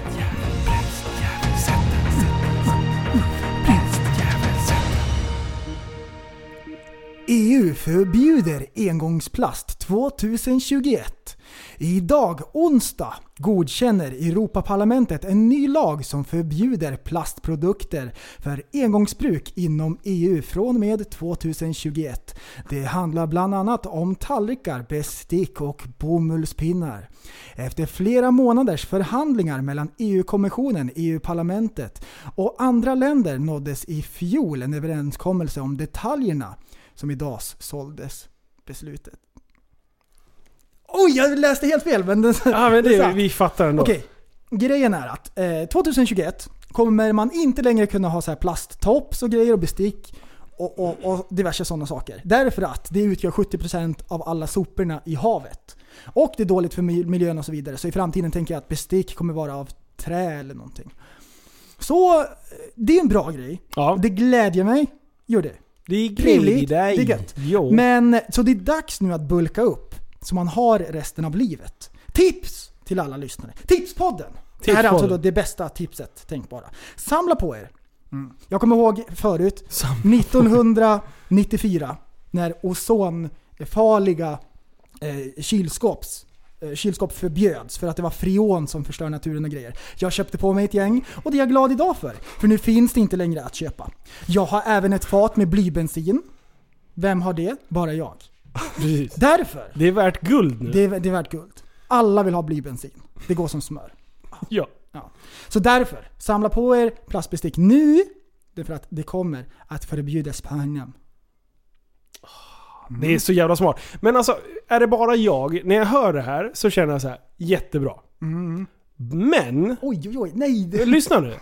Speaker 6: E U förbjuder engångsplast tjugohundratjugoett. Idag, onsdag, godkänner Europaparlamentet en ny lag som förbjuder plastprodukter för engångsbruk inom E U från och med tjugohundratjugoett. Det handlar bland annat om tallrikar, bestick och bomullspinnar. Efter flera månaders förhandlingar mellan E U-kommissionen, E U-parlamentet och andra länder nåddes i fjol en överenskommelse om detaljerna som idag såldes beslutet. Oj, jag läste helt fel. Men det,
Speaker 5: Ja, men det,
Speaker 6: det är
Speaker 5: vi fattar ändå.
Speaker 6: Okej, grejen är att eh, tjugohundratjugoett kommer man inte längre kunna ha så här plasttops och grejer och bestick och, och, och diverse sådana saker. Därför att det utgör sjuttio procent av alla soporna i havet. Och det är dåligt för miljön och så vidare. Så i framtiden tänker jag att bestick kommer vara av trä eller någonting. Så det är en bra grej.
Speaker 5: Ja.
Speaker 6: Det glädjer mig. Gör det.
Speaker 5: Det är
Speaker 6: Trevligt.
Speaker 5: dig.
Speaker 6: Det är gött.
Speaker 5: Jo.
Speaker 6: Men så det är dags nu att bulka upp så man har resten av livet. Tips till alla lyssnare. Tipspodden. Det här är alltså då det bästa tipset tänkbara. Samla på er. Mm. Jag kommer ihåg förut
Speaker 5: Samla
Speaker 6: nittonhundranittiofyra när ozonfarliga eh, kylskåps eh, kylskåp förbjöds för att det var freon som förstör naturen och grejer. Jag köpte på mig ett gäng och det är jag glad idag för. För nu finns det inte längre att köpa. Jag har även ett fat med blybensin. Vem har det? Bara jag.
Speaker 5: Precis.
Speaker 6: Därför.
Speaker 5: Det är värt guld nu.
Speaker 6: Det är, det är värt guld. Alla vill ha blybensin. Det går som smör.
Speaker 5: Ja.
Speaker 6: Ja. Så därför, samla på er plastbestick nu. Därför att det kommer att förbjuda Spanien.
Speaker 5: Mm. Det är så jävla smart. Men alltså, är det bara jag? När jag hör det här så känner jag så här, jättebra.
Speaker 6: Mm.
Speaker 5: Men...
Speaker 6: Oj, oj, oj. Nej. Det...
Speaker 5: Lyssna nu.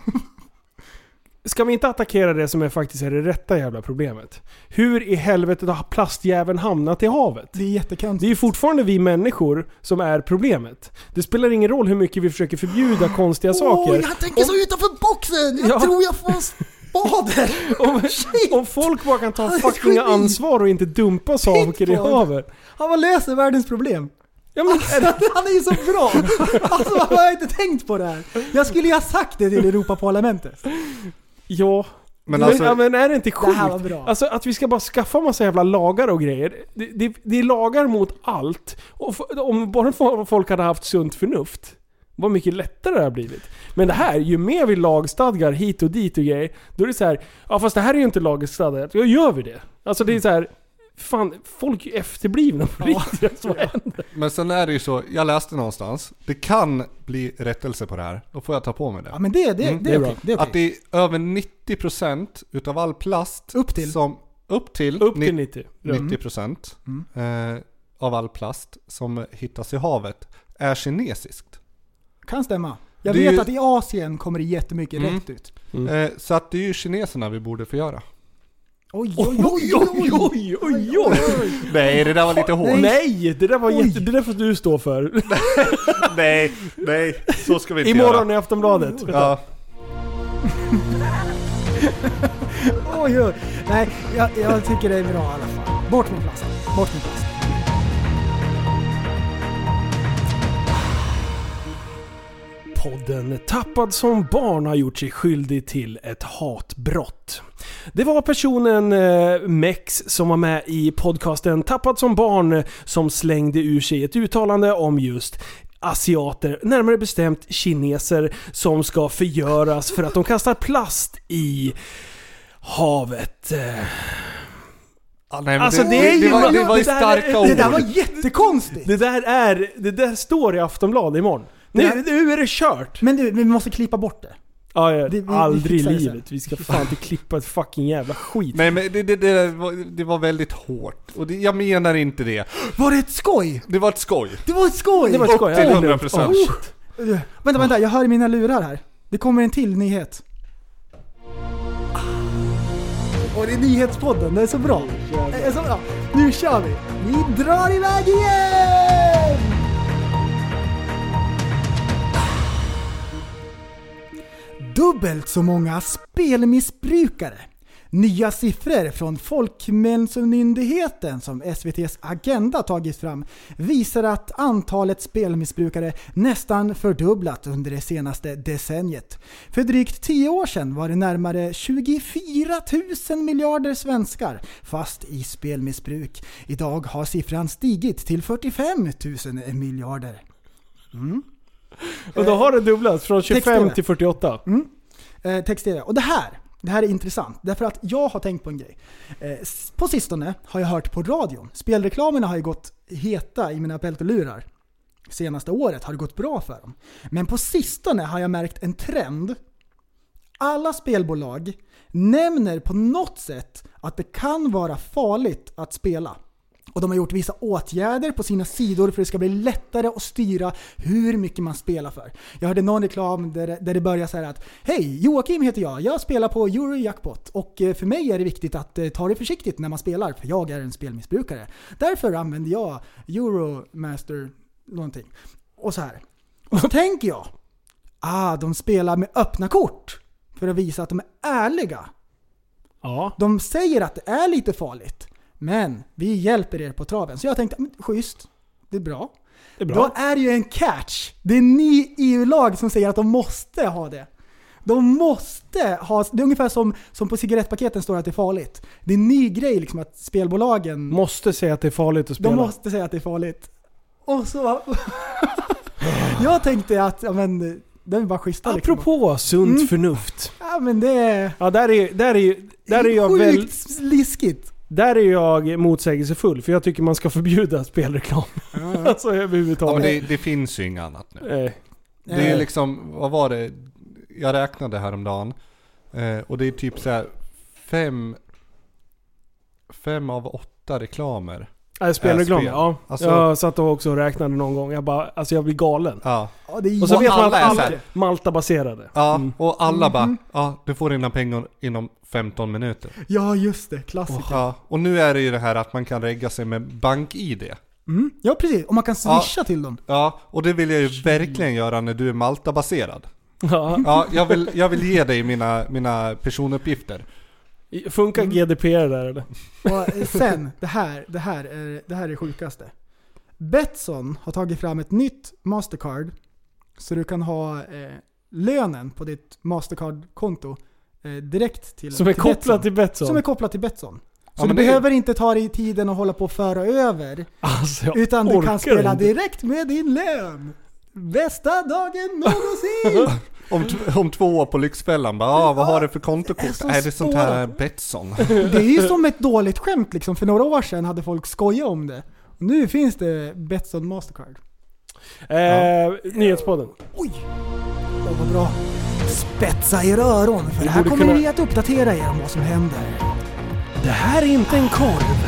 Speaker 5: Ska vi inte attackera det som är faktiskt är det rätta jävla problemet? Hur i helvete har plastjäveln hamnat i havet?
Speaker 6: Det är jättekonstigt.
Speaker 5: Det är ju fortfarande vi människor som är problemet. Det spelar ingen roll hur mycket vi försöker förbjuda konstiga
Speaker 6: Åh,
Speaker 5: saker.
Speaker 6: jag tänker så utanför boxen. Jag
Speaker 5: Ja.
Speaker 6: tror jag får spader.
Speaker 5: Om, om folk bara kan ta fucking ansvar och inte dumpa saker i havet.
Speaker 6: Han var löser världens problem.
Speaker 5: Ja, men,
Speaker 6: Alltså, han är ju så bra. Alltså, jag har inte tänkt på det här. Jag skulle ju ha sagt det till Europaparlamentet.
Speaker 5: ja.
Speaker 7: Men
Speaker 5: Men,
Speaker 7: alltså-
Speaker 5: ja, men är det inte
Speaker 6: Det här var
Speaker 5: sjukt?
Speaker 6: bra.
Speaker 5: Alltså att vi ska bara skaffa massa jävla lagar och grejer. Det, det, det är lagar mot allt. Och f- om bara folk hade haft sunt förnuft, vad mycket lättare det har blivit. Men det här, ju mer vi lagstadgar hit och dit och grejer, då är det så här, ja fast det här är ju inte lagstadgat. Ja, gör vi det? Alltså det är så här, fan, folk är efterblivna på riktigt. Vad händer?
Speaker 7: Men sen är det ju så, jag läste någonstans, det kan bli rättelse på det här. Då får jag ta på mig det.
Speaker 6: Ja, men det, det,
Speaker 7: Mm,
Speaker 6: det,
Speaker 5: det är
Speaker 6: är
Speaker 5: bra.
Speaker 6: okej. Det är okej.
Speaker 7: Att det är över nittio procent utav all plast
Speaker 6: Upp till.
Speaker 7: som upp till,
Speaker 5: Upp till
Speaker 7: ni-
Speaker 5: nittio.
Speaker 7: nittio procent eh, av all plast som hittas i havet är kinesiskt.
Speaker 6: Kan stämma. Jag
Speaker 7: Det är
Speaker 6: vet
Speaker 7: ju-
Speaker 6: att i Asien kommer det jättemycket
Speaker 7: Mm.
Speaker 6: rätt ut.
Speaker 7: Eh, så att det är ju kineserna vi borde få göra.
Speaker 6: Oj, oj, oj, oj,
Speaker 5: oj, oj, oj.
Speaker 7: Nej, det där var lite hårt.
Speaker 5: Nej, det där var
Speaker 6: Oj.
Speaker 5: jätte, det där får du stå för.
Speaker 7: nej, nej, så ska vi inte
Speaker 5: Imorgon
Speaker 7: göra.
Speaker 5: i Aftonbladet.
Speaker 7: Ja.
Speaker 6: oj, oj. Nej, jag, jag tycker det är bra i alla fall. Bort med plast. Bort med plast.
Speaker 5: Podden podden Tappad som barn har gjort sig skyldig till ett hatbrott. Det var personen eh, Mex som var med i podcasten Tappad som barn som slängde ur sig ett uttalande om just asiater, närmare bestämt kineser, som ska förgöras för att de kastar plast i havet.
Speaker 7: Ah, nej,
Speaker 5: alltså
Speaker 7: det,
Speaker 5: det, är
Speaker 7: det,
Speaker 5: ju,
Speaker 7: det var, det var ju
Speaker 5: det
Speaker 7: starka
Speaker 6: är,
Speaker 7: ord.
Speaker 6: Det där var jättekonstigt.
Speaker 5: Det där är det där står i Aftonbladet imorgon. Nu,
Speaker 6: Det-
Speaker 5: nu är det kört.
Speaker 6: Men du, vi måste klippa bort det.
Speaker 5: Ja, ja,
Speaker 6: Det- vi- vi
Speaker 5: aldrig i
Speaker 6: fixar det
Speaker 5: livet.
Speaker 6: sen.
Speaker 5: Vi ska fan inte klippa ett fucking jävla skit.
Speaker 7: Nej men det, det, det, var, det var väldigt hårt. Och det, jag menar inte det.
Speaker 6: Var det ett skoj?
Speaker 7: Det var ett skoj.
Speaker 6: Det var ett skoj!
Speaker 5: Det var ett skoj.
Speaker 7: Upp till
Speaker 5: Ja,
Speaker 7: hundra procent.
Speaker 5: oh, shit.
Speaker 6: Uh, Vänta, vänta, jag hör i mina lurar här. Det kommer en till nyhet. Och det är nyhetspodden, det är så bra. Det är så bra. Nu kör vi! Vi drar iväg igen! Dubbelt så många spelmissbrukare. Nya siffror från Folkhälsomyndigheten som S V T:s Agenda tagit fram visar att antalet spelmissbrukare nästan fördubblat under det senaste decenniet. För drygt tio år sedan var det närmare tjugofyra tusen miljarder svenskar fast i spelmissbruk. Idag har siffran stigit till fyrtiofem tusen miljarder. Mm.
Speaker 5: Och då har det dubblats från tjugofem
Speaker 6: Text-tv.
Speaker 5: till fyrtioåtta.
Speaker 6: Mm. Eh, text-tv. Och det här, det här är intressant. Därför att jag har tänkt på en grej. Eh, s- på sistone har jag hört på radion. Spelreklamerna har ju gått heta i mina peltolurar. Senaste året har det gått bra för dem. Men på sistone har jag märkt en trend. Alla spelbolag nämner på något sätt att det kan vara farligt att spela. Och de har gjort vissa åtgärder på sina sidor för att det ska bli lättare att styra hur mycket man spelar för. Jag hörde någon reklam där, där det börjar så här att hej, Joakim heter jag, jag spelar på Eurojackpot och för mig är det viktigt att ta det försiktigt när man spelar för jag är en spelmissbrukare. Därför använder jag Euromaster någonting. Och så här. Och så tänker jag, ah, de spelar med öppna kort för att visa att de är ärliga.
Speaker 5: Ja.
Speaker 6: De säger att det är lite farligt. Men vi hjälper er på traven. Så jag tänkte, men, schysst, det är bra.
Speaker 5: Det är bra.
Speaker 6: Då är det ju en catch. Det är en ny E U-lag som säger att de måste ha det. De måste ha, det är ungefär som, som på cigarettpaketen står att det är farligt. Det är en ny grej liksom att spelbolagen
Speaker 5: Måste säga att det är farligt att spela.
Speaker 6: de måste säga att det är farligt. Och så jag tänkte att ja, men, den var schyssta. Liksom.
Speaker 5: Apropå sunt
Speaker 6: Mm.
Speaker 5: förnuft.
Speaker 6: Ja men det är,
Speaker 5: Ja, där är, där är, där är jag
Speaker 6: sjukt
Speaker 5: väl...
Speaker 6: liskigt.
Speaker 5: Där är jag motsägelsefull, för jag tycker man ska förbjuda spelreklam.
Speaker 6: Ja.
Speaker 5: alltså
Speaker 7: Ja,
Speaker 5: överhuvudtaget.
Speaker 7: men det, det finns ju inget annat nu.
Speaker 5: Eh,
Speaker 7: Det är liksom, vad var det? Jag räknade häromdagen. Eh, och det är typ så här fem, fem av åtta reklamer.
Speaker 5: äh, spelreklam,
Speaker 7: spel.
Speaker 5: ja.
Speaker 7: Alltså-
Speaker 5: Jag satt också och räknade någon gång. Jag bara, alltså jag blir galen.
Speaker 7: Ja,
Speaker 6: Ja, det är
Speaker 5: Och så
Speaker 7: Och
Speaker 5: vet man
Speaker 7: alla
Speaker 5: att
Speaker 7: är
Speaker 5: allt
Speaker 7: så här-
Speaker 5: är Malta-baserade.
Speaker 7: ja
Speaker 5: Mm.
Speaker 7: och alla bara, ja du får dina pengar inom femton minuter.
Speaker 6: Ja just det, klassiker.
Speaker 7: Ja, och nu är det ju det här att man kan regga sig med bank-I D.
Speaker 6: Mm. Ja precis, och man kan swisha till dem.
Speaker 7: Ja, och det vill jag ju verkligen göra när du är Malta-baserad.
Speaker 5: Ja.
Speaker 7: Ja, jag vill, jag vill ge dig mina, mina personuppgifter.
Speaker 5: Funkar G D P R där eller?
Speaker 6: Och sen, det här, det här är det här är det sjukaste. Betsson har tagit fram ett nytt Mastercard så du kan ha eh, lönen på ditt Mastercard-konto eh, direkt till
Speaker 5: Som är
Speaker 6: till
Speaker 5: kopplat
Speaker 6: Betsson.
Speaker 5: till Betsson.
Speaker 6: Som är kopplat till Betsson. Så
Speaker 7: Ja,
Speaker 6: du
Speaker 7: men det är-
Speaker 6: behöver inte ta dig tiden och hålla på att föra över.
Speaker 5: Alltså, jag
Speaker 6: Utan du
Speaker 5: orkar
Speaker 6: kan spela
Speaker 5: inte.
Speaker 6: direkt med din lön. Bästa dagen någonsin!
Speaker 7: Om, t- om två år på Lyxfällan, bara, ah, vad har du för
Speaker 6: Det är
Speaker 7: kontokort?
Speaker 6: så
Speaker 7: Nej, det är sånt här
Speaker 6: spårat.
Speaker 7: Betsson.
Speaker 6: Det är ju som ett dåligt skämt liksom. För några år sedan hade folk skojat om det. Och nu finns det Betsson Mastercard.
Speaker 5: Eh, Nyhetspodden.
Speaker 6: Oj! Det var bra. Spetsa er öron, för
Speaker 5: Vi
Speaker 6: det här
Speaker 5: borde
Speaker 6: kommer
Speaker 5: kunna-
Speaker 6: vi att uppdatera er om vad som händer.
Speaker 5: Det här är inte en korv.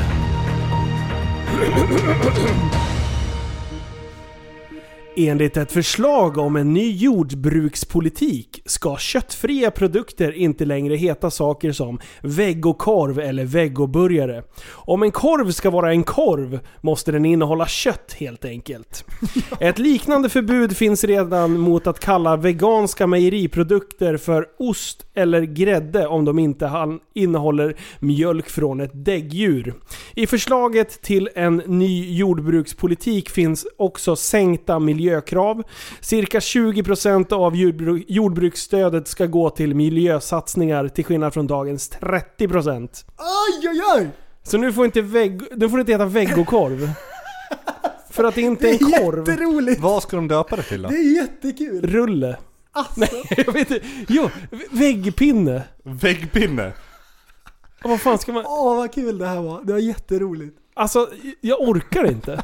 Speaker 5: Enligt ett förslag om en ny jordbrukspolitik ska köttfria produkter inte längre heta saker som vegokorv eller vegoburgare. Om en korv ska vara en korv måste den innehålla kött helt enkelt. Ett liknande förbud finns redan mot att kalla veganska mejeriprodukter för ost eller grädde om de inte innehåller mjölk från ett däggdjur. I förslaget till en ny jordbrukspolitik finns också sänkta miljökrav. Cirka tjugo procent av jordbruk, jordbruksstödet ska gå till miljösatsningar till skillnad från dagens trettio procent.
Speaker 6: Oj, oj, oj!
Speaker 5: Så nu får inte, veg, nu får inte äta vegokorv. För att det inte är en korv.
Speaker 6: Det är jätteroligt.
Speaker 7: Vad ska de döpa det till då?
Speaker 6: Det är jättekul.
Speaker 5: Rulle.
Speaker 6: Alltså.
Speaker 5: Nej, jag vet inte. Jo, väggpinne.
Speaker 7: Väggpinne.
Speaker 5: Och vad fan ska man...
Speaker 6: Åh, vad kul det här var. Det var jätteroligt.
Speaker 5: Alltså, jag orkar inte.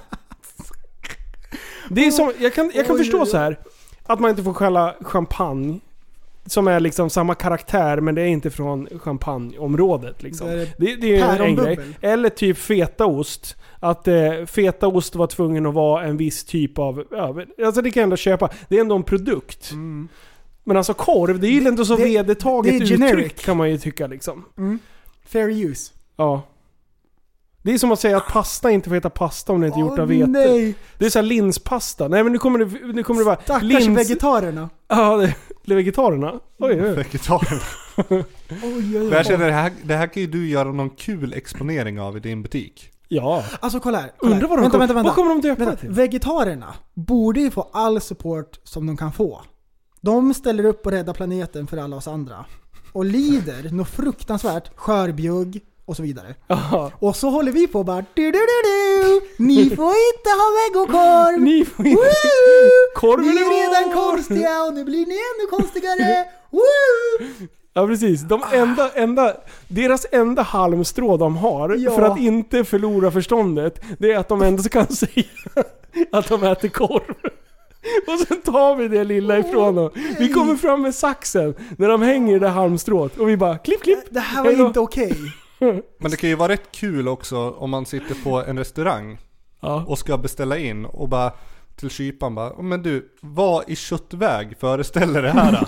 Speaker 5: Det är som, jag kan, jag kan
Speaker 6: Oj,
Speaker 5: förstå
Speaker 6: oj, oj.
Speaker 5: så här att man inte får skälla champagne som är liksom samma karaktär, men det är inte från champagneområdet liksom.
Speaker 6: Det är
Speaker 5: Det, det är ju en
Speaker 6: päronbubbel.
Speaker 5: grej. Eller typ fetaost. Att eh, fetaost var tvungen att vara en viss typ av... Ja, alltså det kan jag ändå köpa. Det är ändå en produkt.
Speaker 6: Mm.
Speaker 5: Men alltså korv, det är ju inte så
Speaker 6: Det-
Speaker 5: vedertaget
Speaker 6: det är
Speaker 5: uttryck
Speaker 6: generic.
Speaker 5: kan man ju tycka liksom.
Speaker 6: Mm. Fair use.
Speaker 5: Ja. Det är som att säga att pasta inte får heta pasta om det inte är gjort
Speaker 6: Åh,
Speaker 5: av vete.
Speaker 6: nej.
Speaker 5: Det är så här linspasta. Nej men nu kommer det, nu kommer det vara
Speaker 6: Stackars
Speaker 5: lins...
Speaker 6: vegetarierna.
Speaker 5: Ja, det det är vegetarierna. Oj, oj.
Speaker 7: Vegetarier.
Speaker 6: Oj, oj,
Speaker 7: Men jag
Speaker 6: oj.
Speaker 7: känner det här, det här kan ju du göra någon kul exponering av i din butik.
Speaker 5: Ja.
Speaker 6: Alltså kolla här. Kolla
Speaker 5: Undrar
Speaker 6: här.
Speaker 5: vad de
Speaker 6: vänta,
Speaker 5: kommer,
Speaker 6: vänta, vänta.
Speaker 5: vad kommer de döpa
Speaker 6: Vänta,
Speaker 5: till?
Speaker 6: vegetarierna borde ju få all support som de kan få. De ställer upp och räddar planeten för alla oss andra. Och lider något fruktansvärt, skörbjugg och så vidare.
Speaker 5: Ja.
Speaker 6: Och så håller vi på bara du, du, du, du. Ni får inte ha vegokorv.
Speaker 5: Ni får inte...
Speaker 6: Woo!
Speaker 5: Korven
Speaker 6: Ni
Speaker 5: är
Speaker 6: är redan
Speaker 5: vår!
Speaker 6: konstiga och nu blir ni ännu konstigare. Woo!
Speaker 5: Ja precis. De enda, enda, deras enda halmstrå de har
Speaker 6: Ja.
Speaker 5: för att inte förlora förståndet, det är att de ändå kan säga att de äter korv. Och sen tar vi det lilla ifrån dem. Vi kommer fram med saxen när de hänger i det halmstrået och vi bara klipp klipp.
Speaker 6: Det här var
Speaker 5: Hejdå.
Speaker 6: inte okej.
Speaker 7: Men det kan ju vara rätt kul också om man sitter på en restaurang
Speaker 5: Ja.
Speaker 7: och ska beställa in och bara till kypan bara, "Åh, men du, vad i köttväg föreställer det här då?"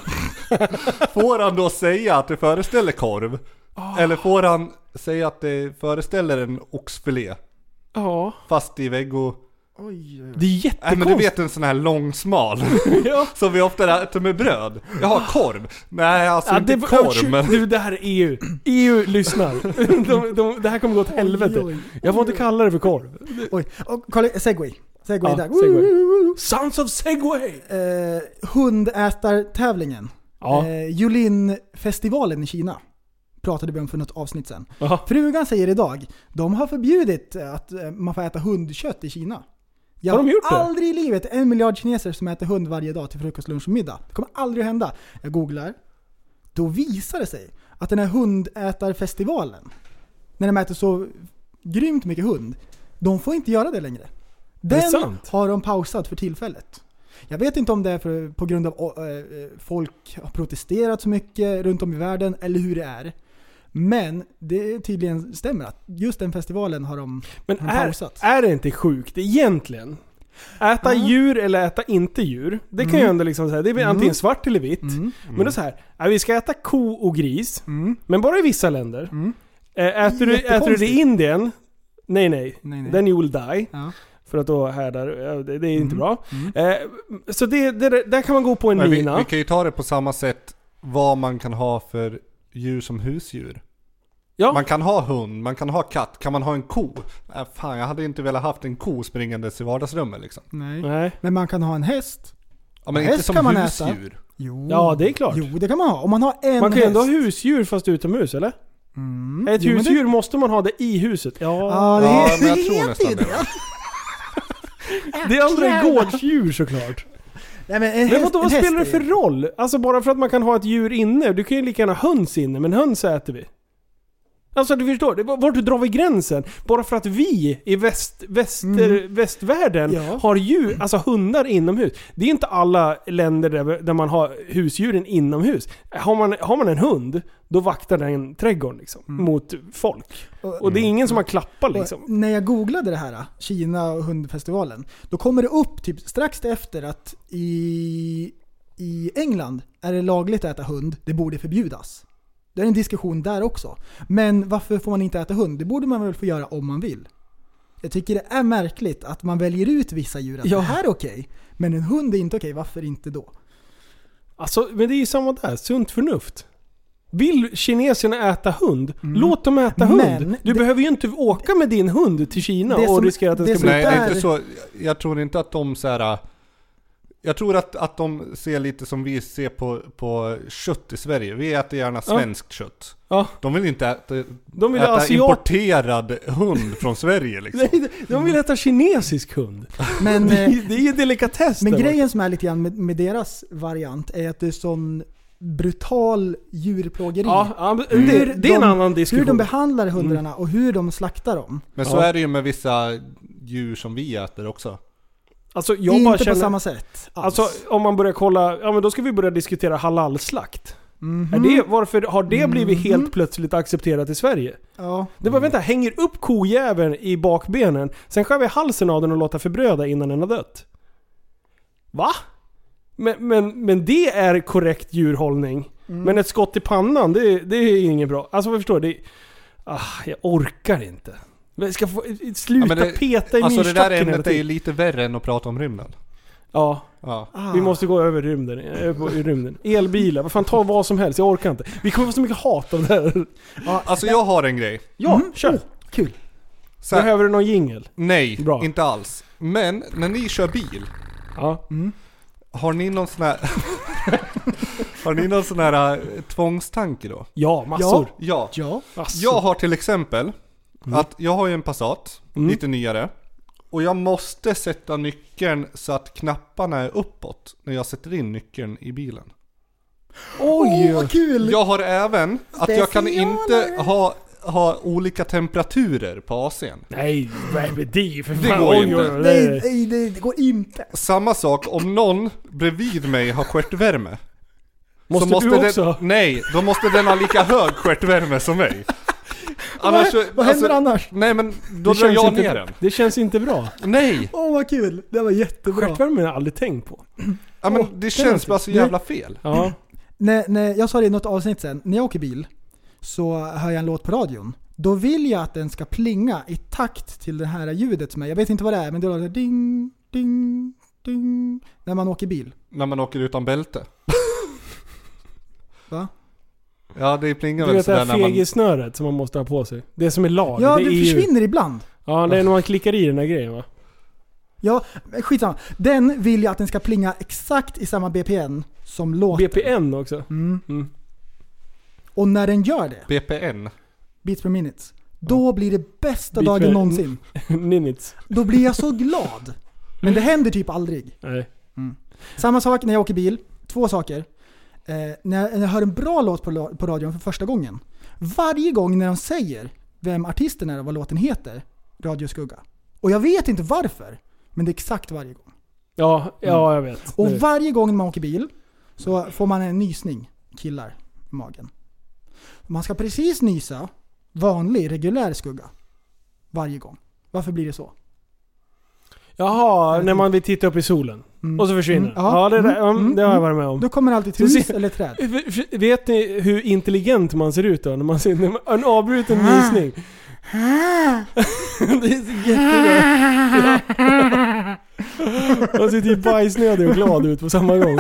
Speaker 7: Får han då säga att det föreställer korv? Eller får han säga att det föreställer en oxfilé?
Speaker 5: Ja.
Speaker 7: Fast i veggo...
Speaker 6: Oj, oj, oj.
Speaker 5: Det är
Speaker 7: Nej
Speaker 5: jättekonstigt.
Speaker 7: men du vet en sån här lång smal
Speaker 5: Ja.
Speaker 7: som vi ofta äter med bröd. Jaha, korv? Nej alltså
Speaker 5: Ja,
Speaker 7: inte
Speaker 5: det,
Speaker 7: korv men...
Speaker 5: Du, det här är E U. E U lyssnar. De, de, det här kommer gå åt helvete.
Speaker 6: Oj, oj.
Speaker 5: Jag får inte kalla det för korv.
Speaker 6: Oj, och kolla, segway. Segway
Speaker 5: Ja,
Speaker 6: där.
Speaker 5: segway.
Speaker 6: Woo, woo, woo.
Speaker 5: Sons of Segway!
Speaker 6: Eh, hundätartävlingen.
Speaker 5: Ja.
Speaker 6: Eh, Yulin-festivalen i Kina. Pratade vi om för något avsnitt sen.
Speaker 5: Aha.
Speaker 6: Frugan säger idag, de har förbjudit att eh, man får äta hundkött i Kina. Jag
Speaker 5: Har de gjort det?
Speaker 6: aldrig i livet en miljard kineser som äter hund varje dag till frukost, lunch och middag. Det kommer aldrig att hända. Jag googlar. Då visar det sig att den här hundätarfestivalen, när de äter så grymt mycket hund, de får inte göra det längre.
Speaker 5: det
Speaker 6: Den
Speaker 5: sant?
Speaker 6: har de pausat för tillfället. Jag vet inte om det är för, på grund av äh, folk har protesterat så mycket runt om i världen eller hur det är. Men det tydligen stämmer att just den festivalen har de,
Speaker 5: Men
Speaker 6: har de
Speaker 5: är,
Speaker 6: pausat.
Speaker 5: är det inte sjukt egentligen? Äta
Speaker 6: Ja.
Speaker 5: djur eller äta inte djur, det kan
Speaker 6: Mm.
Speaker 5: jag ändå liksom säga. Det är
Speaker 6: Mm.
Speaker 5: antingen svart eller vitt.
Speaker 6: Mm.
Speaker 5: Men det är så här, ja, vi ska äta ko och gris,
Speaker 6: Mm.
Speaker 5: men bara i vissa länder.
Speaker 6: Mm.
Speaker 5: Äh, Äter, du, äter du det i
Speaker 6: Jättekonstigt.
Speaker 5: Indien? Nej, nej.
Speaker 6: Nej, nej.
Speaker 5: Then you will die.
Speaker 6: Ja.
Speaker 5: För att då härdar, ja, det, det är inte
Speaker 6: Mm.
Speaker 5: bra.
Speaker 6: Mm.
Speaker 5: Eh, så det, det, där kan man gå på en
Speaker 7: Men vi,
Speaker 5: mina.
Speaker 7: vi kan ju ta det på samma sätt vad man kan ha för djur som husdjur.
Speaker 5: Ja.
Speaker 7: Man kan ha hund, man kan ha katt, kan man ha en ko? Äh, fan, jag hade inte velat haft en ko springandes i vardagsrummet liksom.
Speaker 6: Nej.
Speaker 5: Nej.
Speaker 6: Men man kan ha en häst.
Speaker 7: Ja, men
Speaker 6: Häst
Speaker 7: inte som
Speaker 6: kan man äta.
Speaker 7: husdjur.
Speaker 6: Jo.
Speaker 5: Ja, det är klart.
Speaker 6: Jo, det kan man ha. Om man har en
Speaker 5: Man kan ju ändå ha
Speaker 6: häst.
Speaker 5: husdjur fast utomhus, eller?
Speaker 6: Mm.
Speaker 5: Ett
Speaker 6: Jo, men
Speaker 5: husdjur
Speaker 6: det-
Speaker 5: måste man ha det i huset. Ja,
Speaker 6: Ja, det,
Speaker 7: Ja,
Speaker 6: är-
Speaker 7: men jag
Speaker 6: det
Speaker 7: tror
Speaker 6: heter
Speaker 7: nästan
Speaker 6: ju
Speaker 7: det.
Speaker 6: det.
Speaker 5: det andra är gårdsdjur såklart.
Speaker 6: Nej, men en
Speaker 5: Men
Speaker 6: häst,
Speaker 5: vadå,
Speaker 6: en
Speaker 5: vad
Speaker 6: häst
Speaker 5: spelar det
Speaker 6: är
Speaker 5: för
Speaker 6: ju-
Speaker 5: roll? Alltså bara för att man kan ha ett djur inne. Du kan ju lika gärna ha höns inne, men höns äter vi. Alltså du förstår, det- vart drar vi gränsen? Bara för att vi i väst, väster,
Speaker 6: Mm.
Speaker 5: västvärlden
Speaker 6: Ja.
Speaker 5: har djur, alltså hundar inomhus. Det är inte alla länder där, där man har husdjuren inomhus. Har man, har man en hund, då vaktar den trädgården liksom,
Speaker 6: Mm.
Speaker 5: mot folk.
Speaker 6: Och-
Speaker 5: Och det är ingen som har klappar liksom.
Speaker 6: Och när jag googlade det här, Kina och hundfestivalen, då kommer det upp typ strax efter att i i England är det lagligt att äta hund. Det borde förbjudas. Det är en diskussion där också. Men varför får man inte äta hund? Det borde man väl få göra om man vill. Jag tycker det är märkligt att man väljer ut vissa djur. Att
Speaker 5: Ja.
Speaker 6: det här är okej. Men en hund är inte okej. Varför inte då?
Speaker 5: Alltså, men det är ju samma där. Sunt förnuft. Vill kineserna äta hund?
Speaker 6: Mm.
Speaker 5: Låt dem äta
Speaker 6: Men
Speaker 5: hund. Du
Speaker 6: det-
Speaker 5: behöver ju inte åka med din hund till Kina
Speaker 6: Det
Speaker 5: och
Speaker 6: som-
Speaker 5: riskera att den
Speaker 6: det
Speaker 5: ska
Speaker 6: som-
Speaker 5: bli...
Speaker 7: Nej, det är
Speaker 6: där-
Speaker 7: inte så. Jag tror inte att de så här. Jag tror att, att de ser lite som vi ser på, på kött i Sverige. Vi äter gärna svenskt kött.
Speaker 5: Ja.
Speaker 7: De vill inte äta,
Speaker 5: De vill
Speaker 7: äta
Speaker 5: asiat-
Speaker 7: importerad hund från Sverige liksom.
Speaker 5: Nej, de vill äta kinesisk hund.
Speaker 6: Men,
Speaker 5: det,
Speaker 6: eh,
Speaker 5: är- det är ju delikatess
Speaker 6: men
Speaker 5: där.
Speaker 6: grejen som är lite grann med, med deras variant är att det är sån brutal djurplågeri.
Speaker 5: Ja, ja, men
Speaker 6: Hur
Speaker 5: det, det är en
Speaker 6: de-
Speaker 5: annan diskussion.
Speaker 6: Hur de behandlar hundarna och hur de slaktar dem.
Speaker 7: Men så
Speaker 5: Ja.
Speaker 7: är det ju med vissa djur som vi äter också.
Speaker 5: Alltså, jag
Speaker 6: Inte
Speaker 5: bara
Speaker 6: på
Speaker 5: känner,
Speaker 6: samma sätt. alls.
Speaker 5: Alltså om man börjar kolla, ja men då ska vi börja diskutera halalslakt.
Speaker 6: Mhm.
Speaker 5: Är det, varför har det blivit helt plötsligt accepterat i Sverige?
Speaker 6: Ja.
Speaker 5: Det var vänta, hänger upp kojäveln i bakbenen, sen skär vi halsen av den och låter förbröda innan den har dött. Va? Men, men, men det är korrekt djurhållning.
Speaker 6: Mm.
Speaker 5: Men ett skott i pannan, det, det är inget bra. Alltså vad förstår du? Det, ah, jag orkar inte. Jag ska få, sluta
Speaker 7: Ja, men det-
Speaker 5: peta i
Speaker 7: Alltså det där
Speaker 5: myrstacken hela
Speaker 7: ämnet är ju
Speaker 5: tiden.
Speaker 7: lite värre än att prata om rymden.
Speaker 5: Ja.
Speaker 7: Ja.
Speaker 6: Ah.
Speaker 5: Vi måste gå över rymden, eh, på- i rymden. Elbilar, vad fan, ta vad som helst, jag orkar inte. Vi kommer få så mycket hat av det här.
Speaker 7: Ja, alltså jag har en grej.
Speaker 5: Ja,
Speaker 6: Mm.
Speaker 5: kör.
Speaker 6: Oh, kul.
Speaker 7: Så här,
Speaker 5: Behöver du någon jingle?
Speaker 7: nej,
Speaker 5: Bra.
Speaker 7: inte alls. Men när ni kör bil,
Speaker 5: Ja.
Speaker 7: har ni någon sån här har ni någon sån här äh, tvångstanke då?
Speaker 5: Ja, massor.
Speaker 7: Ja.
Speaker 6: Ja.
Speaker 5: Massor.
Speaker 7: Jag har till exempel
Speaker 5: Mm.
Speaker 7: att jag har ju en Passat,
Speaker 5: Mm.
Speaker 7: lite nyare. Och jag måste sätta nyckeln så att knapparna är uppåt när jag sätter in nyckeln i bilen.
Speaker 6: Oj, oh, vad kul!
Speaker 7: Jag har även att jag kan
Speaker 6: Specialare.
Speaker 7: inte ha, ha olika temperaturer på A C:n.
Speaker 5: Nej, vad är det för
Speaker 7: Det
Speaker 5: fan?
Speaker 7: går
Speaker 5: Oj,
Speaker 7: inte.
Speaker 5: oj, oj,
Speaker 6: Nej,
Speaker 5: nej.
Speaker 6: nej, nej, det går inte.
Speaker 7: Samma sak om någon bredvid mig har stjärtvärme.
Speaker 5: Måste,
Speaker 7: så måste
Speaker 5: du
Speaker 7: den,
Speaker 5: också?
Speaker 7: Nej, då måste den ha lika hög stjärtvärme som mig.
Speaker 6: Vad,
Speaker 7: så-
Speaker 6: vad händer
Speaker 7: alltså-
Speaker 6: annars?
Speaker 7: Nej men då
Speaker 5: Det
Speaker 7: drar
Speaker 5: känns
Speaker 7: jag
Speaker 5: inte-
Speaker 7: ner den.
Speaker 5: Det känns inte bra.
Speaker 7: Nej!
Speaker 6: Åh, vad kul. Det var jättebra.
Speaker 5: Stjärtvärme har jag aldrig tänkt på.
Speaker 7: Ja men
Speaker 6: Åh,
Speaker 7: det
Speaker 6: det
Speaker 7: känns
Speaker 6: var
Speaker 7: bara
Speaker 6: kul.
Speaker 7: så jävla fel.
Speaker 5: Ja.
Speaker 6: När, när jag sa det i något avsnitt sen, när jag åker bil så hör jag en låt på radion. Då vill jag att den ska plinga i takt till det här ljudet som är, jag vet inte vad det är, men det låter ding, ding, ding när man åker bil.
Speaker 7: När man åker utan bälte.
Speaker 6: Va?
Speaker 7: Ja det plingar
Speaker 5: Du
Speaker 7: väl
Speaker 5: vet det
Speaker 7: sådär
Speaker 5: här
Speaker 7: när man...
Speaker 5: fegesnöret som man måste ha på sig. Det som är lag.
Speaker 6: Ja,
Speaker 5: det
Speaker 6: det
Speaker 5: är ju...
Speaker 6: försvinner ibland.
Speaker 5: Ja, det är när man klickar i den här grejen va?
Speaker 6: Ja, men skitsamma. Den vill jag att den ska plinga exakt i samma B P M som låten.
Speaker 5: B P N också.
Speaker 6: Mm.
Speaker 5: Mm.
Speaker 6: Och när den gör det,
Speaker 7: B P N.
Speaker 6: beats per minutes, då blir det bästa
Speaker 5: Beats
Speaker 6: dagen
Speaker 5: per-
Speaker 6: någonsin.
Speaker 5: Minutes.
Speaker 6: Då blir jag så glad. Men det händer typ aldrig.
Speaker 5: Nej.
Speaker 6: Samma sak när jag åker bil. Två saker. Eh, när, när jag hör en bra låt på, la- på radion för första gången. Varje gång när de säger vem artisten är och vad låten heter, Radio Skugga. Och jag vet inte varför, men det är exakt varje gång.
Speaker 5: Ja, ja jag vet.
Speaker 6: Och
Speaker 5: Nu.
Speaker 6: varje gång man åker bil så får man en nysning, killar, i magen. Man ska precis nysa vanlig, reguljär skugga. Varje gång. Varför blir det så?
Speaker 5: Jaha, när man vill titta upp i solen.
Speaker 6: Mm.
Speaker 5: Och så försvinner
Speaker 6: Mm,
Speaker 5: den.
Speaker 6: ja.
Speaker 5: Ja, det, där,
Speaker 6: Mm,
Speaker 5: mm, det har jag
Speaker 6: mm.
Speaker 5: varit med om.
Speaker 6: Då kommer alltid ett
Speaker 5: Så
Speaker 6: hus
Speaker 5: se-
Speaker 6: eller ett träd.
Speaker 5: V- v- Vet ni hur intelligent man ser ut då? När man ser när man, en avbruten nysning. Det är så jättebra. Ja. Man ser typ bajsnödig och glad ut på samma gång.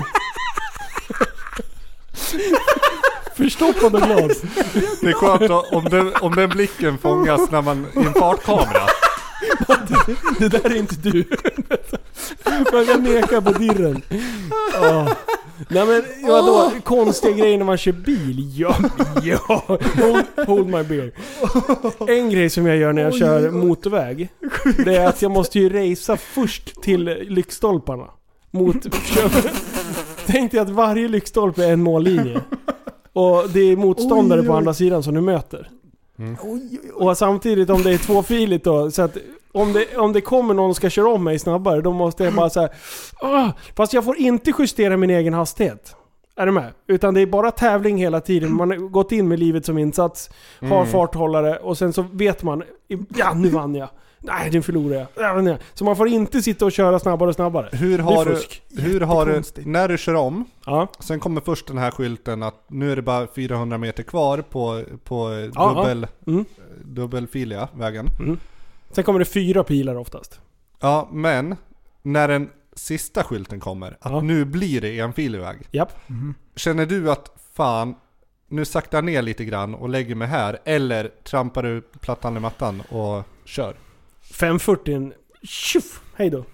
Speaker 5: Förstoppad och glad.
Speaker 7: Det är skönt då, om den, om den blicken fångas när man i en fartkamera.
Speaker 5: Det där är inte du. Man kan neka på dirren. Ja. Nej men vadå, konstiga grejer när man kör bil. Ja, ja. Hold, hold my beer. En grej som jag gör när jag kör motorväg, det är att jag måste ju racea först till lyktstolparna. Mot tänkte jag att varje lyktstolpe är en mållinje. Och det är motståndare
Speaker 6: Oj,
Speaker 5: på
Speaker 6: oj.
Speaker 5: andra sidan som du möter.
Speaker 6: Oj, oj, oj.
Speaker 5: Och samtidigt om det är tvåfiligt då, så att om det, om det kommer någon som ska köra om mig snabbare, då måste jag bara så här. Åh, fast jag får inte justera min egen hastighet. Är du med? Utan det är bara tävling hela tiden. Man har gått in med livet som insats, har
Speaker 7: Mm.
Speaker 5: farthållare och sen så vet man, ja nu vann jag. Nej, den förlorar jag. Så man får inte sitta och köra snabbare och snabbare.
Speaker 7: Hur har du, hur har du,
Speaker 6: Jättekonstigt.
Speaker 7: när du kör om,
Speaker 5: Ja.
Speaker 7: sen kommer först den här skylten att nu är det bara fyrahundra meter kvar på, på
Speaker 5: Ja,
Speaker 7: dubbel,
Speaker 5: ja. Mm.
Speaker 7: dubbelfiliga vägen.
Speaker 5: Mm. Sen kommer det fyra pilar oftast.
Speaker 7: Ja, men när den sista skylten kommer, att
Speaker 5: Ja.
Speaker 7: nu blir det enfilig väg.
Speaker 5: Japp.
Speaker 7: Känner du att fan, nu saktar jag ner lite grann och lägger mig här, eller trampar du plattan i mattan och kör?
Speaker 5: femhundrafyrtio, tjuff, hej då.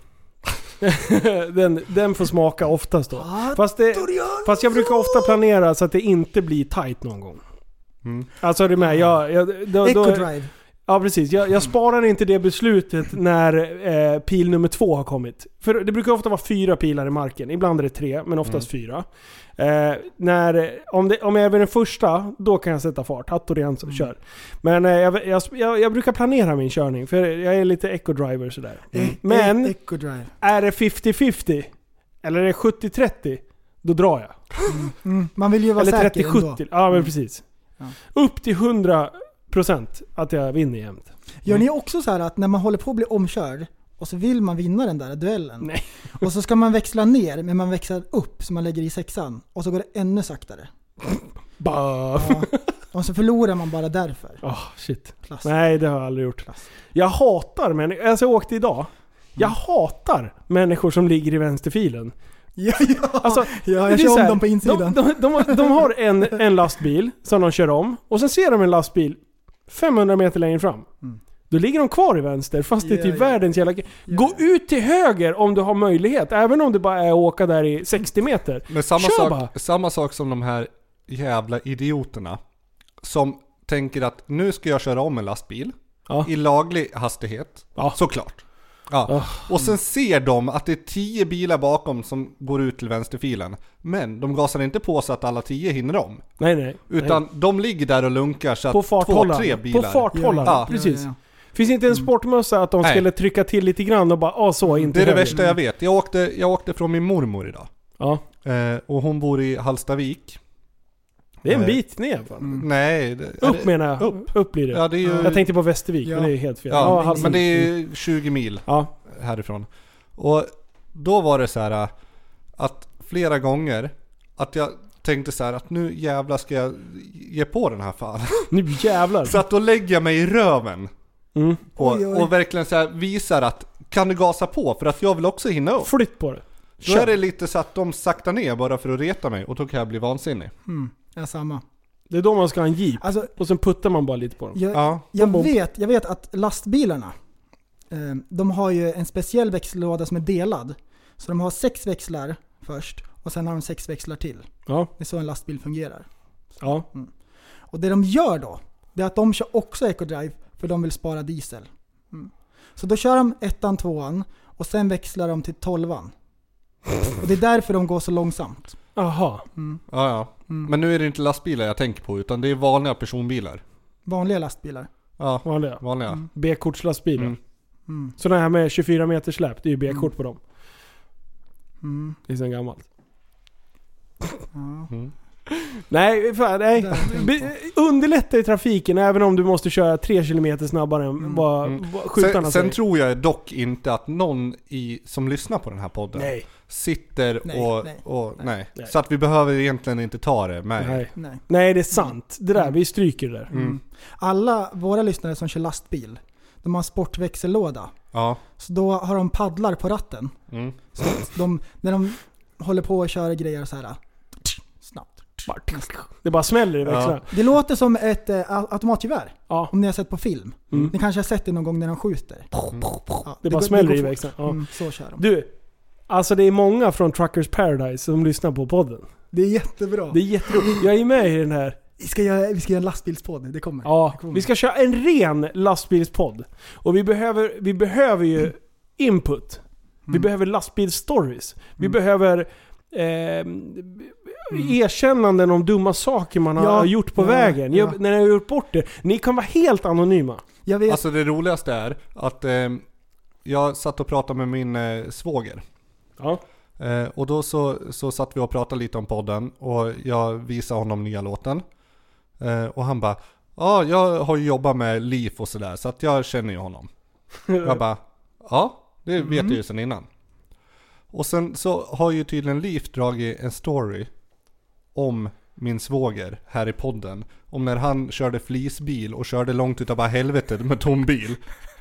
Speaker 5: den, den får smaka oftast då. Fast, det, fast jag brukar ofta planera så att det inte blir tight någon gång.
Speaker 7: Mm.
Speaker 5: Alltså är det med, jag, jag, då, då,
Speaker 6: Eco-drive.
Speaker 5: ja precis, jag, jag sparar inte det beslutet när eh, pil nummer två har kommit. För det brukar ofta vara fyra pilar i marken, ibland är det tre, men oftast
Speaker 7: Mm.
Speaker 5: fyra. Eh, när, om, det, om jag är vid den första, då kan jag sätta fart, hatt och rens och kör. Men eh, jag, jag, jag, jag brukar planera min körning, för jag är lite eco-driver sådär.
Speaker 6: Mm.
Speaker 5: Men
Speaker 6: Eco-drive.
Speaker 5: är det femtio femtio eller är det sjuttio trettio, då drar jag.
Speaker 6: Mm. Man vill ju vara
Speaker 5: Eller
Speaker 6: säker
Speaker 5: trettio
Speaker 6: ändå.
Speaker 5: sjuttio, ja men precis.
Speaker 6: Ja.
Speaker 5: Upp till hundra procent att jag vinner jämt.
Speaker 6: Gör ni också så här att när man håller på att bli omkörd och så vill man vinna den där duellen.
Speaker 5: Nej.
Speaker 6: Och så ska man växla ner, men man växlar upp så man lägger i sexan. Och så går det ännu saktare.
Speaker 5: Bah.
Speaker 6: Ja. Och så förlorar man bara därför.
Speaker 5: Oh, shit.
Speaker 6: Klass.
Speaker 5: Nej, det har jag aldrig gjort.
Speaker 6: Klass.
Speaker 5: Jag hatar människor. Alltså jag åkte idag. Jag hatar människor som ligger i vänsterfilen.
Speaker 6: Ja, ja.
Speaker 5: Alltså,
Speaker 6: ja
Speaker 5: det är
Speaker 6: jag kör
Speaker 5: så
Speaker 6: om
Speaker 5: här,
Speaker 6: dem på insidan.
Speaker 5: De, de, de, de har en, en lastbil som de kör om. Och sen ser de en lastbil femhundra meter längre fram.
Speaker 6: Mm.
Speaker 5: Då ligger de kvar i vänster fast det är
Speaker 6: Ja,
Speaker 5: typ
Speaker 6: ja.
Speaker 5: världens jävla... Gå ut till höger om du har möjlighet. Även om det bara är att åka där i sextio meter.
Speaker 7: Men samma
Speaker 5: Kör
Speaker 7: sak,
Speaker 5: bara.
Speaker 7: samma sak som de här jävla idioterna som tänker att nu ska jag köra om en lastbil
Speaker 5: Ja.
Speaker 7: i laglig hastighet,
Speaker 5: Ja.
Speaker 7: såklart. Ja.
Speaker 5: Ja.
Speaker 7: Och sen ser de att det är tio bilar bakom som går ut till vänsterfilen. Men de gasar inte på så att alla tio hinner om.
Speaker 5: Nej, nej.
Speaker 7: Utan
Speaker 5: nej.
Speaker 7: de ligger där och lunkar så att
Speaker 5: På
Speaker 7: två,
Speaker 5: farthållaren.
Speaker 7: tre bilar.
Speaker 5: På farthållaren,
Speaker 7: Ja.
Speaker 5: precis.
Speaker 6: Ja, ja,
Speaker 5: Finns inte en sportmössa att de
Speaker 7: Nej.
Speaker 5: skulle trycka till lite grann och bara, ah så, inte
Speaker 7: Det är det
Speaker 5: höger.
Speaker 7: värsta jag vet. Jag åkte, jag åkte från min mormor idag.
Speaker 5: Ja.
Speaker 7: Eh, och hon bor i Hallstavik.
Speaker 5: Det är en
Speaker 7: Nej.
Speaker 5: bit ner va?
Speaker 7: Nej. Det, är
Speaker 5: Upp
Speaker 7: det,
Speaker 5: menar jag.
Speaker 7: Upp.
Speaker 5: Upp blir det.
Speaker 7: Ja, det är ju...
Speaker 5: Jag tänkte på Västervik,
Speaker 6: Ja.
Speaker 5: men det är helt fel.
Speaker 7: Ja,
Speaker 5: Hallstavik.
Speaker 7: men det är tjugo mil
Speaker 5: Ja.
Speaker 7: härifrån. Och då var det så här äh, att flera gånger att jag tänkte så här att nu jävlar ska jag ge på den här fan.
Speaker 5: Nu jävlar.
Speaker 7: Så att då lägger jag mig i röven
Speaker 5: Mm.
Speaker 7: och,
Speaker 6: Oj, oj.
Speaker 7: och verkligen så här visar att kan du gasa på för att jag vill också hinna upp.
Speaker 5: Flytt på det.
Speaker 7: Då är det lite så att de saktar ner bara för att reta mig och då kan jag bli vansinnig.
Speaker 6: Mm. Ja, samma.
Speaker 5: Det är då man ska ha en jeep.
Speaker 6: Alltså,
Speaker 5: Och sen puttar man bara lite på dem.
Speaker 6: jag,
Speaker 7: Ja.
Speaker 6: jag,
Speaker 5: Bom, bom.
Speaker 6: vet, jag vet att lastbilarna, eh, de har ju en speciell växellåda som är delad. Så de har sex växlar först och sen har de sex växlar till.
Speaker 5: Ja.
Speaker 6: Det är så en lastbil fungerar.
Speaker 5: Ja.
Speaker 6: Och det de gör då, det är att de kör också eco-drive för de vill spara diesel. Mm. Så då kör de ettan, tvåan och sen växlar de till tolvan. Och det är därför de går så långsamt.
Speaker 5: Aha.
Speaker 6: Mm.
Speaker 7: Ja, ja.
Speaker 6: Mm.
Speaker 7: Men nu är det inte lastbilar jag tänker på utan det är vanliga personbilar.
Speaker 6: Vanliga lastbilar.
Speaker 7: Ja,
Speaker 5: Vanliga.
Speaker 7: vanliga.
Speaker 6: Mm.
Speaker 5: B-kortslastbilar.
Speaker 7: Mm.
Speaker 6: Mm.
Speaker 5: Sådana här med tjugofyra meter släp, det är ju B-kort på dem.
Speaker 6: Mm.
Speaker 5: Det är sen gammalt.
Speaker 6: Ja.
Speaker 7: Mm.
Speaker 5: Nej, fan, nej.
Speaker 6: Det har jag tänkt
Speaker 5: Be- underlätta i trafiken även om du måste köra tre kilometer snabbare än
Speaker 6: Mm.
Speaker 5: vad,
Speaker 7: Mm.
Speaker 5: vad skjutarna
Speaker 7: Sen,
Speaker 5: säger.
Speaker 7: sen tror jag dock inte att någon i, som lyssnar på den här podden
Speaker 5: Nej.
Speaker 7: sitter
Speaker 6: Nej,
Speaker 7: och,
Speaker 6: nej,
Speaker 7: och nej.
Speaker 5: nej. Nej.
Speaker 7: Så att vi behöver egentligen inte ta det med.
Speaker 5: Nej.
Speaker 6: Nej.
Speaker 5: Nej, det är sant. Det där,
Speaker 6: Mm.
Speaker 5: vi stryker det där.
Speaker 7: Mm.
Speaker 6: Alla våra lyssnare som kör lastbil, de har en sportväxellåda.
Speaker 7: Ja.
Speaker 6: Så då har de paddlar på ratten.
Speaker 7: Mm.
Speaker 6: Så att de, när de håller på och kör grejer så här snabbt.
Speaker 5: Bara- Det bara smäller i
Speaker 7: Ja.
Speaker 5: växlarna.
Speaker 6: Det låter som ett eh, automatgevär.
Speaker 5: Ja.
Speaker 6: Om ni har sett på film.
Speaker 5: Mm.
Speaker 6: Ni kanske har sett det någon gång när de skjuter. Ja,
Speaker 5: Det bara
Speaker 6: går-
Speaker 5: smäller
Speaker 6: går
Speaker 5: i
Speaker 6: fort.
Speaker 5: växlarna. Ja.
Speaker 6: Mm, så kör de.
Speaker 5: Du, alltså det är många från Truckers Paradise som lyssnar på podden.
Speaker 6: Det är jättebra.
Speaker 5: Det är jätteroligt. Jag är med i den här.
Speaker 6: Vi ska göra, vi ska göra en lastbilspodd. Det kommer.
Speaker 5: Ja,
Speaker 6: det kommer.
Speaker 5: vi ska köra en ren lastbilspodd. Och vi behöver, vi behöver ju input. Vi
Speaker 6: Mm.
Speaker 5: behöver lastbilsstories. Vi
Speaker 6: Mm.
Speaker 5: behöver eh, erkännanden om dumma saker man har
Speaker 6: Ja,
Speaker 5: gjort på
Speaker 6: ja,
Speaker 5: vägen.
Speaker 6: ja.
Speaker 5: Jag, när jag har gjort bort det. Ni kan vara helt anonyma.
Speaker 6: Jag vet.
Speaker 7: Alltså det roligaste är att eh, jag satt och pratade med min eh, svåger.
Speaker 5: Ja.
Speaker 7: Eh, och då så, så satt vi och pratade lite om podden och jag visade honom nya låten. Eh, och han bara, ja jag har ju jobbat med Liv och sådär så att jag känner ju honom. Jag bara, ja, det vet
Speaker 6: Mm.
Speaker 7: jag ju sedan innan. Och sen så har ju tydligen Liv dragit en story om min svåger här i podden. Om när han körde flisbil och körde långt utav bara helvetet med tom bil.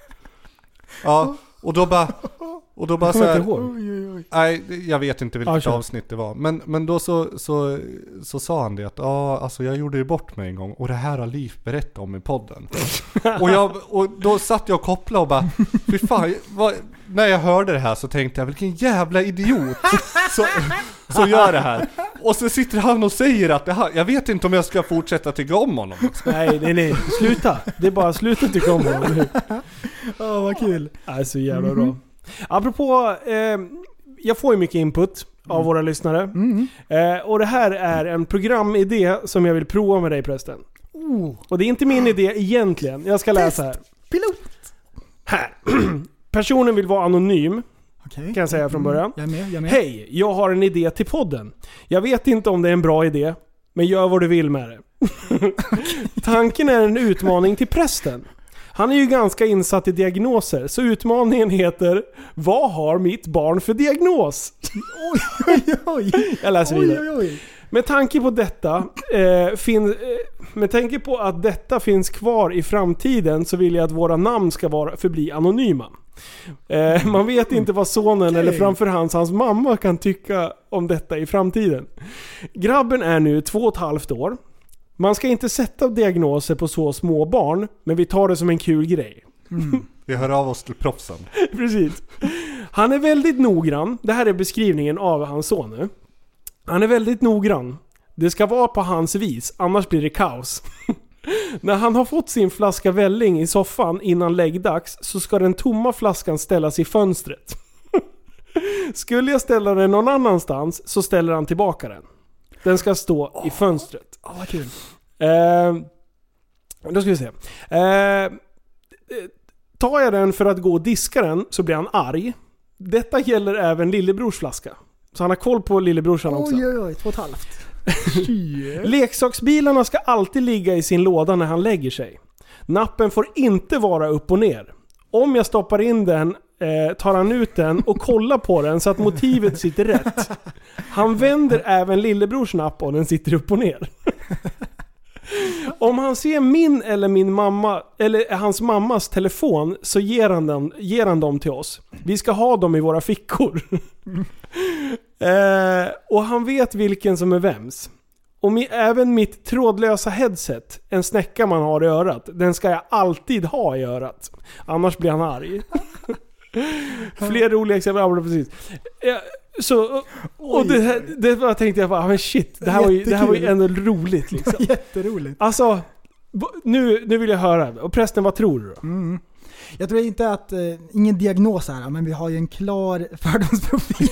Speaker 7: Ja, och då bara... Och då bara så här, nej, jag vet inte vilket
Speaker 5: Ja,
Speaker 7: avsnitt det var. Men, men då så, så, så sa han det att ja, alltså jag gjorde ju bort mig en gång. Och det här har Liv berättat om i podden. och, jag, och då satt jag och kopplade och bara, fy fan, vad, när jag hörde det här så tänkte jag, vilken jävla idiot så, så gör det här. Och så sitter han och säger att det här, jag vet inte om jag ska fortsätta tycka om honom.
Speaker 5: Nej, nej, nej. Sluta. Det är bara sluta tycka om honom nu.
Speaker 6: Åh, vad kul.
Speaker 5: Nej, så jävla bra. Apropå, eh, jag får ju mycket input av
Speaker 6: Mm.
Speaker 5: våra lyssnare.
Speaker 6: Mm.
Speaker 5: Eh, och det här är en programidé som jag vill prova med dig prästen.
Speaker 6: Oh.
Speaker 5: Och det är inte min idé egentligen. Jag ska läsa här.
Speaker 6: Pilot.
Speaker 5: Här. Personen vill vara anonym.
Speaker 6: Okej.
Speaker 5: Kan jag säga från början.
Speaker 6: Jag är med, jag är med.
Speaker 5: Hej, jag har en idé till podden. Jag vet inte om det är en bra idé, men gör vad du vill med det. Tanken är en utmaning till prästen. Han är ju ganska insatt i diagnoser, så utmaningen heter: vad har mitt barn för diagnos?
Speaker 6: Oj, oj, oj.
Speaker 5: Jag läser
Speaker 6: Oj,
Speaker 5: vidare.
Speaker 6: oj, oj.
Speaker 5: Med tanke på detta eh, fin, eh, med tanke på att detta finns kvar i framtiden så vill jag att våra namn ska vara, förbli anonyma. Eh, man vet inte vad sonen
Speaker 6: Okej.
Speaker 5: eller framför hans, hans mamma kan tycka om detta i framtiden. Grabben är nu två och ett halvt år. Man ska inte sätta diagnoser på så små barn, men vi tar det som en kul grej.
Speaker 6: Mm.
Speaker 7: Vi hör av oss till proffsen.
Speaker 5: Precis. Han är väldigt noggrann. Det här är beskrivningen av hans son nu. Han är väldigt noggrann. Det ska vara på hans vis, annars blir det kaos. När han har fått sin flaska välling i soffan innan läggdags så ska den tomma flaskan ställas i fönstret. Skulle jag ställa den någon annanstans så ställer han tillbaka den. Den ska stå oh. i fönstret.
Speaker 6: Ja, oh, vad kul.
Speaker 5: Eh, då ska vi se. Eh, tar jag den för att gå och diska den så blir han arg. Detta gäller även lillebrors flaska. Så han har koll på lillebrorsan också.
Speaker 6: Oj, oj, oj. Två och ett halvt.
Speaker 5: Leksaksbilarna ska alltid ligga i sin låda när han lägger sig. Nappen får inte vara upp och ner. Om jag stoppar in den eh, tar han ut den och kollar på den så att motivet sitter rätt. Han vänder även lillebrors napp och den sitter upp och ner. Om han ser min eller min mamma eller hans mammas telefon så ger han, den, ger han dem till oss. Vi ska ha dem i våra fickor. eh, och han vet vilken som är vems. Och mi, även mitt trådlösa headset, en snäcka man har i örat, den ska jag alltid ha i örat. Annars blir han arg. Fler roliga exempel. Precis. Eh, så, och det, här, det var, tänkte jag bara, men shit, det här, var ju, det här var ju ändå roligt liksom.
Speaker 6: Jätteroligt.
Speaker 5: Alltså, nu, nu vill jag höra. Och prästen, vad tror du då?
Speaker 6: Mm. Jag tror inte att, eh, ingen diagnos här, men vi har ju en klar fördomsprofil.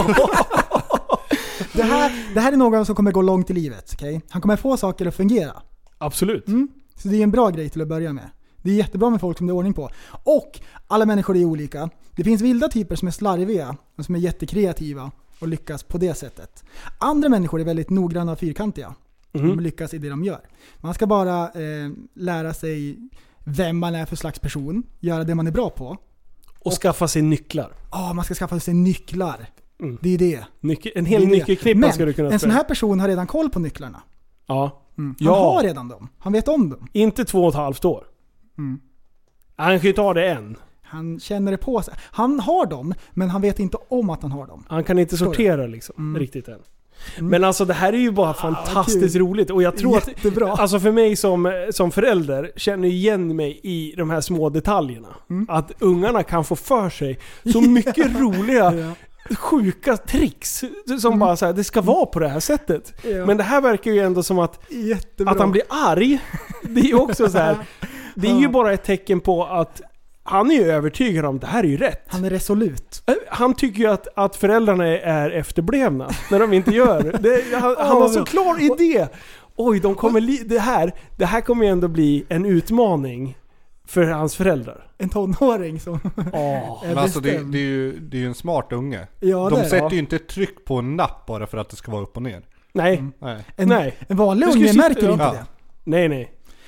Speaker 6: det, här, det här är någon som kommer gå långt i livet, okay? Han kommer få saker att fungera.
Speaker 5: Absolut.
Speaker 6: Mm. Så det är en bra grej till att börja med. Det är jättebra med folk som det är ordning på. Och alla människor är olika. Det finns vilda typer som är slarviga och som är jättekreativa och lyckas på det sättet. Andra människor är väldigt noggranna och fyrkantiga.
Speaker 5: Mm.
Speaker 6: De lyckas i det de gör. Man ska bara eh, lära sig vem man är för slags person, göra det man är bra på.
Speaker 5: Och, och skaffa sig nycklar.
Speaker 6: Ja, oh, man ska skaffa sig nycklar. Mm. Det är det.
Speaker 5: Nyckel, en hel nyckelknippa ska du kunna
Speaker 6: Men en sån här person har redan koll på nycklarna.
Speaker 5: Ja.
Speaker 6: Mm. Han
Speaker 5: ja.
Speaker 6: har redan dem. Han vet om dem.
Speaker 5: Inte två och ett halvt år.
Speaker 6: Mm.
Speaker 5: Han kan ju ta det än.
Speaker 6: Han känner det på sig. Han har dem, men han vet inte om att han har dem.
Speaker 5: Han kan inte sortera liksom, mm. riktigt än. Mm. Men alltså det här är ju bara ah, fantastiskt kul. Roligt. Och jag tror
Speaker 6: Jättebra.
Speaker 5: att, alltså för mig som, som förälder känner igen mig i de här små detaljerna. Mm. Att ungarna kan få för sig så mycket roliga ja. sjuka tricks som mm. bara så här, det ska vara på det här sättet. Ja. Men det här verkar ju ändå som att
Speaker 6: Jättebra.
Speaker 5: att han blir arg. Det är ju också så här. Det är ju bara ett tecken på att han är ju övertygad om att det här är ju rätt.
Speaker 6: Han är resolut.
Speaker 5: Han tycker ju att, att föräldrarna är efterblivna när de inte gör det. Han, han har så klar idé. Oj, de kommer li- det här det här kommer ju ändå bli en utmaning för hans föräldrar.
Speaker 6: En tonåring som
Speaker 5: oh.
Speaker 7: Men alltså det, det är ju det är ju en smart unge.
Speaker 6: Ja,
Speaker 7: de
Speaker 6: det,
Speaker 7: sätter
Speaker 6: ja.
Speaker 7: ju inte ett tryck på en napp bara för att det ska vara upp och ner.
Speaker 5: Nej.
Speaker 6: Mm.
Speaker 7: Nej.
Speaker 6: En,
Speaker 5: nej.
Speaker 6: en vanlig unge
Speaker 5: sitta,
Speaker 6: märker
Speaker 5: ja.
Speaker 6: inte
Speaker 7: ja.
Speaker 6: det.
Speaker 5: Nej, nej.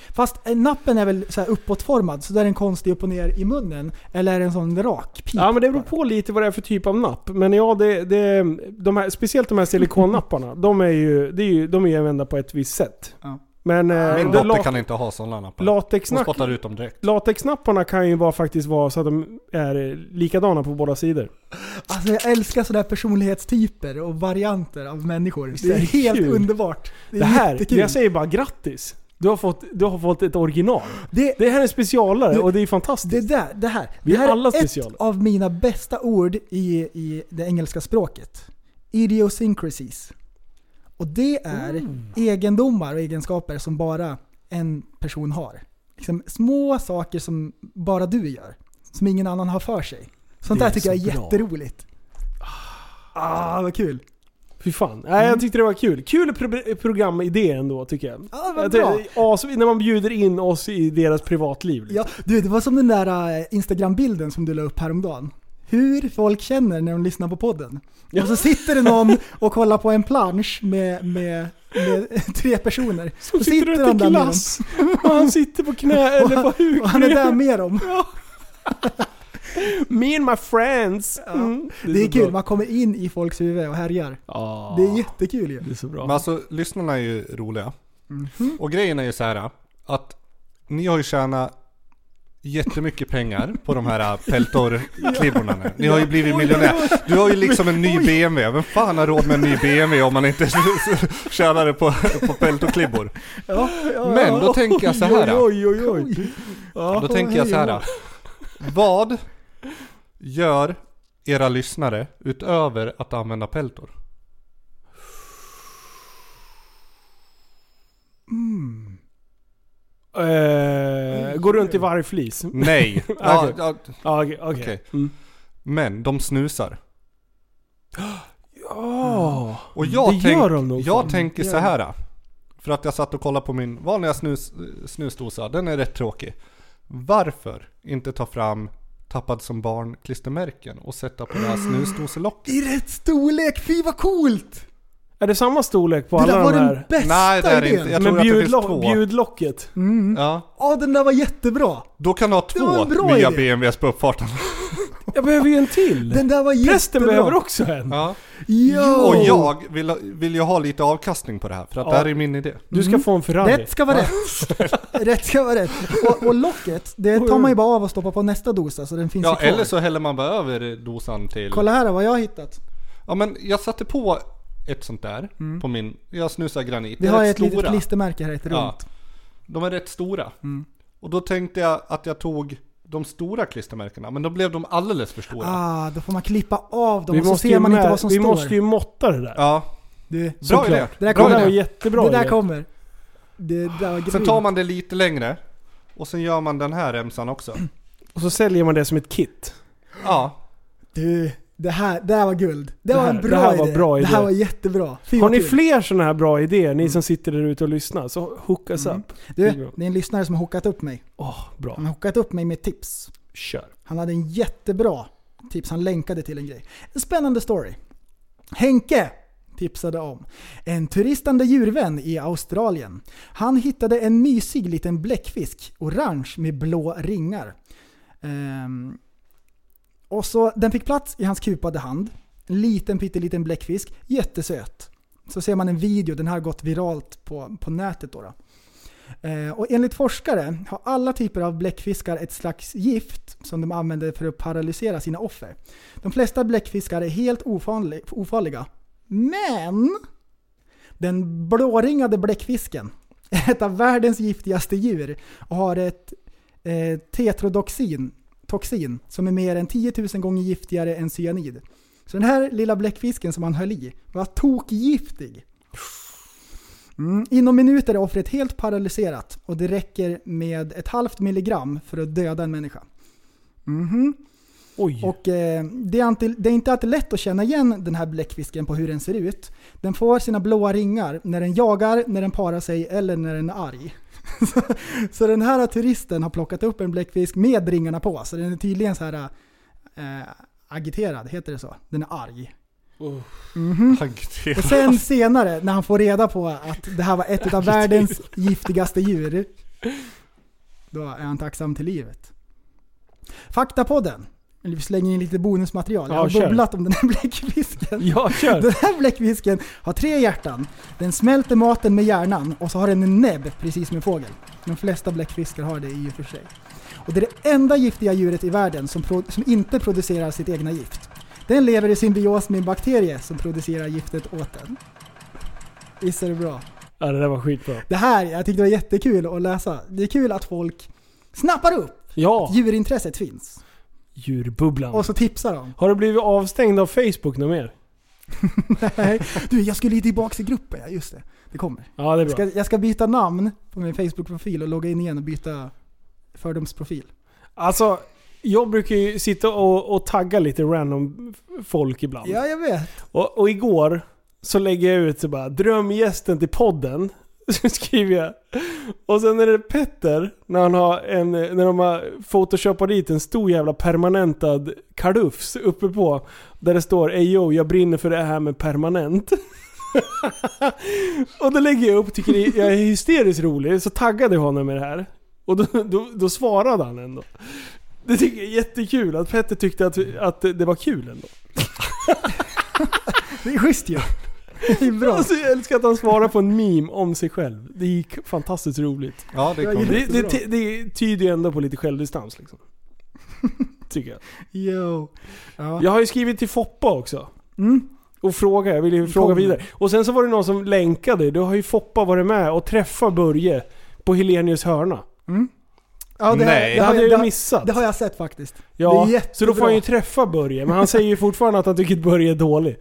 Speaker 6: Fast nappen är väl så här uppåtformad, så där är den konstig upp och ner i munnen. Eller är det en sån rak pip?
Speaker 5: Ja, men det beror på lite vad det är för typ av napp. Men ja, det, det, de här, speciellt de här silikonnapparna, de är ju, det är ju, de är ju använda på ett visst sätt.
Speaker 6: Ja.
Speaker 5: Men, eh,
Speaker 7: Min dotter la- kan inte ha sådana nappar.
Speaker 5: Latexnack-
Speaker 7: Hon spottar ut dem direkt.
Speaker 5: Latexnapparna kan ju bara faktiskt vara så att de är likadana på båda sidor.
Speaker 6: Alltså jag älskar sådana här personlighetstyper och varianter av människor. Det är,
Speaker 5: Det är
Speaker 6: helt
Speaker 5: kul.
Speaker 6: underbart. Det är
Speaker 5: Det här,
Speaker 6: jättekul.
Speaker 5: jag säger bara grattis. Du har fått, du har fått ett original.
Speaker 6: Det,
Speaker 5: Det här är specialare
Speaker 6: Det-
Speaker 5: och det är fantastiskt.
Speaker 6: det där, det här.
Speaker 5: Vi
Speaker 6: det
Speaker 5: är
Speaker 6: här
Speaker 5: alla
Speaker 6: är ett
Speaker 5: specialer.
Speaker 6: av mina bästa ord i, i det engelska språket. Idiosyncrasies. Och det är
Speaker 5: Mm.
Speaker 6: egendomar och egenskaper som bara en person har. Liksom små saker som bara du gör. Som ingen annan har för sig. Sånt
Speaker 5: Det
Speaker 6: där
Speaker 5: är
Speaker 6: tycker jag är
Speaker 5: så bra.
Speaker 6: jätteroligt. Ah, vad kul.
Speaker 5: Fy fan. Nej, jag tyckte det var kul. Kul pro- programidé ändå, tycker jag.
Speaker 6: Ja, vad
Speaker 5: Jag
Speaker 6: bra.
Speaker 5: tycker- as, när man bjuder in oss i deras privatliv. Liksom.
Speaker 6: Ja, du, det var som den där äh, Instagram-bilden som du la upp häromdagen. Hur folk känner när de lyssnar på podden. Och så sitter det någon och kollar på en plansch med, med, med tre personer.
Speaker 5: Så
Speaker 6: Så
Speaker 5: sitter du
Speaker 6: han
Speaker 5: och
Speaker 6: där
Speaker 5: äter
Speaker 6: med
Speaker 5: glass. Och han sitter på knä eller på huk.
Speaker 6: Och han är där med dem.
Speaker 5: Me and my friends. Mm.
Speaker 6: Det är
Speaker 5: så
Speaker 6: kul,
Speaker 5: bra.
Speaker 6: man kommer in i folks huvud och härjar.
Speaker 5: Ah,
Speaker 6: Det är jättekul ju.
Speaker 5: det är så bra.
Speaker 7: Men alltså, lyssnarna är ju roliga.
Speaker 6: Mhm.
Speaker 7: Och grejen är ju så här att ni har ju tjänat jättemycket pengar på de här Peltor-klibborna nu. Ni har ju blivit miljonär. Du har ju liksom en ny B M W. Vem fan har råd med en ny B M W om man inte tjänar det på, på Peltor-klibbor?
Speaker 6: Ja, ja,
Speaker 7: Men då tänker jag så här.
Speaker 5: Oj, oj, oj. oj. Ja.
Speaker 7: Då tänker jag så här. Vad gör era lyssnare utöver att använda Peltor?
Speaker 5: Eh, går runt i vargflis.
Speaker 7: Nej.
Speaker 5: Okej.
Speaker 7: Ja, ja,
Speaker 5: Ja, okej. okej.
Speaker 7: Okej.
Speaker 5: Mm.
Speaker 7: men de snusar.
Speaker 5: Ja.
Speaker 7: Och jag,
Speaker 5: Det
Speaker 7: tänk,
Speaker 5: gör de nog
Speaker 7: jag
Speaker 5: fan.
Speaker 7: tänker
Speaker 6: Det
Speaker 7: så
Speaker 6: gör
Speaker 7: här. För att jag satt och kollade på min vanliga snus, snusdosa. Den är rätt tråkig. Varför inte ta fram tappad som barn klistermärken och sätta på det här snusdoselocket?
Speaker 6: I rätt storlek, fy vad coolt!
Speaker 5: Är det samma storlek på
Speaker 6: Det där
Speaker 5: alla
Speaker 6: var
Speaker 5: de
Speaker 6: den
Speaker 5: här?
Speaker 6: bästa
Speaker 7: Nej, det är det
Speaker 6: idén.
Speaker 7: inte. Jag
Speaker 5: Men
Speaker 7: tror att det finns
Speaker 5: bjudlo-
Speaker 7: två.
Speaker 5: bjudlocket.
Speaker 7: Ja,
Speaker 6: Ja, den där var jättebra.
Speaker 7: då kan du ha
Speaker 6: Det var
Speaker 7: två
Speaker 6: en bra
Speaker 7: nya
Speaker 6: idé.
Speaker 7: B M Ws på uppfarten.
Speaker 5: Jag behöver ju en till.
Speaker 6: Den där var
Speaker 5: Prästen
Speaker 6: jättebra.
Speaker 5: behöver också en.
Speaker 7: Ja.
Speaker 6: Ja.
Speaker 7: Och jag vill, vill ju ha lite avkastning på det här. För att
Speaker 5: Ja.
Speaker 7: det här är min idé.
Speaker 5: Du ska få en Ferrari.
Speaker 6: Rätt ska vara rätt. Rätt ska vara rätt. Och, och locket, det tar man ju bara av och stoppar på nästa dosa så den finns
Speaker 7: Ja,
Speaker 6: ju kvar.
Speaker 7: eller så häller man bara över dosan till...
Speaker 6: Kolla här vad jag har hittat.
Speaker 7: Ja, men jag satte på ett sånt där på min... Jag snusar granit.
Speaker 6: Vi
Speaker 7: Det är
Speaker 6: har
Speaker 7: rätt
Speaker 6: ett litet
Speaker 7: stora.
Speaker 6: klistermärke här, ett
Speaker 7: Ja.
Speaker 6: runt.
Speaker 7: De är rätt stora.
Speaker 6: Mm.
Speaker 7: Och då tänkte jag att jag tog de stora klistermärkena. Men då blev de alldeles för stora.
Speaker 6: Ah, då får man klippa av dem
Speaker 5: Vi
Speaker 6: och så
Speaker 5: måste,
Speaker 6: ser
Speaker 5: ju
Speaker 6: man inte
Speaker 5: med,
Speaker 6: vad som
Speaker 5: vi
Speaker 6: står.
Speaker 5: måste ju måtta det där.
Speaker 7: Ja,
Speaker 6: Det,
Speaker 7: bra
Speaker 5: Såklart.
Speaker 7: idé.
Speaker 6: det där
Speaker 7: Bra
Speaker 6: kommer.
Speaker 5: Det var
Speaker 7: idé.
Speaker 5: jättebra
Speaker 6: det där
Speaker 5: idé.
Speaker 6: kommer. Det där var
Speaker 7: Sen
Speaker 6: grymt.
Speaker 7: tar man det lite längre. Och sen gör man den här remsan också.
Speaker 5: Och så säljer man det som ett kit.
Speaker 7: Ja.
Speaker 6: Du, det här, det här var guld. Det,
Speaker 5: Det
Speaker 6: var
Speaker 5: här-
Speaker 6: en bra
Speaker 5: det här
Speaker 6: idé.
Speaker 5: var bra
Speaker 6: Det här
Speaker 5: idé.
Speaker 6: var jättebra. Fy,
Speaker 5: Har
Speaker 6: vad
Speaker 5: ni
Speaker 6: kul.
Speaker 5: fler sådana här bra idéer? Ni som sitter där ute och lyssnar. Så hook us
Speaker 6: Mm.
Speaker 5: up.
Speaker 6: Du, det är en lyssnare som har hookat upp mig.
Speaker 5: Åh, bra.
Speaker 6: Han har hookat upp mig med tips.
Speaker 5: Kör.
Speaker 6: Han hade en jättebra tips. Han länkade till en grej. En spännande story. Henke tipsade om en turistande djurvän i Australien. Han hittade en mysig liten bläckfisk, orange med blå ringar. Ehm, och så den fick plats i hans kupade hand. En liten pytteliten bläckfisk, jättesöt. Så ser man en video, den här har gått viralt på, på nätet då. då. Eh, och enligt forskare har alla typer av bläckfiskar ett slags gift som de använder för att paralysera sina offer. De flesta bläckfiskar är helt ofarliga, ofarliga. Men den blåringade bläckfisken är ett av världens giftigaste djur och har ett eh, tetrodoxin toxin som är mer än tio tusen gånger giftigare än cyanid. Så den här lilla bläckfisken som han höll i var tokgiftig. Mm. Inom minuter är offret helt paralyserat och det räcker med ett halvt milligram för att döda en människa. Mhm.
Speaker 5: Oj.
Speaker 6: Och eh, det, är inte, det är inte alltid lätt att känna igen den här bläckfisken på hur den ser ut. Den får sina blåa ringar när den jagar, när den parar sig eller när den är arg. så, så den här turisten har plockat upp en bläckfisk med ringarna på. Så den är tydligen så här äh, agiterad, heter det så? Den är arg.
Speaker 5: Oh.
Speaker 6: Mhm.
Speaker 7: Agiterad.
Speaker 6: Och sen senare när han får reda på att det här var ett av världens giftigaste djur, Då är han tacksam till livet. Faktapodden. Eller vi slänger in lite bonusmaterial. Jag
Speaker 5: Ja,
Speaker 6: har
Speaker 5: kör.
Speaker 6: bubblat om den här bläckfisken.
Speaker 5: Ja, kör.
Speaker 6: Den här bläckfisken har tre hjärtan. Den smälter maten med hjärnan och så har den en näbb precis som en fågel. De flesta bläckfiskar har det i och för sig. Och det är det enda giftiga djuret i världen som, pro- som inte producerar sitt egna gift. Den lever i symbios med en bakterie som producerar giftet åt den. Visst är det bra?
Speaker 5: Ja, det där var skitbra.
Speaker 6: Det här, jag tyckte det var jättekul att läsa. Det är kul att folk snappar upp
Speaker 5: Ja,
Speaker 6: att djurintresset finns.
Speaker 5: djurbubblan.
Speaker 6: Och så tipsar de.
Speaker 5: Har du blivit avstängd av Facebook något mer?
Speaker 6: Nej, du, jag skulle ju tillbaka till gruppen, ja just det. Det kommer.
Speaker 5: Ja, det är
Speaker 6: Jag
Speaker 5: bra.
Speaker 6: ska, jag ska byta namn på min Facebook-profil och logga in igen och byta fördomsprofil.
Speaker 5: Alltså, jag brukar ju sitta och, och tagga lite random folk ibland.
Speaker 6: Ja, jag vet.
Speaker 5: Och, och igår så lägger jag ut så bara drömgästen till podden. Så skriver jag. Och sen är det Petter när han har en när de har photoshopat dit en stor jävla permanentad kardufs uppe på där det står ey yo, jag brinner för det här med permanent. Och då lägger jag upp, tycker jag är hysteriskt rolig, så taggade jag honom med det här. Och då, då, då svarade han ändå. Det tycker jag är jättekul att Petter tyckte att, att det var kul ändå.
Speaker 6: Det är schysst ju. Det är bra.
Speaker 5: Alltså, jag älskar att han svarar på en meme om sig själv. Det gick fantastiskt roligt.
Speaker 7: Ja, det
Speaker 6: Ja,
Speaker 7: kommer.
Speaker 5: Det, det, det tyder ju ändå på lite självdistans liksom. Tycker jag.
Speaker 6: Jo. Ja.
Speaker 5: Jag har ju skrivit till Foppa också.
Speaker 6: Mm.
Speaker 5: Och fråga, jag vill ju fråga
Speaker 6: Kom.
Speaker 5: vidare. Och sen så var det någon som länkade. Då har ju Foppa varit med och träffat Börje på Helenius hörna.
Speaker 6: Mm. Ja, det,
Speaker 7: Nej.
Speaker 5: Det hade
Speaker 6: har,
Speaker 5: jag ju
Speaker 6: det,
Speaker 5: missat.
Speaker 6: det har jag sett faktiskt.
Speaker 5: Ja,
Speaker 6: det är jättebra.
Speaker 5: så då får han ju träffa Börje. Men han säger ju fortfarande att han tycker att Börje är dålig.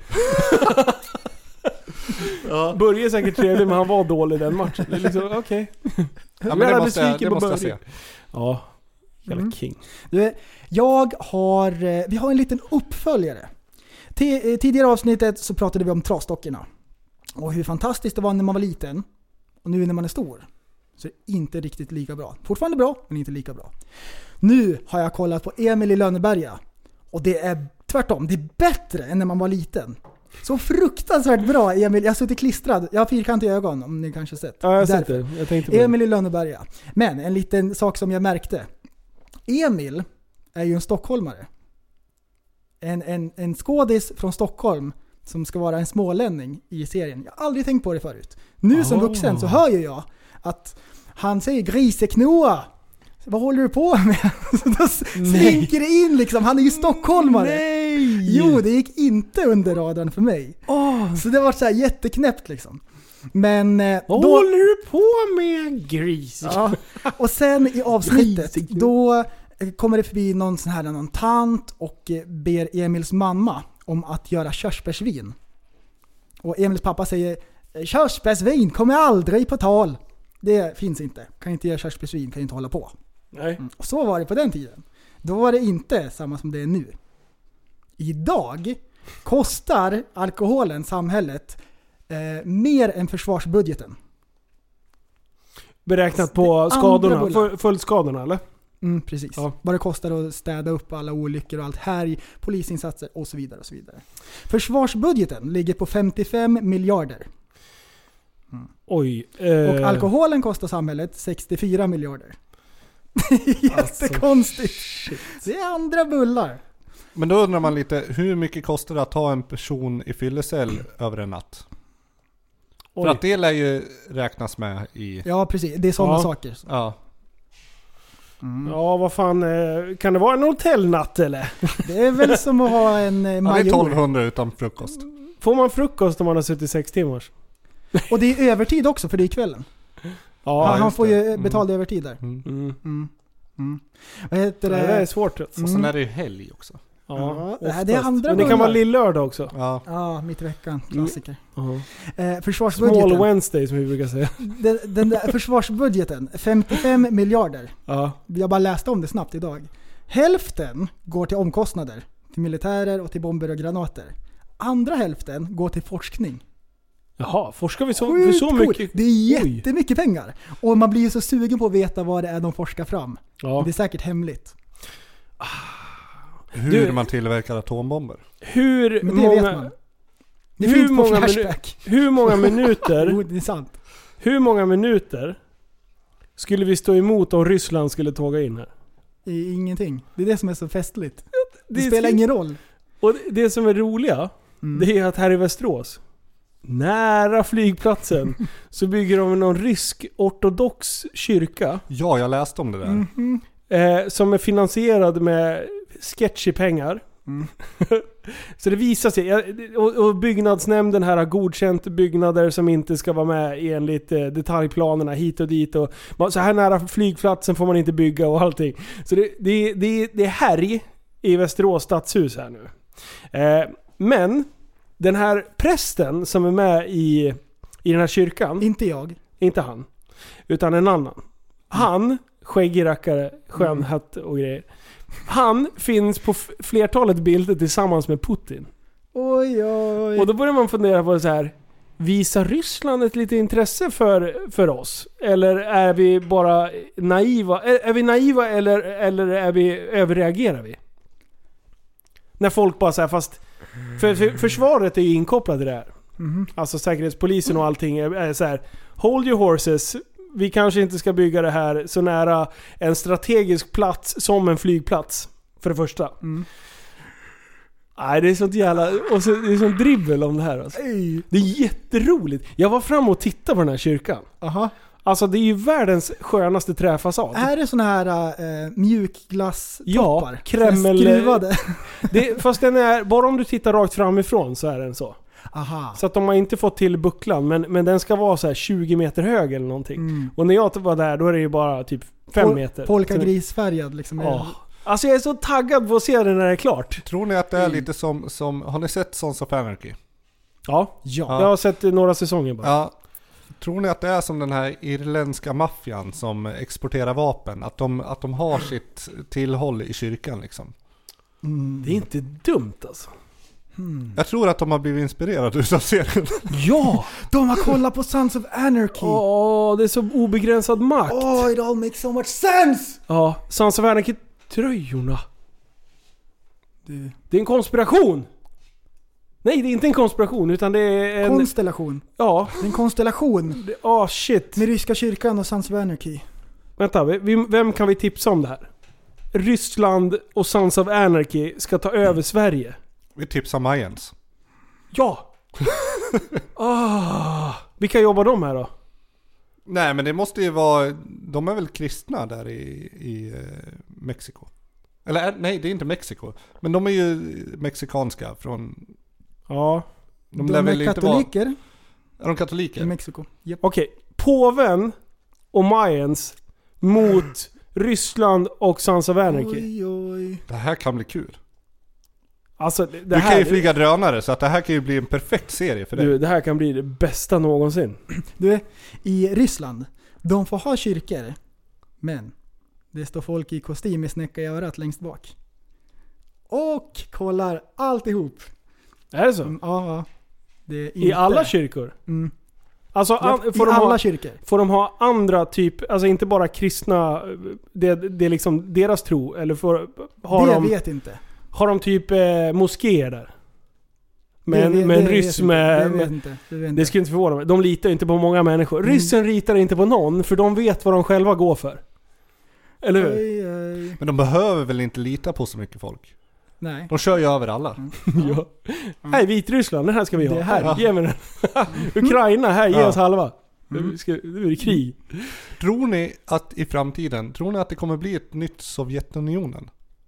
Speaker 5: Ja. Börje är säkert trevlig, men han var dålig den matchen. Det är liksom, okej. Okay.
Speaker 7: Ja, men det måste jag, det måste jag se.
Speaker 5: Ja, jävla
Speaker 6: Mm.
Speaker 5: king.
Speaker 6: Du, jag har, eh, vi har en liten uppföljare. T- tidigare avsnittet så pratade vi om trasdockorna. Och hur fantastiskt det var när man var liten. Och nu när man är stor. Så är det inte riktigt lika bra. Fortfarande bra, men inte lika bra. Nu har jag kollat på Emil i Lönneberga. Och det är tvärtom, det är bättre än när man var liten. Så fruktansvärt bra, Emil. Jag har suttit klistrad. Jag har fyrkantiga ögon, om ni kanske sett.
Speaker 5: Ja, jag har sett
Speaker 6: Därför.
Speaker 5: det. Jag tänkte på det.
Speaker 6: Emil i Lönneberga. Men en liten sak som jag märkte. Emil är ju en stockholmare. En, en, en skådis från Stockholm som ska vara en smålänning i serien. Jag har aldrig tänkt på det förut. Nu som
Speaker 5: Oh.
Speaker 6: vuxen så hör ju jag att han säger griseknoa. Vad håller du på med? Så då slinker det in liksom. Han är ju stockholmare.
Speaker 5: Nej!
Speaker 6: Jo, det gick inte under radarn för mig.
Speaker 5: Oh.
Speaker 6: Så det var så här jätteknäppt liksom. Men eh,
Speaker 5: Vad
Speaker 6: då...
Speaker 5: håller du på med, gris?
Speaker 6: Ja. Och sen i avsnittet
Speaker 5: Grisig.
Speaker 6: då kommer det förbi någon sån här någon tant och ber Emils mamma om att göra körsbärsvin. Och Emils pappa säger körsbärsvin kommer aldrig på tal. Det finns inte. Kan inte göra körsbärsvin, kan inte hålla på.
Speaker 5: Nej.
Speaker 6: Mm. Och så var det på den tiden. Då var det inte samma som det är nu. Idag kostar alkoholen samhället eh, mer än försvarsbudgeten.
Speaker 5: Beräknat på
Speaker 6: Andra
Speaker 5: skadorna,
Speaker 6: bullar.
Speaker 5: för, följdskadorna eller?
Speaker 6: Mm, precis.
Speaker 5: Ja.
Speaker 6: Vad det kostar att städa upp alla olyckor och allt här, polisinsatser och så vidare och så vidare. Försvarsbudgeten ligger på femtiofem miljarder.
Speaker 5: Oj.
Speaker 6: Och
Speaker 5: Eh,
Speaker 6: alkoholen kostar samhället sextiofyra miljarder. Jättekonstigt. Det är andra bullar.
Speaker 7: Men då undrar man lite, hur mycket kostar det att ta en person i fyllecell över en natt?
Speaker 5: oj.
Speaker 7: För att det lär ju räknas med i...
Speaker 6: Ja, precis. Det är sådana
Speaker 5: Ja.
Speaker 6: saker.
Speaker 7: Ja.
Speaker 6: Mm.
Speaker 5: Ja, vad fan. Eh, kan det vara en hotellnatt eller?
Speaker 6: Det är väl som att ha en eh,
Speaker 7: Ja, det är
Speaker 6: major.
Speaker 7: tolvhundra utan frukost.
Speaker 5: Får man frukost om man har suttit sex timmar?
Speaker 6: Och det är övertid också för det är kvällen.
Speaker 5: Ja,
Speaker 6: han han
Speaker 7: just
Speaker 6: får
Speaker 7: det.
Speaker 6: ju
Speaker 7: Mm.
Speaker 6: betald övertid där.
Speaker 7: Mm.
Speaker 5: Mm.
Speaker 6: Mm. Mm. Vad heter
Speaker 5: Det
Speaker 6: det?
Speaker 5: där är svårt. Vet.
Speaker 6: Mm.
Speaker 7: Och sen är det ju helg också.
Speaker 5: Ja,
Speaker 6: Ja, det här-
Speaker 5: oftast.
Speaker 6: det är andra
Speaker 5: Men det kan
Speaker 6: bullar.
Speaker 5: vara lillördag också.
Speaker 7: Ja.
Speaker 6: Ja, mitt i veckan. Klassiker.
Speaker 5: Ja.
Speaker 6: Eh,
Speaker 5: Small
Speaker 6: försvarsbudgeten.
Speaker 5: Wednesday som vi brukar säga.
Speaker 6: Den, den där försvarsbudgeten, femtiofem miljarder.
Speaker 5: Ja.
Speaker 6: Jag bara läste om det snabbt idag. Hälften går till omkostnader. Till militärer och till bomber och granater. Andra hälften går till forskning.
Speaker 5: Jaha, forskar vi så, för så
Speaker 6: Skitcoolt.
Speaker 5: mycket?
Speaker 6: Det är jättemycket pengar. Och man blir ju så sugen på att veta vad det är de forskar fram.
Speaker 5: Ja.
Speaker 6: Det är säkert hemligt.
Speaker 7: Hur
Speaker 5: Du-
Speaker 7: man tillverkar atombomber.
Speaker 5: Hur
Speaker 6: Men det vet
Speaker 5: många...
Speaker 6: man. Det
Speaker 5: hur
Speaker 6: finns på
Speaker 5: många, minu-
Speaker 6: Flashback.
Speaker 5: hur många
Speaker 6: Jo,
Speaker 5: minuter
Speaker 6: det är sant.
Speaker 5: Hur många minuter skulle vi stå emot om Ryssland skulle tåga in här?
Speaker 6: I ingenting. Det är det som är så festligt. Det,
Speaker 5: det
Speaker 6: spelar
Speaker 5: är...
Speaker 6: ingen roll.
Speaker 5: Och det som är roliga, mm. det är att här i Västerås, nära flygplatsen, så bygger de någon rysk ortodox kyrka.
Speaker 7: Ja, jag läste om det där.
Speaker 6: Mm-hmm.
Speaker 5: Eh, som är finansierad med sketchy pengar. Mm. Så det visar sig, och, och byggnadsnämnden här har godkänt byggnader som inte ska vara med enligt eh, detaljplanerna hit och dit, och så här nära flygplatsen får man inte bygga och allting. Så det, det, det, det är härj i Västerås stadshus här nu. Eh, men den här prästen som är med i, i den här kyrkan,
Speaker 6: inte jag,
Speaker 5: inte han, utan en annan. Han, skäggig rackare, skön hatt och grejer. Han finns på f- flertalet bilder tillsammans med Putin.
Speaker 6: Oj, oj.
Speaker 5: Och då börjar man fundera på så här: visar Ryssland ett lite intresse för, för oss? Eller är vi bara naiva? Är, är vi naiva eller, eller är vi, överreagerar vi? När folk bara säger fast... För, för, försvaret är ju inkopplat i det här.
Speaker 6: Mm.
Speaker 5: Alltså säkerhetspolisen och allting är, är så här: hold your horses. Vi kanske inte ska bygga det här så nära en strategisk plats som en flygplats. För det första. Mm. Nej, det är sånt jävla... Och så, det är sånt dribbel om det här. Alltså. Det är jätteroligt. Jag var fram och tittade på den här kyrkan.
Speaker 6: Aha.
Speaker 5: Alltså det är ju världens skönaste träfasad.
Speaker 6: Är det såna här äh, mjukglasstoppar?
Speaker 5: Ja, Kreml...
Speaker 6: Skruvade.
Speaker 5: Det, fast den är... Bara om du tittar rakt framifrån så är den så.
Speaker 6: Aha.
Speaker 5: Så att de har inte fått till bucklan, men, men den ska vara så här tjugo meter hög eller någonting. Mm. Och när jag var där, då är det ju bara typ fem Pol- meter.
Speaker 6: Polkagrisfärgad liksom.
Speaker 5: Oh. Alltså jag är så taggad på att se den när det är klart.
Speaker 7: Tror ni att det är mm. lite som, som... Har ni sett Sons of Anarchy?
Speaker 5: Ja, ja. Jag har sett några säsonger bara.
Speaker 7: Ja. Tror ni att det är som den här irländska maffian som exporterar vapen? Att de, att de har sitt tillhåll i kyrkan liksom?
Speaker 5: Mm. Det är inte dumt alltså.
Speaker 7: Hmm. Jag tror att de har blivit inspirerade utav serien.
Speaker 5: Ja!
Speaker 6: De har kollat på Sons of Anarchy.
Speaker 5: Åh, oh, det är så obegränsad makt.
Speaker 6: Åh, oh, it all makes so much sense!
Speaker 5: Ja, Sons of Anarchy-tröjorna. Det... det är en konspiration! Nej, det är inte en konspiration, utan det är en...
Speaker 6: Konstellation.
Speaker 5: Ja.
Speaker 6: Det är en konstellation.
Speaker 5: Åh, oh, shit.
Speaker 6: Med ryska kyrkan och Sons of Anarchy.
Speaker 5: Vänta, vi, vem kan vi tipsa om det här? Ryssland och Sons of Anarchy ska ta över Sverige.
Speaker 7: Vi tipsar Mayans.
Speaker 5: Ja! oh, vilka jobbar de här då?
Speaker 7: Nej, men det måste ju vara... De är väl kristna där i, i eh, Mexiko. Eller nej, det är inte Mexiko. Men de är ju mexikanska från...
Speaker 5: Ja.
Speaker 6: De, de är katoliker.
Speaker 7: Vara, är de katoliker?
Speaker 6: I Mexiko. Yep.
Speaker 5: Okej. Okay. Påven och Mayans mot Ryssland och Sons of Anarchy.
Speaker 6: Oj, oj.
Speaker 7: Det här kan bli kul.
Speaker 5: Alltså, det
Speaker 7: du
Speaker 5: här,
Speaker 7: kan ju flyga drönare, så att det här kan ju bli en perfekt serie för dig.
Speaker 5: Du, det här kan bli det bästa någonsin.
Speaker 6: Du, i Ryssland, de får ha kyrkor, men det står folk i kostym med snäcka i örat längst bak. Och kollar alltihop.
Speaker 5: Är det så?
Speaker 6: Mm, ja, det är inte...
Speaker 5: I alla kyrkor?
Speaker 6: Mm.
Speaker 5: Alltså,
Speaker 6: ja,
Speaker 5: an, får
Speaker 6: i
Speaker 5: de
Speaker 6: alla
Speaker 5: ha,
Speaker 6: kyrkor.
Speaker 5: Får de ha andra typ, alltså inte bara kristna, det, det är liksom deras tro, eller får, har
Speaker 6: det
Speaker 5: de...
Speaker 6: vet inte.
Speaker 5: Har de typ eh, moskéer där? Men,
Speaker 6: det,
Speaker 5: med en
Speaker 6: det
Speaker 5: ryss
Speaker 6: vet
Speaker 5: med...
Speaker 6: Det, vet
Speaker 5: med
Speaker 6: inte. Det, vet
Speaker 5: det skulle inte förvåna mig. De litar inte på många människor. Mm. Ryssen ritar inte på någon, för de vet vad de själva går för. Eller hur?
Speaker 6: Oj, oj.
Speaker 7: Men de behöver väl inte lita på så mycket folk?
Speaker 6: Nej.
Speaker 7: De kör ju över alla. Mm.
Speaker 5: Ja. Mm. Här, Vitryssland, den här ska vi ha.
Speaker 6: Det
Speaker 5: här,
Speaker 6: här.
Speaker 5: ge mig den. Ukraina, här, ge
Speaker 7: ja.
Speaker 5: oss halva.
Speaker 6: Mm.
Speaker 5: Nu, ska, nu är det krig.
Speaker 7: Tror ni att i framtiden, tror ni att det kommer bli ett nytt Sovjetunionen?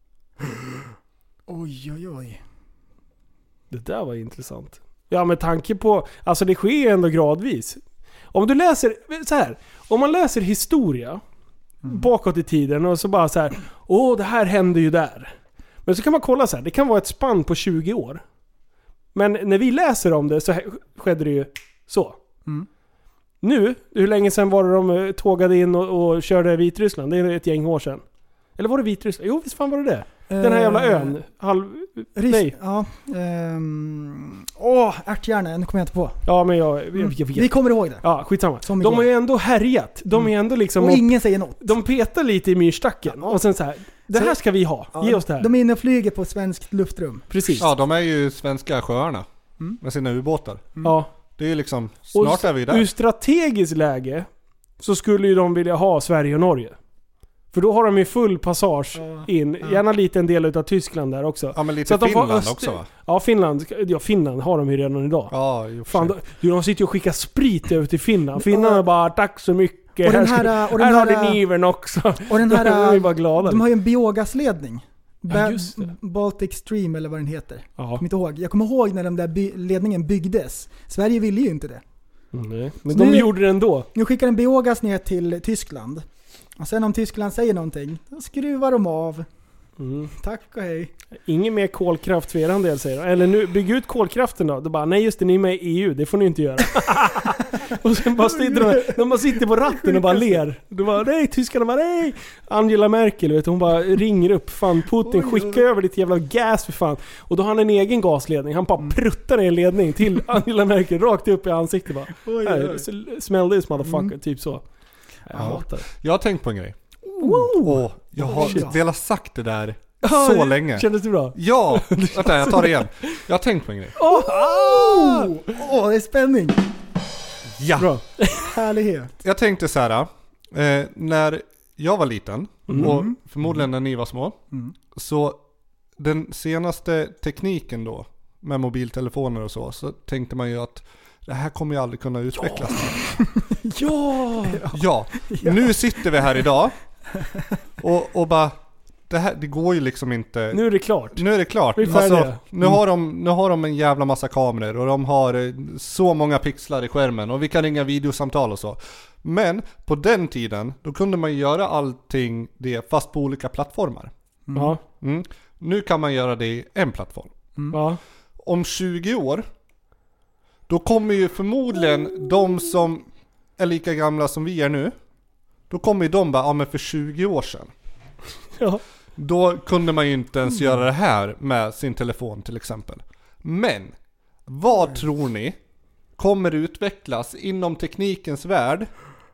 Speaker 6: Oj, oj, oj.
Speaker 5: Det där var intressant. Ja, med tanke på... Alltså det sker ju ändå gradvis. Om du läser... Så här. Om man läser historia mm. bakåt i tiden och så bara så här... Åh, det här hände ju där. Men så kan man kolla så här. Det kan vara ett spann på tjugo år. Men när vi läser om det så skedde det ju så. Mm. Nu, hur länge sedan var det de tågade in och, och körde Vitryssland? Det är ett gäng år sedan. Eller var det Vitryssland? Jo, visst fan var det det. Den här jävla ön. Halv...
Speaker 6: Rys-
Speaker 5: Nej.
Speaker 6: Ja. Um... Åh, ärthjärna. Nu kommer jag inte på.
Speaker 5: Ja, men jag, jag, jag, jag
Speaker 6: Vi kommer ihåg det.
Speaker 5: Ja, skitsamma. De har ju ändå härjat. De
Speaker 6: mm.
Speaker 5: är ändå liksom...
Speaker 6: Och ingen säger något.
Speaker 5: De petar lite i myrstacken. Ja. Och sen så här. Det här ska vi ha.
Speaker 6: Ja,
Speaker 5: Ge oss det här.
Speaker 6: De är inne och flyger på svenskt luftrum.
Speaker 5: Precis.
Speaker 7: Ja, de är ju svenska sjöarna. Mm. Med sina ubåtar.
Speaker 5: Mm. Ja.
Speaker 7: Det är ju liksom... Snart
Speaker 5: och
Speaker 7: är vi där.
Speaker 5: Ur strategiskt läge så skulle ju de vilja ha Sverige och Norge. För då har de ju full passage in. Gärna lite en del av Tyskland där också.
Speaker 7: Ja, men lite
Speaker 5: så att de
Speaker 7: Finland
Speaker 5: öster-
Speaker 7: också, va?
Speaker 5: Ja, Finland. Ja, Finland har de ju redan idag.
Speaker 7: Ja, ju
Speaker 5: Fan, de, de sitter ju och skickar sprit över till Finland. Finnarna bara, tack så mycket.
Speaker 6: Och den
Speaker 5: här
Speaker 6: här,
Speaker 5: ska,
Speaker 6: och den
Speaker 5: här
Speaker 6: här,
Speaker 5: har ni Nivern också.
Speaker 6: Och den här,
Speaker 5: de är bara glada.
Speaker 6: de har ju en biogasledning.
Speaker 5: Ja,
Speaker 6: Ba-
Speaker 5: just det.
Speaker 6: Baltic Stream eller vad den heter.
Speaker 5: Ja.
Speaker 6: Jag kommer inte ihåg. Jag kommer ihåg när den där by- ledningen byggdes. Sverige ville ju inte det.
Speaker 5: Nej, men
Speaker 6: Så
Speaker 5: de
Speaker 6: nu-
Speaker 5: gjorde det ändå.
Speaker 6: Nu skickar en biogas ner till Tyskland. Och sen om Tyskland säger någonting, då skruvar de av.
Speaker 5: Mm.
Speaker 6: Tack och hej.
Speaker 5: Ingen mer kolkraft för eran del, säger de. Eller nu, bygg ut kolkraften då. Det bara, nej just det, ni är med i E U, det får ni inte göra. Och sen bara sitter de, de bara sitter på ratten och bara ler. De bara, nej, tyskarna bara, nej. Angela Merkel, vet du, hon bara ringer upp. Fan, Putin, skicka över ditt jävla gas för fan. Och då har han en egen gasledning. Han bara pruttar en ledning till Angela Merkel, rakt upp i ansiktet bara.
Speaker 6: Oj,
Speaker 5: Nej,
Speaker 6: oj.
Speaker 5: smell this motherfucker,
Speaker 6: Mm.
Speaker 5: typ så. Jag
Speaker 7: Ja.
Speaker 5: hatar det.
Speaker 7: Jag har tänkt på en grej.
Speaker 5: Wow.
Speaker 7: Åh, jag har
Speaker 6: Shit.
Speaker 7: velat sagt det där
Speaker 5: Ja,
Speaker 7: så
Speaker 5: det-
Speaker 7: länge.
Speaker 5: Kändes det bra?
Speaker 7: Ja! Vänta, jag tar det igen. Jag har tänkt på en grej.
Speaker 5: Åh!
Speaker 6: Åh, oh, det är spänning.
Speaker 7: Ja!
Speaker 5: Bra.
Speaker 6: Härlighet.
Speaker 7: Jag tänkte så här. Eh, när jag var liten,
Speaker 5: Mm.
Speaker 7: och förmodligen när ni var små,
Speaker 6: Mm.
Speaker 7: så den senaste tekniken då, med mobiltelefoner och så, så tänkte man ju att det här kommer ju aldrig kunna utvecklas.
Speaker 5: Ja!
Speaker 7: Ja, nu sitter vi här idag och, och bara, det här, det går ju liksom inte.
Speaker 5: Nu är det klart.
Speaker 7: Nu är det klart.
Speaker 5: Vi är färdiga.
Speaker 7: Alltså, nu, har de, nu har de en jävla massa kameror och de har eh, så många pixlar i skärmen och vi kan ringa videosamtal och så. Men på den tiden, då kunde man ju göra allting det fast på olika plattformar.
Speaker 5: Ja.
Speaker 7: Mm. Nu kan man göra det i en plattform.
Speaker 5: Ja.
Speaker 7: Om tjugo år, då kommer ju förmodligen de som är lika gamla som vi är nu, då kommer ju de bara, ja men för tjugo år sedan.
Speaker 5: Ja.
Speaker 7: Då kunde man ju inte ens göra det här med sin telefon till exempel. Men, vad tror ni kommer utvecklas inom teknikens värld?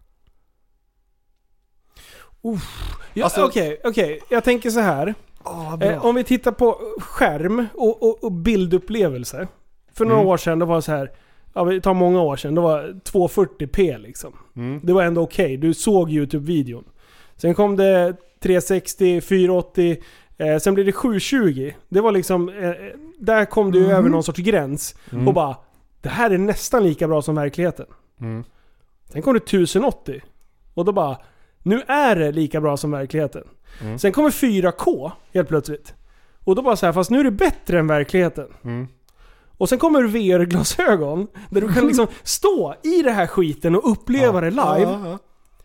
Speaker 5: Ja,
Speaker 7: Alltså-
Speaker 5: okej, okej. Jag tänker så här.
Speaker 6: Oh, bra.
Speaker 5: Eh, om vi tittar på skärm och, och, och bildupplevelse. För några
Speaker 7: Mm.
Speaker 5: år sedan, det var så här. Ja, vi tar många år sedan. Det var tvåhundrafyrtio p liksom.
Speaker 7: Mm.
Speaker 5: Det var ändå okej. Du såg YouTube-videon. Sen kom det trehundrasextio, fyrahundraåttio. Eh, sen blev det sjuhundratjugo. Det var liksom... Eh, där kom du
Speaker 6: Mhm.
Speaker 5: över någon sorts gräns.
Speaker 7: Mm.
Speaker 5: Och bara... Det här är nästan lika bra som verkligheten.
Speaker 7: Mm.
Speaker 5: Sen kom det tusenåttio. Och då bara... Nu är det lika bra som verkligheten.
Speaker 7: Mm.
Speaker 5: Sen kommer fyra K helt plötsligt. Och då bara så här, fast nu är det bättre än verkligheten.
Speaker 7: Mm.
Speaker 5: Och sen kommer V R-glasögon. Där du kan liksom stå i det här skiten och uppleva
Speaker 7: Ja.
Speaker 5: det live.
Speaker 6: Ja, ja.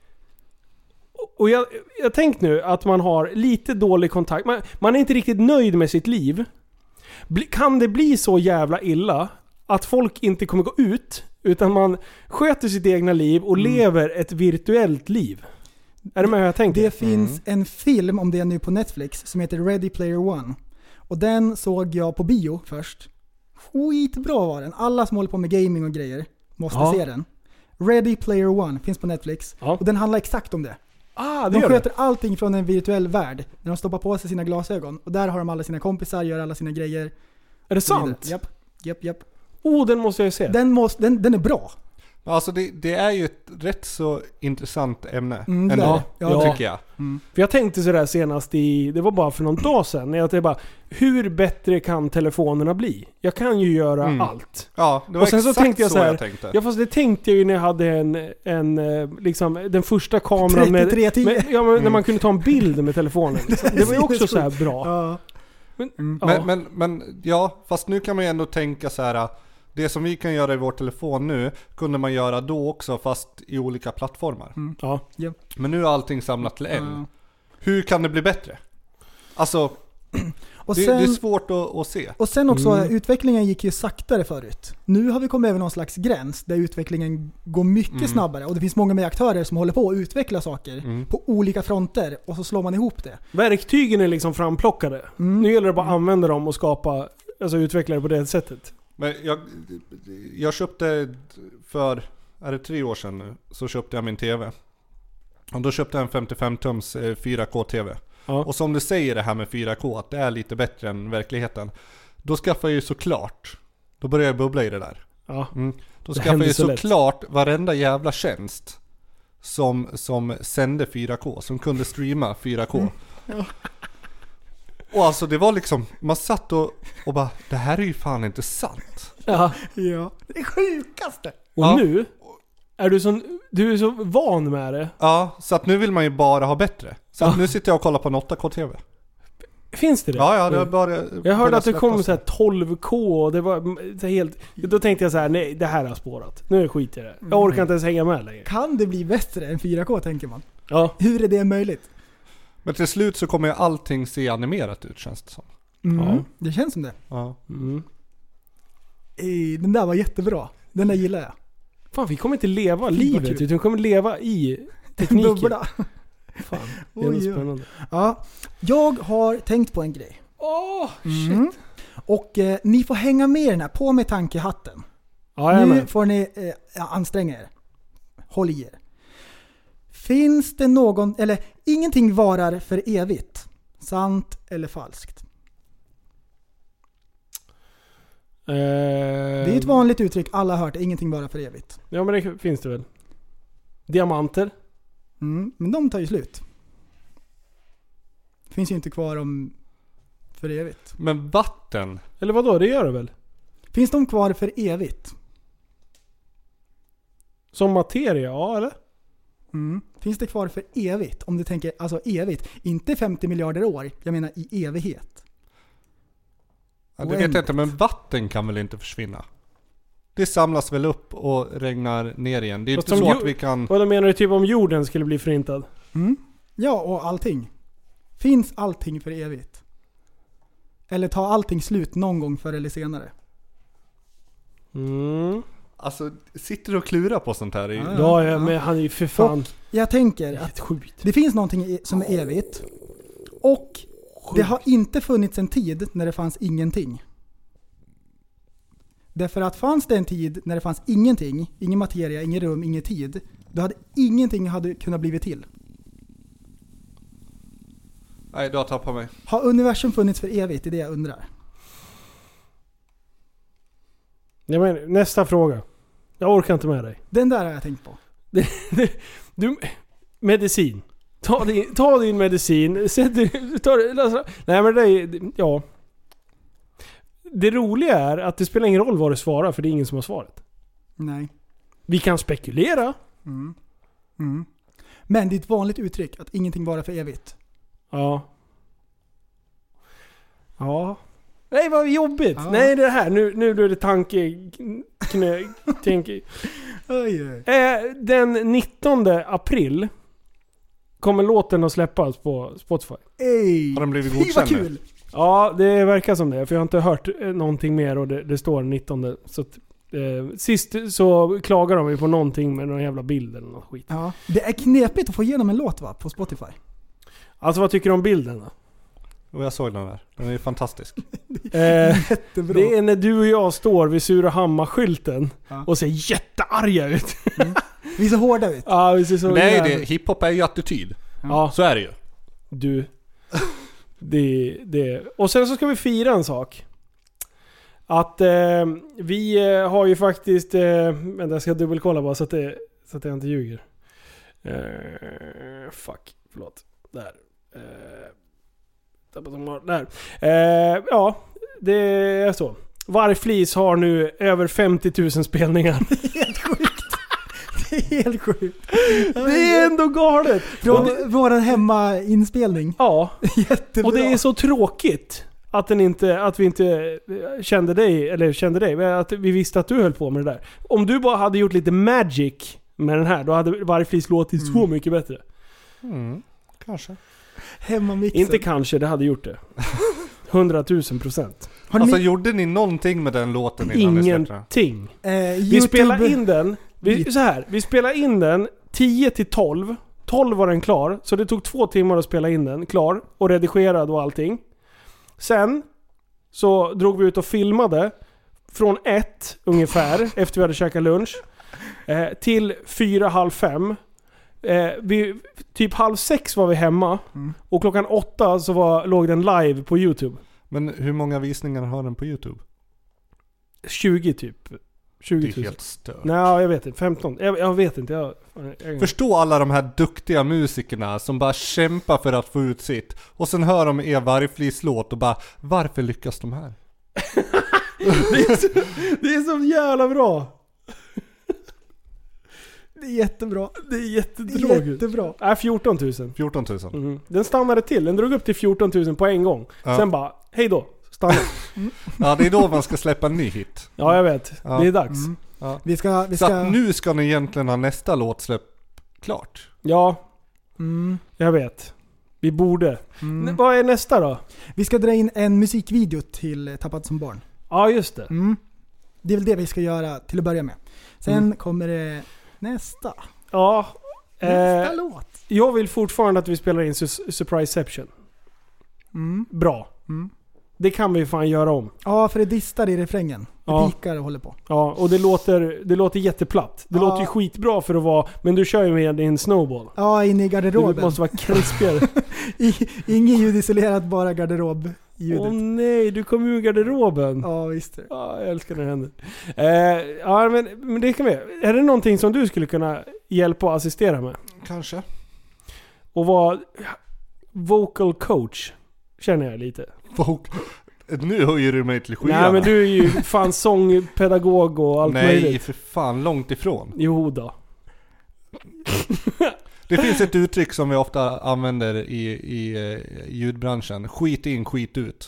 Speaker 5: Och jag, jag tänkt nu att man har lite dålig kontakt. Man, man är inte riktigt nöjd med sitt liv. Bli, kan det bli så jävla illa att folk inte kommer gå ut, utan man sköter sitt egna liv och
Speaker 6: Mm.
Speaker 5: lever ett virtuellt liv? Är det med hur jag tänker?
Speaker 6: Det finns en film om det nu på Netflix som heter Ready Player One. Och den såg jag på bio först. Skitbra var den. Alla som håller på med gaming och grejer måste
Speaker 5: Ja.
Speaker 6: se den. Ready Player One finns på Netflix.
Speaker 5: Ja.
Speaker 6: Och den handlar exakt om det.
Speaker 5: Ah, det
Speaker 6: De
Speaker 5: gör
Speaker 6: sköter
Speaker 5: det.
Speaker 6: allting från en virtuell värld. När de stoppar på sig sina glasögon. Och där har de alla sina kompisar, gör alla sina grejer.
Speaker 5: Är det sant?
Speaker 6: Japp, japp, japp.
Speaker 5: Oh, den måste jag se.
Speaker 6: Den, måste, den, den är bra.
Speaker 7: Alltså det, det är ju ett rätt så intressant ämne
Speaker 6: Mm, det
Speaker 7: ändå,
Speaker 6: är det. Ja,
Speaker 5: Ja.
Speaker 7: tycker jag.
Speaker 5: För jag tänkte sådär senast i, det var bara för någon dag sedan, när jag tänkte bara, hur bättre kan telefonerna bli? Jag kan ju göra
Speaker 7: Mm.
Speaker 5: allt.
Speaker 7: Ja, det var
Speaker 5: Och sen så
Speaker 7: exakt
Speaker 5: tänkte jag
Speaker 7: så
Speaker 5: så här,
Speaker 7: jag tänkte.
Speaker 5: Ja, fast det tänkte jag ju när jag hade en, en eh, liksom, den första kameran med,
Speaker 6: trettiotre tio.
Speaker 5: med ja, men när
Speaker 7: Mm.
Speaker 5: man kunde ta en bild med telefonen. Liksom. Det var ju också så här bra.
Speaker 6: Ja.
Speaker 5: Men,
Speaker 6: Mm.
Speaker 5: ja.
Speaker 7: Men, men, men ja, fast nu kan man ju ändå tänka så här. Det som vi kan göra i vår telefon nu kunde man göra då också, fast i olika plattformar.
Speaker 6: Mm.
Speaker 5: ja.
Speaker 7: Men nu är allting samlat till en.
Speaker 6: Ja.
Speaker 7: Hur kan det bli bättre? Alltså,
Speaker 6: Och
Speaker 7: det,
Speaker 6: sen,
Speaker 7: det är svårt att, att se.
Speaker 6: och sen också,
Speaker 5: Mm.
Speaker 6: utvecklingen gick ju saktare förut. Nu har vi kommit över någon slags gräns där utvecklingen går mycket
Speaker 7: Mm.
Speaker 6: snabbare. Och det finns många mer aktörer som håller på att utveckla saker
Speaker 7: Mm.
Speaker 6: på olika fronter. Och så slår man ihop det.
Speaker 5: Verktygen är liksom framplockade.
Speaker 6: Mm.
Speaker 5: Nu gäller det bara att använda dem och skapa, alltså utveckla det på det sättet.
Speaker 7: Men jag, jag köpte för, är det tre år sedan nu, så köpte jag min tv. Och då köpte jag en femtiofem tums eh, fyra K-tv.
Speaker 5: Ja.
Speaker 7: Och som du säger det här med fyra K, att det är lite bättre än verkligheten. Då skaffar jag ju såklart, då börjar jag bubbla i det där.
Speaker 5: Ja.
Speaker 7: Mm. Då
Speaker 5: Det
Speaker 7: skaffar
Speaker 5: händer
Speaker 7: jag ju
Speaker 5: så lätt.
Speaker 7: såklart varenda jävla tjänst som, som sände fyra K, som kunde streama fyra K. Mm.
Speaker 6: Ja.
Speaker 7: Och alltså det var liksom, man satt och, och bara, det här är ju fan inte sant.
Speaker 5: Ja.
Speaker 6: Ja, det är sjukaste.
Speaker 5: Och ja. nu är du så, du är så van med det.
Speaker 7: Ja, så att nu vill man ju bara ha bättre. Så att nu sitter jag och kollar på en åtta K-T V.
Speaker 5: Finns det det?
Speaker 7: Ja, ja, det var bara...
Speaker 5: Jag hörde att det kom så här tolv K och det var så helt... Då tänkte jag så här, nej, det här har spårat. Nu skiter jag det. Jag orkar inte ens hänga med längre.
Speaker 6: Kan det bli bättre än fyra K, tänker man?
Speaker 5: Ja.
Speaker 6: Hur är det möjligt?
Speaker 7: Men till slut så kommer ju allting se animerat ut, känns det som.
Speaker 6: Mm,
Speaker 5: ja.
Speaker 6: Det känns som det.
Speaker 7: Ja.
Speaker 5: Mm.
Speaker 6: Ej, den där var jättebra. Den där gillar jag.
Speaker 5: Fan, vi kommer inte leva livet, utan vi kommer leva i tekniken.
Speaker 6: Bubbla.
Speaker 5: Fan, det är Oj, spännande.
Speaker 6: Ja, jag har tänkt på en grej.
Speaker 5: Åh, oh, shit.
Speaker 6: Mm. Och eh, ni får hänga med den här, på med tankehatten.
Speaker 5: Ja,
Speaker 6: nu får ni eh, anstränga er. Håll i er. Finns det någon, eller ingenting varar för evigt? Sant eller falskt?
Speaker 5: Eh,
Speaker 6: det är ett vanligt uttryck, alla har hört det, ingenting varar för evigt.
Speaker 5: Ja, men det finns det väl. Diamanter.
Speaker 6: Mm, men de tar ju slut. Finns ju inte kvar om för evigt.
Speaker 7: Men vatten?
Speaker 5: Eller vad då? Det gör det väl?
Speaker 6: Finns de kvar för evigt?
Speaker 5: Som materia, ja eller?
Speaker 6: Mm. Finns det kvar för evigt? Om du tänker, alltså evigt. Inte femtio miljarder år, jag menar i evighet.
Speaker 7: Ja, det vet jag inte, men vatten kan väl inte försvinna? Det samlas väl upp och regnar ner igen. Det är
Speaker 5: Fast
Speaker 7: inte så
Speaker 5: jo-
Speaker 7: att vi kan...
Speaker 5: Vad menar du, typ om jorden skulle bli förintad?
Speaker 6: Mm. Ja, och allting. Finns allting för evigt? Eller tar allting slut någon gång förr eller senare?
Speaker 5: Mm.
Speaker 7: Alltså, sitter du och klurar på sånt här? I...
Speaker 5: Ja, ja, ja, men han är ju för fan...
Speaker 6: Och jag tänker att
Speaker 5: sjukt.
Speaker 6: Det finns någonting som är evigt. Och sjukt. Det har inte funnits en tid när det fanns ingenting. Därför att fanns det en tid när det fanns ingenting, ingen materia, ingen rum, ingen tid, då hade ingenting hade kunnat blivit till.
Speaker 7: Nej, du har tappat mig.
Speaker 6: Har universum funnits för evigt? Det är det jag undrar.
Speaker 5: Jag menar, nästa fråga. Jag orkar inte med dig.
Speaker 6: Den där har jag tänkt på.
Speaker 5: Du, medicin. Ta din, ta din medicin. Sätt, ta, alltså, nej men det är, ja. Det roliga är att det spelar ingen roll vad du svarar, för det är ingen som har svaret.
Speaker 6: Nej.
Speaker 5: Vi kan spekulera.
Speaker 6: Mm. Mm. Men det är ett vanligt uttryck att ingenting bara för evigt.
Speaker 5: Ja. Ja. Nej, vad jobbigt.
Speaker 6: Ja.
Speaker 5: Nej, det här. Nu, nu blir det tanke... Knö, tänke.
Speaker 6: Oj, oj.
Speaker 5: Eh, den nittonde april kommer låten att släppas på Spotify.
Speaker 6: Ej.
Speaker 7: Har den blivit
Speaker 6: Fy, vad
Speaker 7: godkänd?
Speaker 6: kul.
Speaker 5: Ja, det verkar som det. För jag har inte hört någonting mer och det, det står nittonde. Så att, eh, sist så klagar de ju på någonting med någon jävla bild eller något skit.
Speaker 6: Ja, det är knepigt att få igenom en låt, va, på Spotify.
Speaker 5: Alltså, vad tycker du om bilden då?
Speaker 7: Och jag såg den där. Den är fantastisk.
Speaker 5: Eh,
Speaker 6: Jättebra.
Speaker 5: det är när du och jag står vid Surahammar-skylten
Speaker 6: Ja.
Speaker 5: och ser jättearga ut.
Speaker 6: Mm. Vi ser hårda ut.
Speaker 5: Ja, vi ser så
Speaker 7: Nej,
Speaker 5: jävla-
Speaker 7: det, hiphop är ju attityd.
Speaker 5: Ja,
Speaker 7: Så är det ju.
Speaker 5: du. Det, det. Och sen så ska vi fira en sak. Att eh, vi eh, har ju faktiskt... Eh, men jag ska dubbelkolla bara så att, det, så att jag inte ljuger. Eh, fuck, förlåt. Där. Eh, där. Eh, ja, det är så. Vargflis har nu över femtio tusen spelningar.
Speaker 6: Helt sjukt. Det är helt sjukt.
Speaker 5: Det är ändå galet.
Speaker 6: Från våran hemmainspelning.
Speaker 5: Ja,
Speaker 6: Jättebra.
Speaker 5: och det är så tråkigt att, den inte, att vi inte kände dig, eller kände dig, att vi visste att du höll på med det där. Om du bara hade gjort lite magic med den här, då hade Vargflis låtit mm. så mycket bättre.
Speaker 7: Mm, kanske.
Speaker 6: Hemmamixen.
Speaker 5: Inte kanske, det hade gjort det. Hundratusen procent.
Speaker 7: Alltså, gjorde ni någonting med den låten innan ni släppte den?
Speaker 5: Ingenting.
Speaker 6: Eh,
Speaker 5: Vi
Speaker 6: YouTube...
Speaker 5: spelar in den, vi, så här, vi spelar in den tio till tolv. tolv var den klar, så det tog två timmar att spela in den, klar, och redigerad och allting. Sen så drog vi ut och filmade från ett ungefär, efter vi hade käkat lunch, eh, till fyra, halv fem. Eh, vi, typ halv sex var vi hemma,
Speaker 6: Mm.
Speaker 5: och klockan åtta så var, låg den live på YouTube.
Speaker 7: Men hur många visningar har den på YouTube?
Speaker 5: tjugo typ. tjugo
Speaker 7: Det är
Speaker 5: tusen.
Speaker 7: helt stört.
Speaker 5: Nej, jag vet inte. femton. Jag, jag vet inte. Jag, jag...
Speaker 7: Förstå alla de här duktiga musikerna som bara kämpar för att få ut sitt. Och sen hör de er vargflislåt och bara, varför lyckas de här?
Speaker 5: det, är så, det är så jävla bra.
Speaker 6: Det är jättebra.
Speaker 5: Det är jättedrågigt.
Speaker 6: Jättebra.
Speaker 5: Nej, fjorton tusen.
Speaker 7: fjorton tusen.
Speaker 5: Mm. Den stannade till. Den drog upp till fjorton tusen på en gång.
Speaker 7: Ja.
Speaker 5: Sen bara, hej då. Stanna.
Speaker 6: Mm.
Speaker 7: Ja, det är då man ska släppa en ny hit.
Speaker 5: Ja, jag vet.
Speaker 7: Ja.
Speaker 5: Det är dags.
Speaker 6: Mm.
Speaker 7: Ja.
Speaker 6: Vi ska... Vi
Speaker 7: Så
Speaker 6: ska...
Speaker 7: att nu ska ni egentligen ha nästa låtsläpp klart.
Speaker 5: Ja,
Speaker 6: Mm.
Speaker 5: jag vet. Vi borde.
Speaker 6: Mm.
Speaker 5: N- vad är nästa då?
Speaker 6: Vi ska dra in en musikvideo till Tappat som barn.
Speaker 5: Ja, just det.
Speaker 6: Mm. Det är väl det vi ska göra till att börja med. Sen
Speaker 5: Mm.
Speaker 6: kommer det nästa.
Speaker 5: Ja.
Speaker 6: Nästa
Speaker 5: Eh,
Speaker 6: låt.
Speaker 5: jag vill fortfarande att vi spelar in su- Surpriseception.
Speaker 6: Mm.
Speaker 5: Bra.
Speaker 6: Mm.
Speaker 5: Det kan vi fan göra om.
Speaker 6: Ja, för det distar i refrängen. Det
Speaker 5: Ja.
Speaker 6: pikar och håller på.
Speaker 5: Ja, och det låter, det låter jätteplatt. Det
Speaker 6: Ja.
Speaker 5: låter ju skitbra för att vara... Men du kör ju med din snowball.
Speaker 6: Ja, inne i
Speaker 5: Det
Speaker 6: garderoben.
Speaker 5: måste vara krispigare.
Speaker 6: I, ingen ljudisolerat, bara garderob.
Speaker 5: Åh nej, du kom ur garderoben.
Speaker 6: Ja, visst.
Speaker 5: Ja, jag älskar när det händer. Eh, ja, men, men det kan vi. Är det någonting som du skulle kunna hjälpa och assistera med?
Speaker 7: Kanske.
Speaker 5: Och vara vocal coach, känner jag lite.
Speaker 7: Folk, nu höjer du mig till skyarna.
Speaker 5: Nej, men du är ju fan sångpedagog och allt
Speaker 7: Nej,
Speaker 5: möjligt.
Speaker 7: för fan, långt ifrån.
Speaker 5: Jo då.
Speaker 7: Det finns ett uttryck som vi ofta använder i, i eh, ljudbranschen. Skit in, skit ut.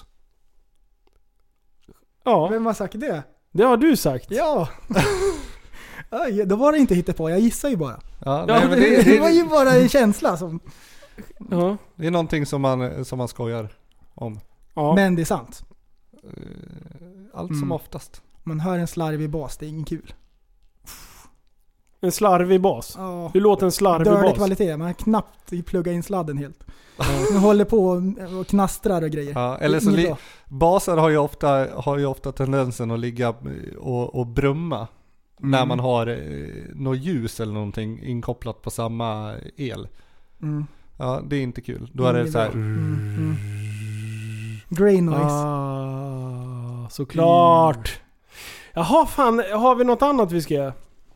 Speaker 5: Ja,
Speaker 6: Vem har sagt det?
Speaker 5: det har du sagt.
Speaker 6: Ja! Aj, då var det inte hittepå, jag gissar ju bara.
Speaker 7: Ja,
Speaker 5: Ja,
Speaker 7: nej, men
Speaker 6: det,
Speaker 7: det,
Speaker 6: var ju
Speaker 7: det,
Speaker 6: bara en känsla som...
Speaker 5: Ja.
Speaker 7: det är någonting som man, som man skojar om.
Speaker 5: Ja.
Speaker 6: Men det är sant.
Speaker 7: Allt
Speaker 6: Mm.
Speaker 7: som oftast.
Speaker 6: Man hör en slarvig bas, det är ingen kul.
Speaker 5: En slarvig bas.
Speaker 6: Ja.
Speaker 5: Hur låter en slarvig
Speaker 6: Dålig
Speaker 5: bas?
Speaker 6: kvalitet, man har knappt pluggat in sladden helt. Man håller på och, och knastrar och grejer.
Speaker 7: Ja, eller så
Speaker 6: Inget
Speaker 7: li-
Speaker 6: bra.
Speaker 7: baser har ju ofta, har ju ofta tendensen att ligga och, och brumma.
Speaker 6: Mm.
Speaker 7: När man har eh, något ljus eller någonting inkopplat på samma el.
Speaker 6: Mm.
Speaker 7: Ja, det är inte kul. Då är det
Speaker 6: Inget
Speaker 7: så här.
Speaker 6: bra. Mm, mm. Grey noise.
Speaker 5: Ah, såklart. Jaha, fan. Har vi något annat vi ska göra?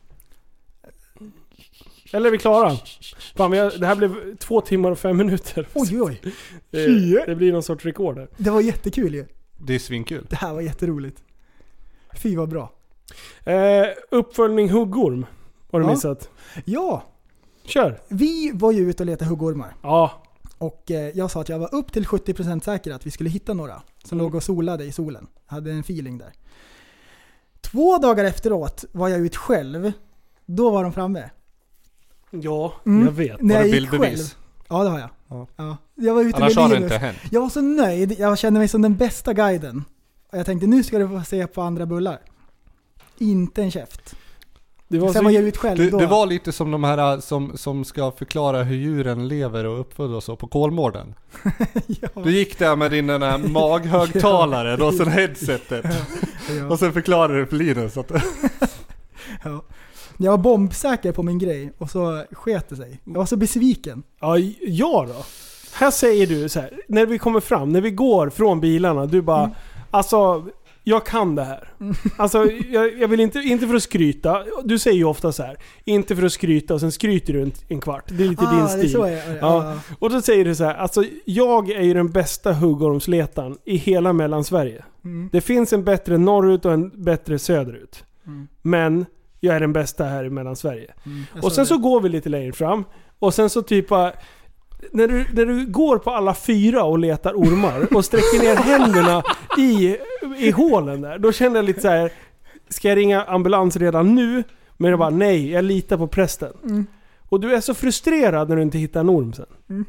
Speaker 5: Eller är vi klara? Fan, vi har, det här blev två timmar och fem minuter.
Speaker 6: Oj, oj.
Speaker 5: Det, det blir någon sorts rekord här.
Speaker 6: Det var jättekul ju.
Speaker 7: Det är svinkul.
Speaker 6: Det här var jätteroligt. Fy vad bra.
Speaker 5: Eh, uppföljning huggorm. Har du
Speaker 6: Ja.
Speaker 5: missat?
Speaker 6: Ja,
Speaker 5: Kör.
Speaker 6: vi var ju ute och letade huggormar.
Speaker 5: Ja.
Speaker 6: Och eh, jag sa att jag var upp till sjuttio procent säker att vi skulle hitta några som
Speaker 5: Mm.
Speaker 6: låg och solade i solen. Jag hade en feeling där. Två dagar efteråt var jag ut själv. Då var de framme.
Speaker 5: Ja,
Speaker 6: Mm.
Speaker 5: jag vet.
Speaker 6: När
Speaker 7: Har
Speaker 6: jag
Speaker 7: du
Speaker 6: gick
Speaker 7: bildbevis?
Speaker 6: själv. Ja, det har jag.
Speaker 7: Ja.
Speaker 6: Ja. Jag var ute
Speaker 7: Annars
Speaker 6: med
Speaker 7: har det
Speaker 6: Linus.
Speaker 7: inte hänt.
Speaker 6: Jag var så nöjd. Jag kände mig som den bästa guiden. Och jag tänkte, nu ska du få se på andra bullar. Inte en käft.
Speaker 5: Det var
Speaker 6: Sen
Speaker 5: så...
Speaker 6: var jag ut själv
Speaker 7: Du,
Speaker 6: då.
Speaker 7: det var lite som de här som, som ska förklara hur djuren lever och uppföder och så på Kolmården.
Speaker 6: ja.
Speaker 7: Du gick där med din den här maghögtalaren och sen headsetet.
Speaker 6: Ja.
Speaker 7: Och sen förklarade du för Linus att
Speaker 6: Ja. Jag var bombsäker på min grej och så sket det sig. Jag var så besviken.
Speaker 5: Ja, ja då. Här säger du så här, när vi kommer fram, när vi går från bilarna, du bara,
Speaker 6: Mm.
Speaker 5: alltså, jag kan det här. Alltså, jag, jag vill inte, inte för att skryta, du säger ju ofta så här, inte för att skryta och sen skryter du en, en kvart. Det är lite din
Speaker 6: Ah, det är
Speaker 5: stil.
Speaker 6: så är, ja.
Speaker 5: Ja. Och då säger du så här, alltså, jag är ju den bästa huggormsletaren i hela Mellansverige.
Speaker 6: Mm.
Speaker 5: Det finns en bättre norrut och en bättre söderut.
Speaker 6: Mm.
Speaker 5: Men jag är den bästa här i Mellansverige.
Speaker 6: Mm. Jag
Speaker 5: Och
Speaker 6: sa
Speaker 5: sen
Speaker 6: det.
Speaker 5: så går vi lite längre fram. Och sen så typ bara, när du, när du går på alla fyra och letar ormar och sträcker ner händerna i, i hålen där. Då känner jag lite så här: ska jag ringa ambulans redan nu? Men jag bara, nej, jag litar på prästen.
Speaker 6: Mm.
Speaker 5: Och du är så frustrerad när du inte hittar en orm sen.
Speaker 6: Mm.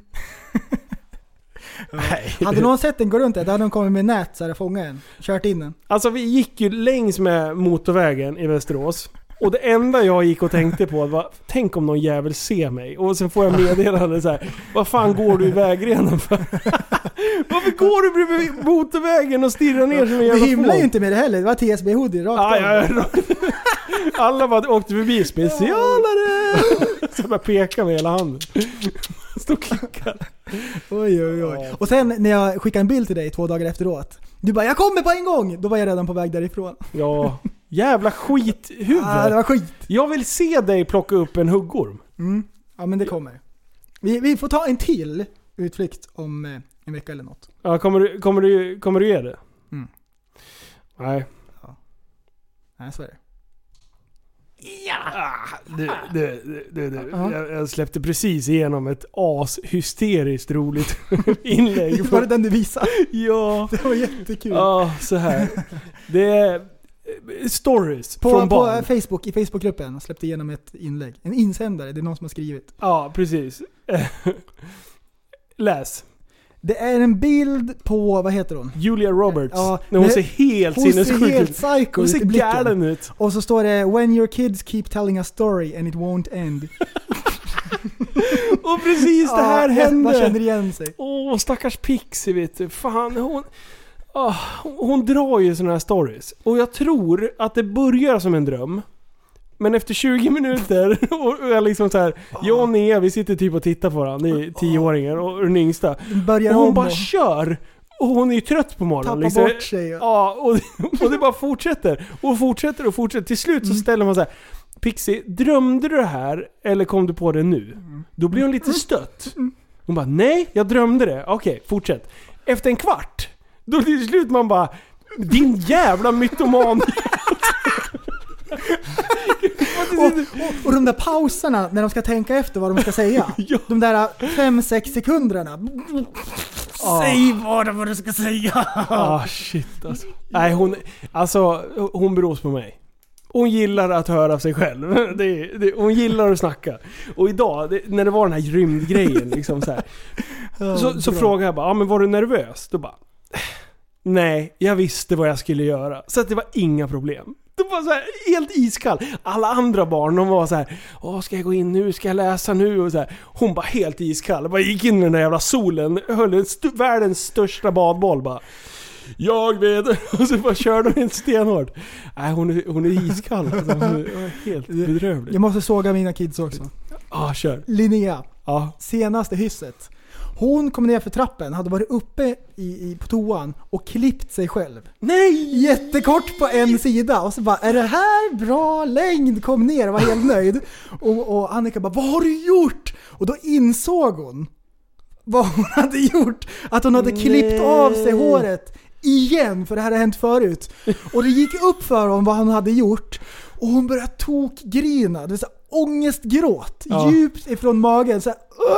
Speaker 5: Nej.
Speaker 6: Hade någon sett den gå runt där, då hade de kommit med nät så här och fångat en. Kört in den.
Speaker 5: Alltså vi gick ju längs med motorvägen i Västerås. Och det enda jag gick och tänkte på var, tänk om någon jävel ser mig. Och sen får jag meddelande så här: vad fan går du i vägrenen för? Varför går du bredvid motorvägen och stirrar ner som en
Speaker 6: Vi
Speaker 5: jävla
Speaker 6: himlar
Speaker 5: fågel?
Speaker 6: ju inte med det heller. Det var T S B hoodie rakt
Speaker 5: Ja,
Speaker 6: av.
Speaker 5: ja, ja. Alla bara åkte förbi, specialare! Så jag bara pekade med hela handen. Stod och klickade.
Speaker 6: Oj, oj, oj. Och sen när jag skickade en bild till dig två dagar efteråt. Du bara, jag kommer på en gång! Då var jag redan på väg därifrån.
Speaker 5: Ja, Jävla skithuvud.
Speaker 6: Ah, det var skit.
Speaker 5: Jag vill se dig plocka upp en huggorm.
Speaker 6: Mm. Ja, men det kommer. Vi, vi får ta en till utflykt om eh, en vecka eller något.
Speaker 5: Ja, kommer du, kommer du, kommer du ge det?
Speaker 6: Mm.
Speaker 5: Nej.
Speaker 6: Ja. Nej, så är det.
Speaker 5: Ja! Du, du, du, du. Jag, jag släppte precis igenom ett as-hysteriskt roligt inlägg.
Speaker 6: Var det den du visade?
Speaker 5: Ja.
Speaker 6: Det var jättekul.
Speaker 5: Ja, så här. Det är stories
Speaker 6: på,
Speaker 5: från
Speaker 6: på
Speaker 5: barn.
Speaker 6: Facebook, i Facebookgruppen släppte igenom ett inlägg. En insändare, det är någon som har skrivit.
Speaker 5: Ja, precis. Läs.
Speaker 6: Det är en bild på, vad heter hon?
Speaker 5: Julia Roberts.
Speaker 6: Ja,
Speaker 5: när hon ser helt sinnessjuk ut.
Speaker 6: Hon ser helt psycho
Speaker 5: Hon ser
Speaker 6: ut i blicken.
Speaker 5: galen ut.
Speaker 6: Och så står det When your kids keep telling a story and it won't end.
Speaker 5: Och precis det här
Speaker 6: ja,
Speaker 5: hände.
Speaker 6: Man känner igen sig.
Speaker 5: Åh, stackars Pixie, vet du. Fan, hon... Oh, hon drar ju såna här stories. Och jag tror att det börjar som en dröm. Men efter tjugo minuter och jag liksom så här, jag och Nea, vi sitter typ och tittar på varandra, ni är tioåringar och den yngsta.
Speaker 6: Börjar
Speaker 5: och hon
Speaker 6: om
Speaker 5: bara
Speaker 6: och...
Speaker 5: kör. Och hon är ju trött på morgonen.
Speaker 6: Tappar
Speaker 5: liksom.
Speaker 6: bort sig. Ja,
Speaker 5: ja och, och det bara fortsätter. Och fortsätter och fortsätter. Till slut så ställer man så här: Pixie, drömde du det här eller kom du på det nu? Då blir hon lite stött. Hon bara, nej, jag drömde det. Okej, fortsätt. Efter en kvart, då till slut man bara, din jävla mytoman.
Speaker 6: och, och, och de där pauserna när de ska tänka efter vad de ska säga.
Speaker 5: Ja.
Speaker 6: De där fem sex sekunderna.
Speaker 5: Ah.
Speaker 6: Säg vad, vad du ska säga.
Speaker 5: Ah, shit alltså. Nej, hon, alltså, hon beror på mig. Hon gillar att höra sig själv. Det, det, hon gillar att snacka. Och idag, det, när det var den här rymdgrejen liksom så här,
Speaker 6: oh,
Speaker 5: så, så frågade jag bara, ah, men var du nervös? Då bara, nej, jag visste vad jag skulle göra. Så att det var inga problem. Det var så här, helt iskall. Alla andra barn, de var så här, åh, ska jag gå in nu? Ska jag läsa nu? Och så här. Hon bara helt iskall. Bara gick in i den där jävla solen, höll en st- världens största badboll bara. Jag vet. Och så bara körde hon helt stenhårt. Nej, hon är, hon är iskall. Alltså, hon är helt bedrövlig.
Speaker 6: Jag måste såga mina kids också.
Speaker 5: Ja, ah, kör.
Speaker 6: Linnea,
Speaker 5: ah.
Speaker 6: senaste hysset. Hon kom ner för trappen, hade varit uppe i, i, på toan och klippt sig själv.
Speaker 5: Nej!
Speaker 6: Jättekort på en sida. Och så bara, är det här bra längd? Kom ner och var helt nöjd. Och, och Annika bara, vad har du gjort? Och då insåg hon vad hon hade gjort. Att hon hade
Speaker 5: Nej.
Speaker 6: klippt av sig håret igen, för det här hade hänt förut. Och det gick upp för hon vad hon hade gjort. Och hon började tokgrina. Det var så här, ångestgråt. Ja. Djupt ifrån magen. Så här,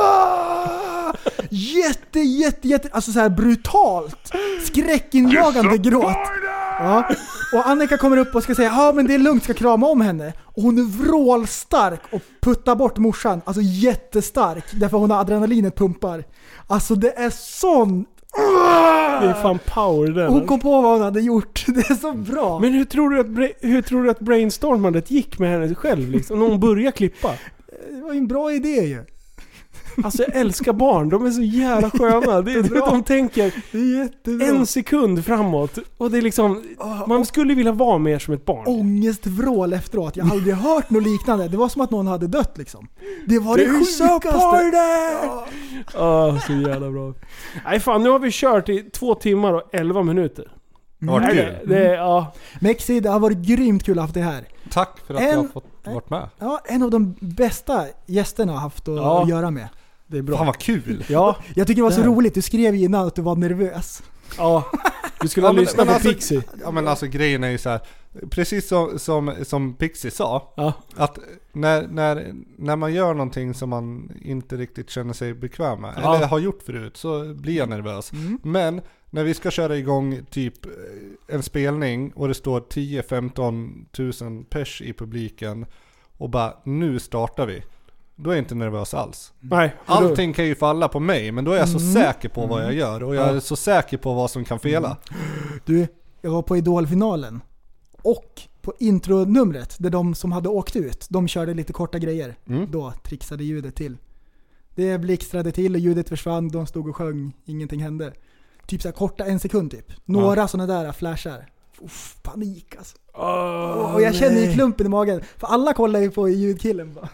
Speaker 6: jätte, jätte, jätte, alltså så här brutalt skräckinjagande gråt. Ja. Och Annika kommer upp och ska säga, ja men det är lugnt, ska krama om henne. Och hon är vrålstark och puttar bort morsan. Alltså jättestark, därför hon har adrenalinet pumpar. Alltså det är sån...
Speaker 5: Det är fan power den.
Speaker 6: Hon kom på vad hon hade gjort. Det är så bra.
Speaker 5: Men hur tror du att, hur tror du att brainstormandet gick med henne själv liksom, när hon började klippa?
Speaker 6: Det var en bra idé ju.
Speaker 5: Alltså jag älskar barn, de är så jävla sköna. Det är, de tänker
Speaker 6: det är jättebra.
Speaker 5: En sekund framåt. Och det är liksom, man skulle vilja vara mer som ett barn.
Speaker 6: Ångestvrål efteråt. Jag har aldrig hört något liknande. Det var som att någon hade dött liksom. Det var det, det sjukaste. Ja.
Speaker 5: Oh, så jävla bra. Nej fan, nu har vi kört i två timmar och elva minuter.
Speaker 7: Mm.
Speaker 5: Nej, det, det, ja.
Speaker 6: Mexi, det har varit grymt kul att ha haft det här.
Speaker 7: Tack för att en, jag har fått varit med.
Speaker 6: Ja, en av de bästa gästerna har haft att
Speaker 5: ja.
Speaker 6: göra med.
Speaker 5: Det är bra.
Speaker 7: Fan vad kul.
Speaker 5: Ja.
Speaker 6: Jag tycker det var så det roligt. Du skrev innan att du var nervös.
Speaker 5: Ja. Du skulle ha
Speaker 7: ja,
Speaker 5: lyssnat
Speaker 7: men
Speaker 5: på
Speaker 7: alltså,
Speaker 5: Pixie.
Speaker 7: Ja men alltså grejen är ju så här, precis som, som, som Pixie sa,
Speaker 5: ja.
Speaker 7: att när, när, när man gör någonting som man inte riktigt känner sig bekväm med,
Speaker 5: ja.
Speaker 7: eller har gjort förut, så blir jag nervös. Mm. Men när vi ska köra igång typ en spelning och det står tio till femton tusen pers i publiken och bara, nu startar vi. Då är jag inte nervös alls.
Speaker 5: Nej,
Speaker 7: allting kan ju falla på mig, men då är jag så mm. säker på vad jag gör. Och jag är så säker på vad som kan fela.
Speaker 6: Mm. Du, jag var på Idolfinalen. Och på intronumret, där de som hade åkt ut, de körde lite korta grejer. Mm. Då trixade ljudet till. Det blixtrade till och ljudet försvann. De stod och sjöng, ingenting hände. Typ så här korta, en sekund typ. Några ja. sådana där flashar. Uff, panik alltså.
Speaker 5: Oh,
Speaker 6: och jag känner ju klumpen i magen. För alla kollar ju på ljudkillen bara.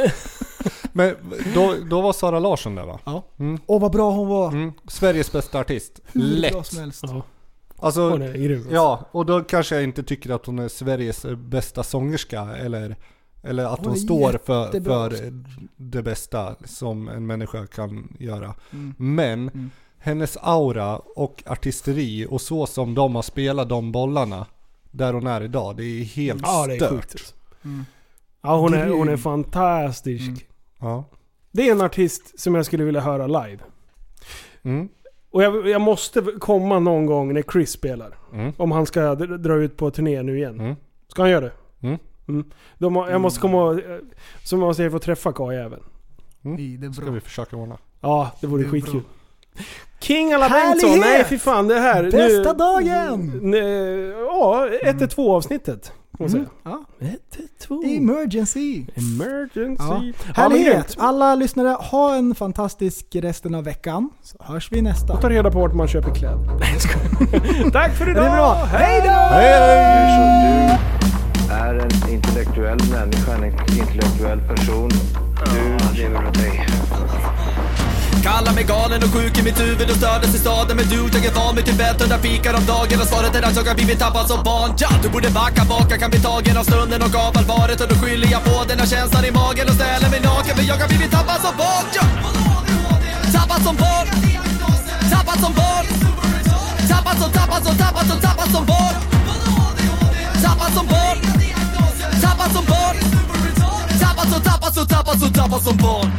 Speaker 7: Men då, då var Sara Larsson där va?
Speaker 6: Ja. Mm. Och vad bra hon var.
Speaker 7: Mm. Sveriges bästa artist.
Speaker 6: Hur
Speaker 7: lätt.
Speaker 6: Bra som helst.
Speaker 5: Ja.
Speaker 7: Alltså,
Speaker 5: hon är grym.
Speaker 7: ja, och då kanske jag inte tycker att hon är Sveriges bästa sångerska eller, eller att hon, hon står för, för det bästa som en människa kan göra. Mm. Men mm. hennes aura och artisteri och så som de har spelat de bollarna där hon är idag, det är helt
Speaker 5: ja, det är
Speaker 7: stört.
Speaker 5: sjukt. Mm. Ja, hon är, hon är fantastisk. Mm.
Speaker 7: Ja.
Speaker 5: Det är en artist som jag skulle vilja höra live.
Speaker 7: Mm.
Speaker 5: Och jag, jag måste komma någon gång när Chris spelar. Mm. Om han ska dra ut på turné nu igen. Mm. Ska han göra det?
Speaker 7: Mm.
Speaker 5: Mm. De, jag måste komma, så måste jag få träffa K-jäveln.
Speaker 7: Mm. Det ska vi försöka ordna.
Speaker 5: Ja, det vore det skitkul. King alla Bengtsson, nej fy fan det här.
Speaker 6: Bästa
Speaker 5: nu,
Speaker 6: dagen!
Speaker 5: Nu, ja, ett till två avsnittet. Mm.
Speaker 6: Ja.
Speaker 5: ett till två.
Speaker 6: Emergency.
Speaker 5: Emergency.
Speaker 6: Ja. Härlighet. Alla lyssnare, ha en fantastisk resten av veckan. Så hörs vi nästa.
Speaker 5: Och ta reda på vart man köper kläder. Tack för idag.
Speaker 6: Det är bra. Hej då!
Speaker 1: Hej! Du är en intellektuell människa, en intellektuell person. Du lever åt dig.
Speaker 2: Kallar mig galen och sjuk i mitt huvud och stördes i staden. Men du, jag är van vid Tibet under fikar om dagen. Och svaret är att jag har blivit tappad som barn. Ja, du borde backa bak, jag kan bli tagen av stunden och av allvaret. Och då skyller jag på den här känslan i magen och ställer mig naken. För jag har blivit tappad som barn. Ja. Tappad som barn. Tappad som barn. Tappad som, tappad som, tappad som, tappad som barn. Tappad som barn. Tappad som barn. Tappad som, tappad som, tappad som, tappad som barn.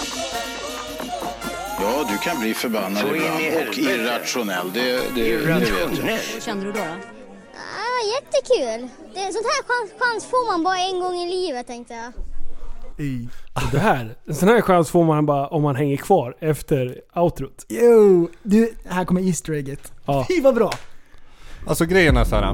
Speaker 3: Ja, du kan bli förbannad ibland och irrationell. Det, det, det vet jag.
Speaker 9: Hur kände du då? då?
Speaker 10: Ja, jättekul. Det, sånt här chans, chans får man bara en gång i livet, tänkte jag.
Speaker 5: I. Det här, en sån här chans får man bara om man hänger kvar efter outrot.
Speaker 6: Jo, du, här kommer Easter egget.
Speaker 5: Ja.
Speaker 6: Fy vad bra.
Speaker 7: Alltså grejen är så här.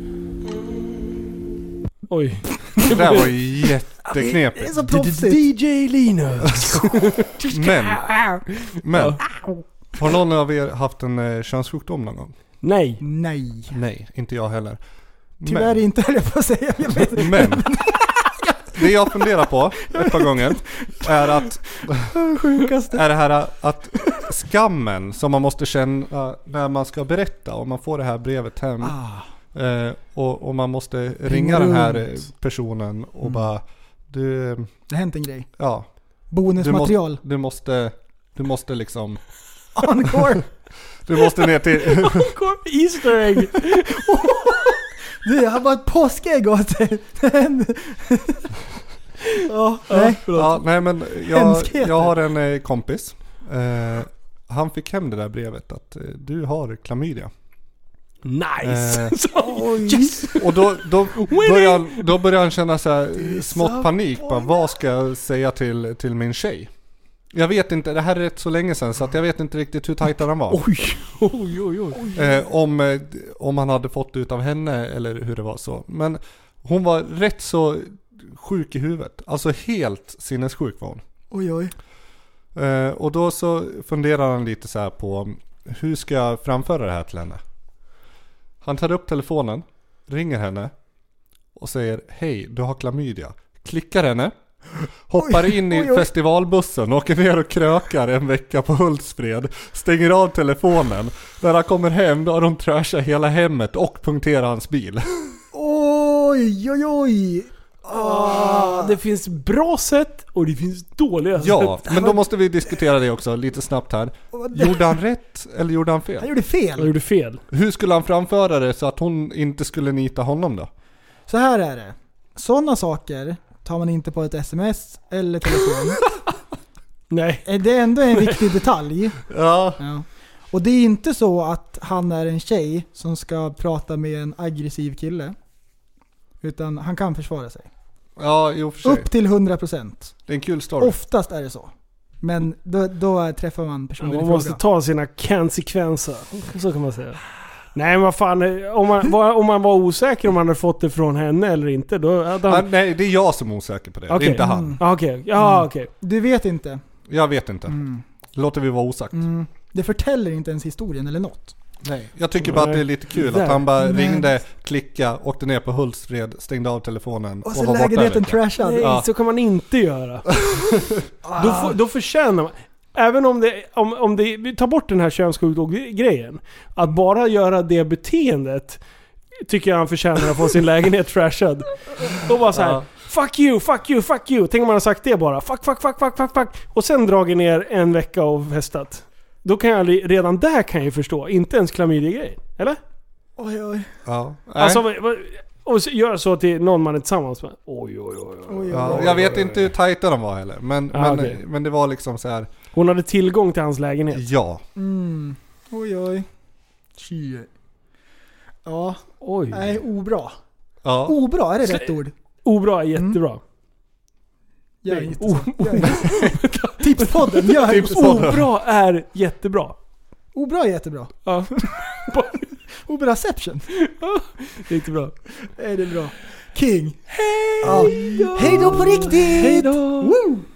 Speaker 5: Oj.
Speaker 7: Det där var ju jätteknepigt.
Speaker 6: Det är så proffsigt.
Speaker 5: D J Linus.
Speaker 7: Men, men har någon av er haft en eh, könssjukdom någon gång?
Speaker 5: Nej.
Speaker 6: Nej.
Speaker 7: Nej, inte jag heller.
Speaker 6: Tyvärr inte, höll jag på att säga. Jag vet.
Speaker 7: Men det jag funderar på ett par gånger är att är det här att skammen som man måste känna när man ska berätta om man får det här brevet hem.
Speaker 6: Ah.
Speaker 7: Eh, och, och man måste ringa den här personen och mm. bara du,
Speaker 6: det har hänt en grej.
Speaker 7: Ja.
Speaker 6: Bonusmaterial.
Speaker 7: Du, må, du måste du måste liksom
Speaker 6: Encore.
Speaker 7: Du måste ner till
Speaker 5: Encore Easter egg.
Speaker 6: Du, jag har bara ett påskägg åt dig.
Speaker 5: Ja,
Speaker 6: nej.
Speaker 7: Ja, nej men jag, jag har en eh, kompis. Eh, han fick hem det där brevet att eh, du har klamydia.
Speaker 5: Nice.
Speaker 7: Eh,
Speaker 5: oh, yes.
Speaker 7: Och då, då, börjar, då börjar han känna så här smått panik. Bara, vad ska jag säga till, till min tjej? Jag vet inte, det här är rätt så länge sedan så att jag vet inte riktigt hur tajta han var.
Speaker 5: Oj, oj, oj, oj.
Speaker 7: Eh, om, om han hade fått ut av henne eller hur det var så. Men hon var rätt så sjuk i huvudet. Alltså helt sinnessjuk var hon.
Speaker 6: Oj, oj.
Speaker 7: Eh, och då så funderar han lite så här på hur ska jag framföra det här till henne? Han tar upp telefonen, ringer henne och säger hej, du har klamydia. Klickar henne, hoppar oj, in i oj, oj. festivalbussen, åker ner och krökar en vecka på Hultsfred, stänger av telefonen. När han kommer hem, då har de trashat hela hemmet och punkterar hans bil.
Speaker 6: Oj, oj, oj.
Speaker 5: Ah, det finns bra sätt och det finns dåliga sätt.
Speaker 7: Ja, men då måste vi diskutera det också lite snabbt här. Gjorde han rätt eller gjorde han fel?
Speaker 6: Han gjorde fel.
Speaker 5: Han gjorde fel.
Speaker 7: Hur skulle han framföra det så att hon inte skulle nita honom då?
Speaker 6: Så här är det. Sådana saker tar man inte på ett sms eller telefon.
Speaker 5: Nej.
Speaker 6: Det är ändå en viktig detalj.
Speaker 7: Ja.
Speaker 6: Ja. Och det är inte så att han är en tjej som ska prata med en aggressiv kille. Utan han kan försvara sig.
Speaker 7: Ja, jo för sig.
Speaker 6: Upp till hundra procent.
Speaker 7: Det är en kul story.
Speaker 6: Oftast är det så. Men då, då träffar man personer
Speaker 5: ja,
Speaker 6: i
Speaker 5: man
Speaker 6: fråga.
Speaker 5: måste ta sina konsekvenser. Så kan man säga. Nej men vad fan, om man, var, om man var osäker om man hade fått det från henne eller inte då hade han...
Speaker 7: ah, nej, det är jag som är osäker på det.
Speaker 5: Okay.
Speaker 7: Det är inte han.
Speaker 6: Mm.
Speaker 5: Okej, okay. ja
Speaker 6: mm.
Speaker 5: okej. Okay.
Speaker 6: Du vet inte.
Speaker 7: Jag vet inte.
Speaker 6: Mm.
Speaker 7: Låter vi vara osagt.
Speaker 6: Mm. Det förtäller inte ens historien eller något.
Speaker 7: Nej, jag tycker bara att det är lite kul att han bara
Speaker 6: Nej.
Speaker 7: ringde, klicka, åkte ner på Hultsfred, stängde av telefonen
Speaker 6: och,
Speaker 7: och
Speaker 6: så
Speaker 7: var borta.
Speaker 6: lägenheten trashad.
Speaker 5: Nej,
Speaker 7: ja.
Speaker 5: så kan man inte göra. då, får, då förtjänar man. även om det, om, om det, vi tar bort den här könssjukdom-grejen, att bara göra det beteendet tycker jag han förtjänar att få sin lägenhet trashad. Och bara så här, ja. fuck you, fuck you, fuck you. Tänk om man har sagt det bara. Fuck, fuck, fuck, fuck, fuck, fuck. Och sen dragit ner en vecka och festat. Då kan jag redan där kan jag ju förstå. Inte ens klamydia-grejen. Eller?
Speaker 6: Oj, oj.
Speaker 7: Ja.
Speaker 5: Alltså, och göra så till någon man är tillsammans med. Oj, oj, oj. oj, oj,
Speaker 7: ja,
Speaker 5: oj
Speaker 7: jag vet
Speaker 5: oj,
Speaker 7: inte hur tajta de var heller. Men,
Speaker 5: ah,
Speaker 7: men,
Speaker 5: okay.
Speaker 7: men det var liksom så här.
Speaker 5: Hon hade tillgång till hans lägenhet.
Speaker 7: Ja.
Speaker 6: Mm. Oj, oj. Shit. Ja.
Speaker 5: Oj.
Speaker 6: Nej, obra.
Speaker 7: Ja.
Speaker 6: Obra, är det rätt ord?
Speaker 5: Obra är jättebra. Mm.
Speaker 6: Jag är inte så. Jag är Tipspodden, gör
Speaker 5: Tipspodden. Obra är jättebra.
Speaker 6: Obra är jättebra.
Speaker 5: Ja.
Speaker 6: Obra-ception.
Speaker 5: Det är inte bra.
Speaker 6: Är det bra? King.
Speaker 5: Hej
Speaker 6: ja.
Speaker 5: då.
Speaker 6: Hej då på riktigt.
Speaker 5: Hej då.
Speaker 6: Woo.